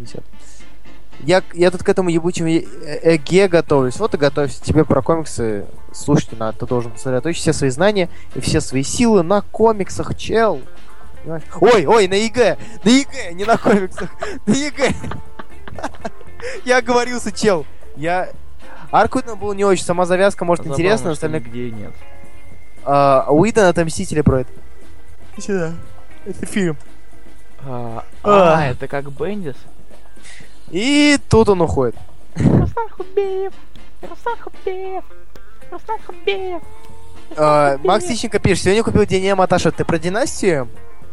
Я тут к этому ебучему ЭГЕ готовлюсь. Вот и готовься. Тебе про комиксы слушать надо. Ты должен сосредоточить все свои знания и все свои силы на комиксах, чел. Понимаешь? Ой, на ЕГЭ! На ЕГЭ, не на комиксах! На ЕГЭ! Я оговорился, чел. Аркуитон был не очень. Сама завязка, может, интересная, остальные... Где нет. Уидон — это Мстители, бро. Это сюда. Это фильм. Это как Бендис? И тут он уходит. Руслан Хубеев. Макс Тищенко пишет: сегодня купил День Маташа. Ты про Династию?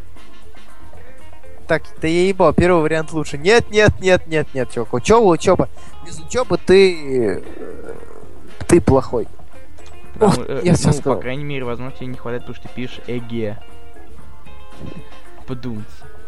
Так, да я ебал, первый вариант лучше. Нет, чувак. Учеба. Без учебы ты плохой. Я все сказал. По крайней мере, возможно, тебе не хватает, потому что ты пишешь ЭГЕ. Подумать.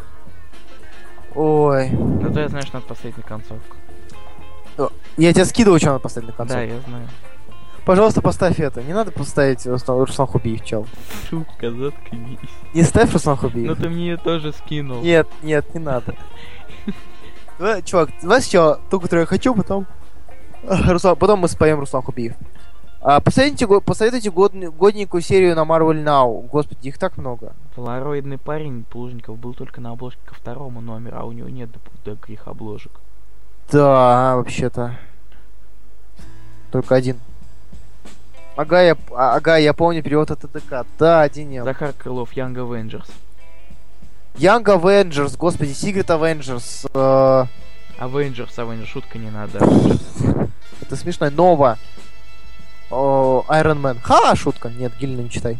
Ой. Ну то я знаю, что надо поставить на концовку. Я тебя скидываю, что надо поставить на концовку. Да, я знаю. Пожалуйста, поставь это. Не надо поставить Руслан Хубиев, чел. Сука, заткнись. Не ставь Руслан Хубиев. Ну ты мне ее тоже скинул. Нет, не надо. Чувак, давай сначала ту, которую я хочу, потом мы споем Руслан Хубиев. Посоветуйте годненькую серию на Marvel Now. Господи, их так много. Полароидный парень Плужников был только на обложке ко второму номеру, а у него нет других обложек. Да, вообще-то. Только один. Ага, я помню перевод от ТДК. Да, один нет. Захар Крылов, Young Avengers. Young Avengers, господи, Secret Avengers. Avengers, шутка не надо. Это смешно. Нова. Iron Man. Шутка. Нет, Гильна не читай.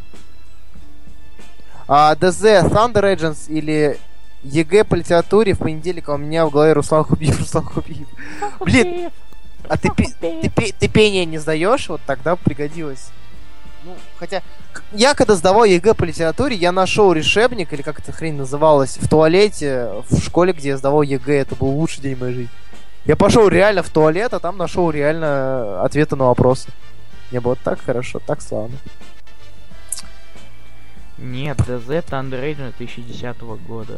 ДЗ, Thunder Agents или ЕГЭ по литературе в понедельник, а у меня в голове Руслан Хубиев. Блин, а ты пение не сдаешь? Вот тогда пригодилось. Ну, хотя, я когда сдавал ЕГЭ по литературе, я нашел решебник, или как эта хрень называлась, в туалете, в школе, где я сдавал ЕГЭ. Это был лучший день моей жизни. Я пошел реально в туалет, а там нашел реально ответы на вопросы. Мне было так хорошо, так славно. Нет, ДЗ Thunder Agent 2010 года.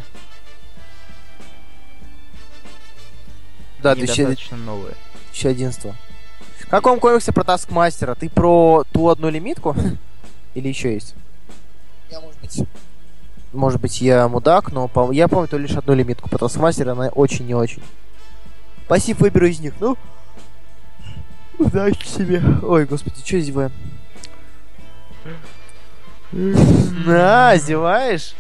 Да, достаточно новые. 2011. В каком комиксе про Таскмастера? Ты про ту одну лимитку? Или еще есть? Я, может быть, я мудак, но я помню только лишь одну лимитку про Таскмастера, она очень не очень. Пассив выберу из них, ну? Удачи себе. Ой, господи, что зеваем? Зеваешь?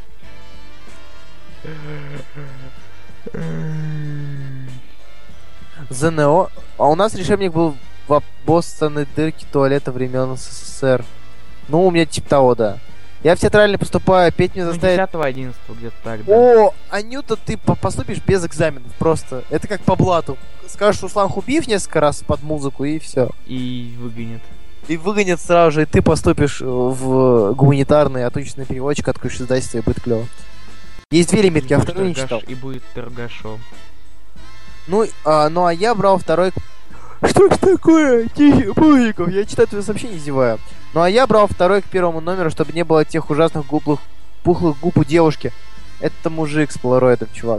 ЗНО. А у нас решебник был в обоссанной дырке туалета времен СССР. Ну, у меня типа того, да. Я в театральный поступаю, опять мне заставит... 10-11 где-то так, да. О, Анюта, ты поступишь без экзаменов просто. Это как по блату. Скажешь Руслан Хубиев несколько раз под музыку, и все. И выгонят. И выгонят сразу же, и ты поступишь в гуманитарный, отученный переводчик, откроешь издательство, и будет клево. Есть две лимитки, а вторую не читал. И будет торгашом. Ну, а я брал второй... Что ж такое? Пузиков, я читаю твои сообщения, зеваю. Ну, а я брал второй к первому номеру, чтобы не было тех ужасных пухлых губ у девушки. Это мужик с полароидом, чувак.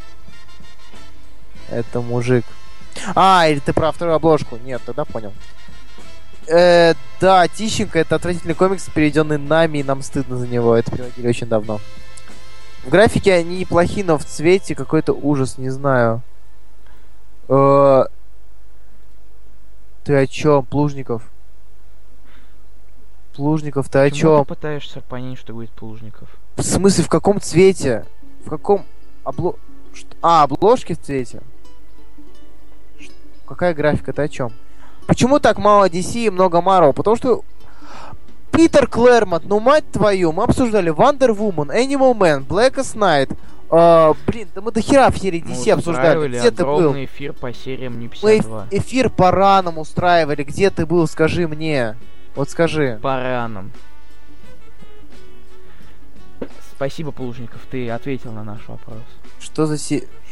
Это мужик. Или ты про вторую обложку? Нет, тогда понял. Да, Тищенко — это отвратительный комикс, переведенный нами, и нам стыдно за него. Это переводили очень давно. В графике они неплохие, но в цвете какой-то ужас, не знаю. Ты о чем, Плужников? Плужников, ты о Почему чем? ты пытаешься понять, что говорит Плужников? В смысле, в каком цвете? В каком... обложки в цвете? Какая графика, ты о чем? Почему так мало DC и много Marvel? Потому что Питер Клэрмонт, ну мать твою, мы обсуждали Wonder Woman, Animal Man, Blackest Night. Блин, да мы до хера в серии DC обсуждали. Где ты был? Эфир по сериям не Мы 52. эфир по ранам устраивали. Где ты был? Скажи мне. Вот скажи. По ранам. Спасибо, Плужников, ты ответил на наш вопрос. Что за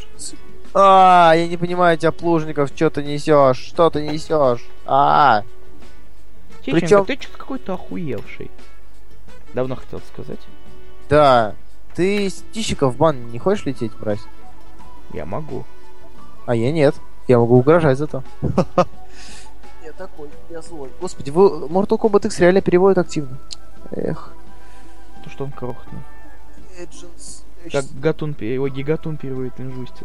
я не понимаю тебя, Плужников, что ты несешь? Что ты несешь? Чеченко, Причем... ты что-то какой-то охуевший. Давно хотел сказать. Да. Ты с Тищиков в бан не хочешь лететь, брать? Я могу. А я нет. Я могу угрожать зато. Я такой, я злой. Господи, Mortal Kombat X реально переводят активно. Эх. То, что он крохотный. Как Гигатун переводит Injustice.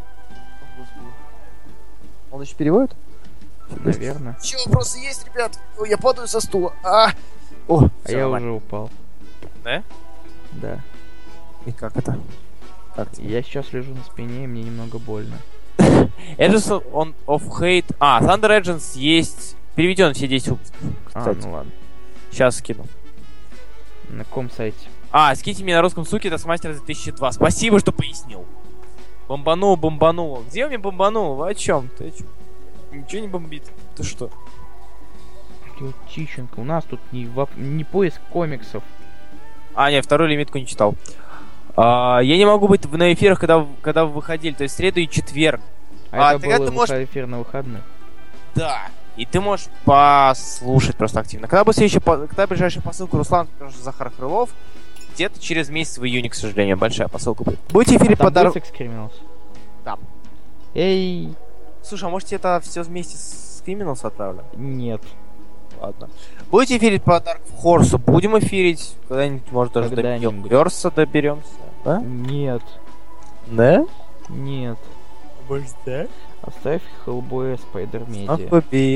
Он еще переводит? Наверное. Еще вопросы есть, ребят? Я падаю со стула. Я уже упал. Да? Да. И как это? Я сейчас лежу на спине, и мне немного больно. Agents of Hate... Thunder Agents есть... Переведен все 10 кстати. Ну ладно. Сейчас скину. На каком сайте? Скиньте мне на русском суке Taskmaster 2002. Спасибо, что пояснил. Бомбануло. Где у меня бомбануло? Вы о чем? Ты о чем? Ничего не бомбит. Ты что? Тищенко, у нас тут не поиск комиксов. Нет, вторую лимитку не читал. Я не могу быть на эфирах, когда вы выходили, то есть в среду и четверг. Это был эфир на выходных. Да. И ты можешь послушать просто активно. Когда ближайшая посылка, Руслан Захар Крылов, где-то через месяц в июне, к сожалению, большая посылка будет. Будете эфире подарок. Да. Эй. Слушай, а может я это все вместе с Criminals отправлю? Нет. Ладно. Будете эфирить подарок в Хорсу? Будем эфирить. Когда-нибудь, может, даже до Верса доберемся. Да? Нет. Да? Нет. Может, да? Оставь Hellboy Spider Media.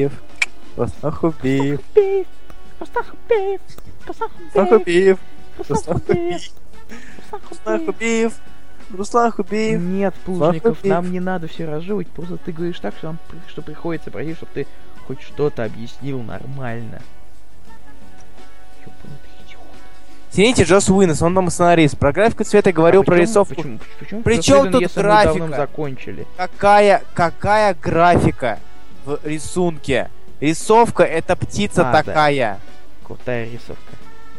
Руслан Хубиев. Нет, Плужников, нам не надо все разжевывать. Просто ты говоришь так, что приходится просить, чтобы ты хоть что-то объяснил нормально. Ёбаный ты идиот. Цените Джос Уиннес, он там сценарист. Про графику цвета говорил, про рисовку. Причем тут графика? Закончили? Какая графика в рисунке? Рисовка — это птица такая. Да. Крутая рисовка.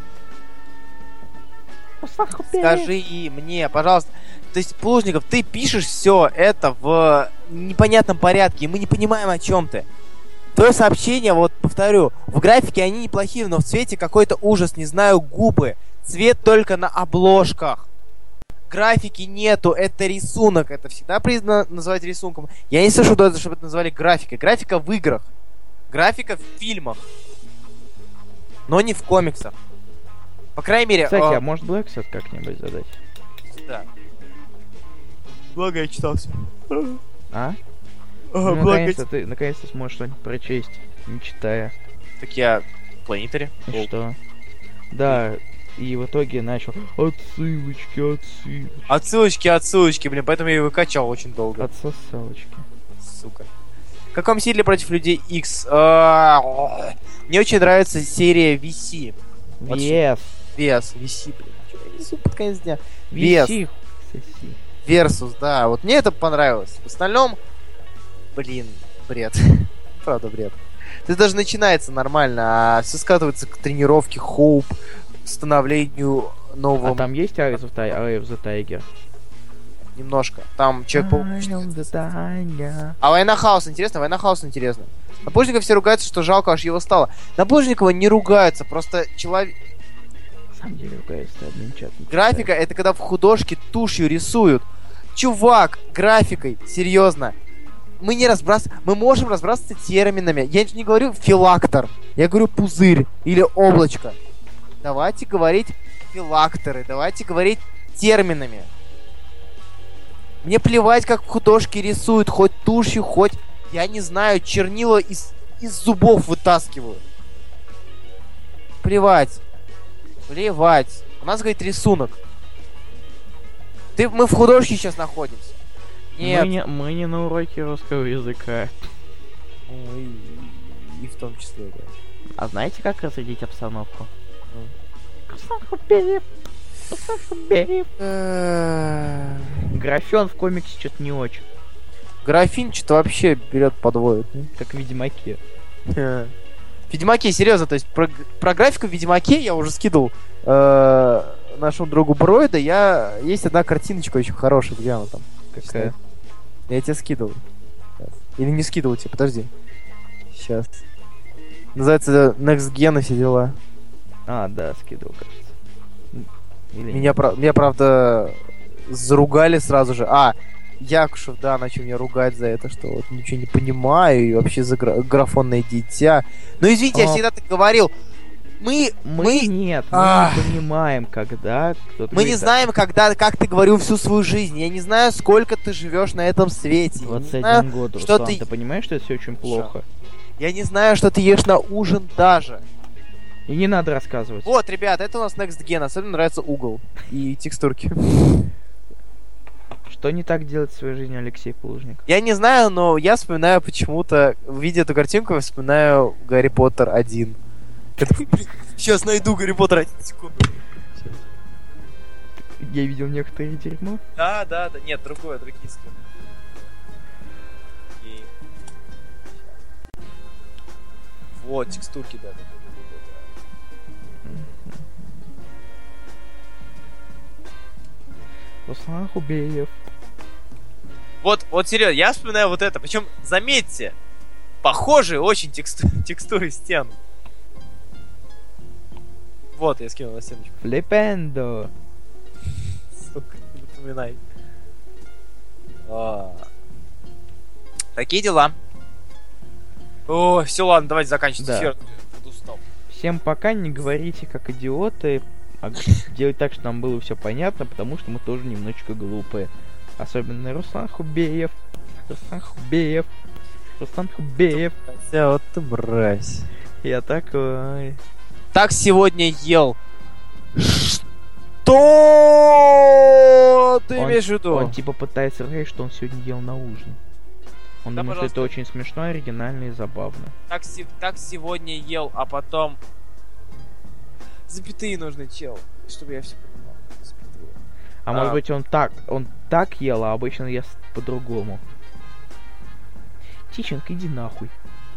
Скажи мне, пожалуйста. То есть, Плужников, ты пишешь все это в непонятном порядке, и мы не понимаем, о чем ты. Твое сообщение, вот повторю, в графике они неплохие, но в цвете какой-то ужас, не знаю, губы. Цвет только на обложках. Графики нету, это рисунок. Это всегда признано называть рисунком. Я не слышу, чтобы это называли графикой. Графика в играх. Графика в фильмах. Но не в комиксах. По крайней мере... Кстати, а может Blackset как-нибудь задать? Да. Благо я читал все. Наконец-то сможешь что-нибудь прочесть, не читая. Так я Планетари. И что? Да, и в итоге начал отсылочки, блин, поэтому я его качал очень долго. Отсосалочки. Сука. Как вам Сидли против Людей X? Мне очень нравится серия VC. VS, VC, блин. Что я несу под конец дня? VS. Versus, да. Вот мне это понравилось. В остальном, блин, бред. Правда, бред. Это даже начинается нормально, а все скатывается к тренировке Хоуп, становлению нового... А там есть Eye of the Tiger? Немножко. Там Человек-паук... А Война Хаоса интересно? Война Хаоса интересно. На Плужникова все ругаются, что жалко, аж его стало. На Плужникова не ругаются, просто человек... На самом деле ругаются, одним чатом. Графика — это когда в художке тушью рисуют. Чувак, графикой, серьезно. Мы можем разбрасываться терминами. Я не говорю филактор, я говорю пузырь или облачко. Давайте говорить филакторы, давайте говорить терминами. Мне плевать, как в художке рисуют, хоть тушью, хоть, я не знаю, чернила из зубов вытаскивают. плевать. Плевать. У нас, говорит, рисунок. Мы в художке сейчас находимся. Нет. Мы не на уроке русского языка. И в том числе, да. А знаете, как разрядить обстановку? Графен в комиксе что-то не очень. Графин что-то вообще берет подводит. Как в Ведьмаке. В Ведьмаке, серьезно, то есть про графику в Ведьмаке я уже скидывал нашему другу Бройда. Есть одна картиночка очень хорошая, где она там? Какая? Я тебе скидывал. Или не скидывал тебе, подожди. Сейчас. Называется Next Gen и все дела. Да, скидывал, кажется. Меня, правда, заругали сразу же. Якушев, да, начал меня ругать за это, что вот ничего не понимаю, и вообще за графонное дитя. Ну, извините, я всегда так говорил. Мы не понимаем, когда кто-то... Мы не знаем, как ты говорил всю свою жизнь. Я не знаю, сколько ты живешь на этом свете. 21 год, Руслан, ты понимаешь, что это все очень плохо? Я не знаю, что ты ешь на ужин даже. И не надо рассказывать. Вот, ребят, это у нас Next Gen. Особенно нравится угол и текстурки. Что не так делать в своей жизни Алексей Плужник? Я не знаю, но я вспоминаю почему-то, видя эту картинку, я вспоминаю Гарри Поттер 1. Сейчас найду Гарри Поттер 1, секунду. Я видел некоторые дерьмо. Да. Нет, другие скины. Вот, текстурки, да. Руслан Хубеев. Вот серьезно, я вспоминаю вот это. Причем, заметьте, похожие очень текстуры стен. Вот, я скинул на стеночку. Флипендо. Сука, не напоминай. Такие дела. О, все, ладно, давайте заканчивать эфир. Буду устал. Всем пока, не говорите как идиоты, а делать так, чтобы нам было все понятно, потому что мы тоже немножечко глупые. Особенно Руслан Хубеев. Хотя вот ты мразь. Я такой. Так сегодня ел. Что ты имеешь в виду? Он типа пытается сказать, что он сегодня ел на ужин. Он думает, что это очень смешно, оригинально и забавно. Так сегодня ел, а потом... Запятые нужны, чел. Чтобы я все понимал. Запятые. Может быть он так ел, а обычно ест по-другому. Тищенко, иди нахуй.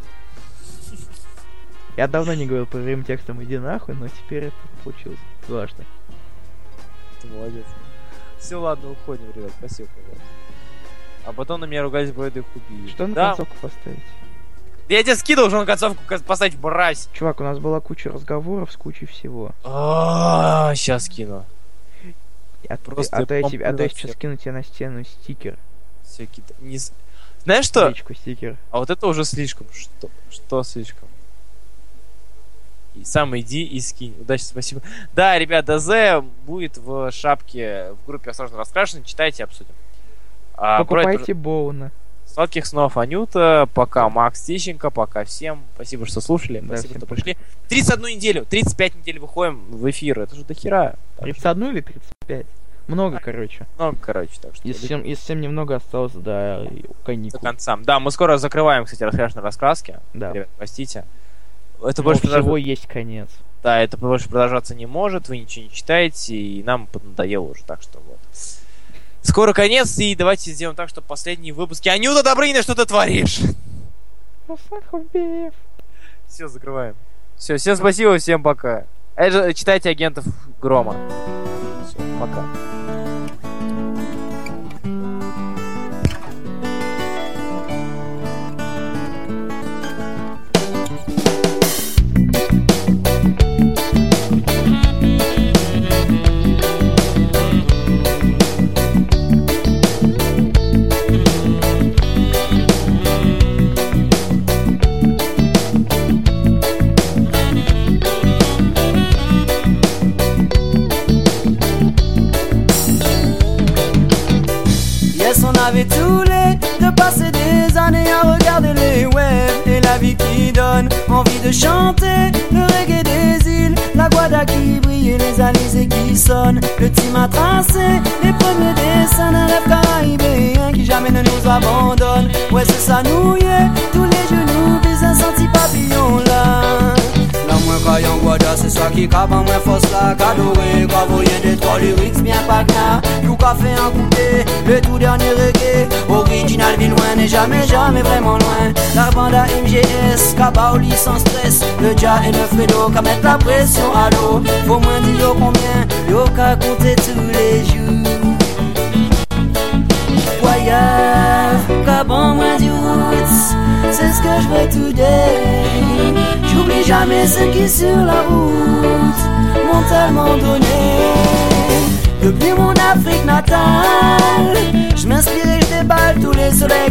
Я давно не говорил прямым текстом иди нахуй, но теперь это получилось. Важно. Ты молодец. Все, ладно, уходим, ребят. Спасибо, пожалуйста. А потом на меня ругались, бывает их убили. Что на концовку поставить? Я тебе скидывал, что на концовку поставить, мразь. Чувак, у нас была куча разговоров с кучей всего. Сейчас скину. А то я сейчас скину тебе на стену стикер. Все, знаешь что? Личку, стикер. А вот это уже слишком. Что слишком? И сам иди и скинь. Удачи, спасибо. Да, ребят, ДЗ будет в шапке в группе «Осторожно раскрашенный». Читайте, обсудим. Покупайте Боуна. Сладких снов, Анюта. Пока, Макс Тищенко. Пока всем. Спасибо, что слушали. Да, спасибо, что пришли. 31 неделю, 35 недель выходим в эфир. Это же дохера. 31 или 35? Много, короче. Много, короче. Так что если совсем немного осталось до каникул. До конца. Да, мы скоро закрываем, кстати, раскрашенные раскраски. Да. Ребят, простите. Это больше всего есть конец. Да, это больше продолжаться не может. Вы ничего не читаете, и нам поднадоело уже. Так что вот. Скоро конец, и давайте сделаем так, чтобы последние выпуски... Анюта Добрынина, что ты творишь? Все, закрываем. Все, всем спасибо, всем пока. Читайте «Агентов Грома». Все, пока. Avait tous les de passer des années à regarder les webs et la vie qui donne envie de chanter le reggae des îles, la guada qui brille et les alizés qui sonnent. Le team a tracé les premiers dessins d'un rêve caribéen qui jamais ne nous abandonne. Ouais, c'est ça, nous y est, tous les genoux visent un senti papillon là. La moins caillant guada, c'est ça qui cape en moins force là. Cadoré, gravoyer des trois lyrics bien pagna. Tout café en goûter, le tout dernier reggae. Original, vie loin, n'est jamais, jamais vraiment loin. La bande à MGS, Kabaoli sans stress. Le Dja et le Fredo, qu'à mettre la pression à l'eau. Faut moins dire combien, yo qu'à compter tous les jours. Voyage, qu'à bon moins du roots, c'est ce que je veux today. J'oublie jamais ceux qui sur la route m'ont tellement donné. Depuis mon Afrique natale, je m'inspire et je déballe tous les soleils.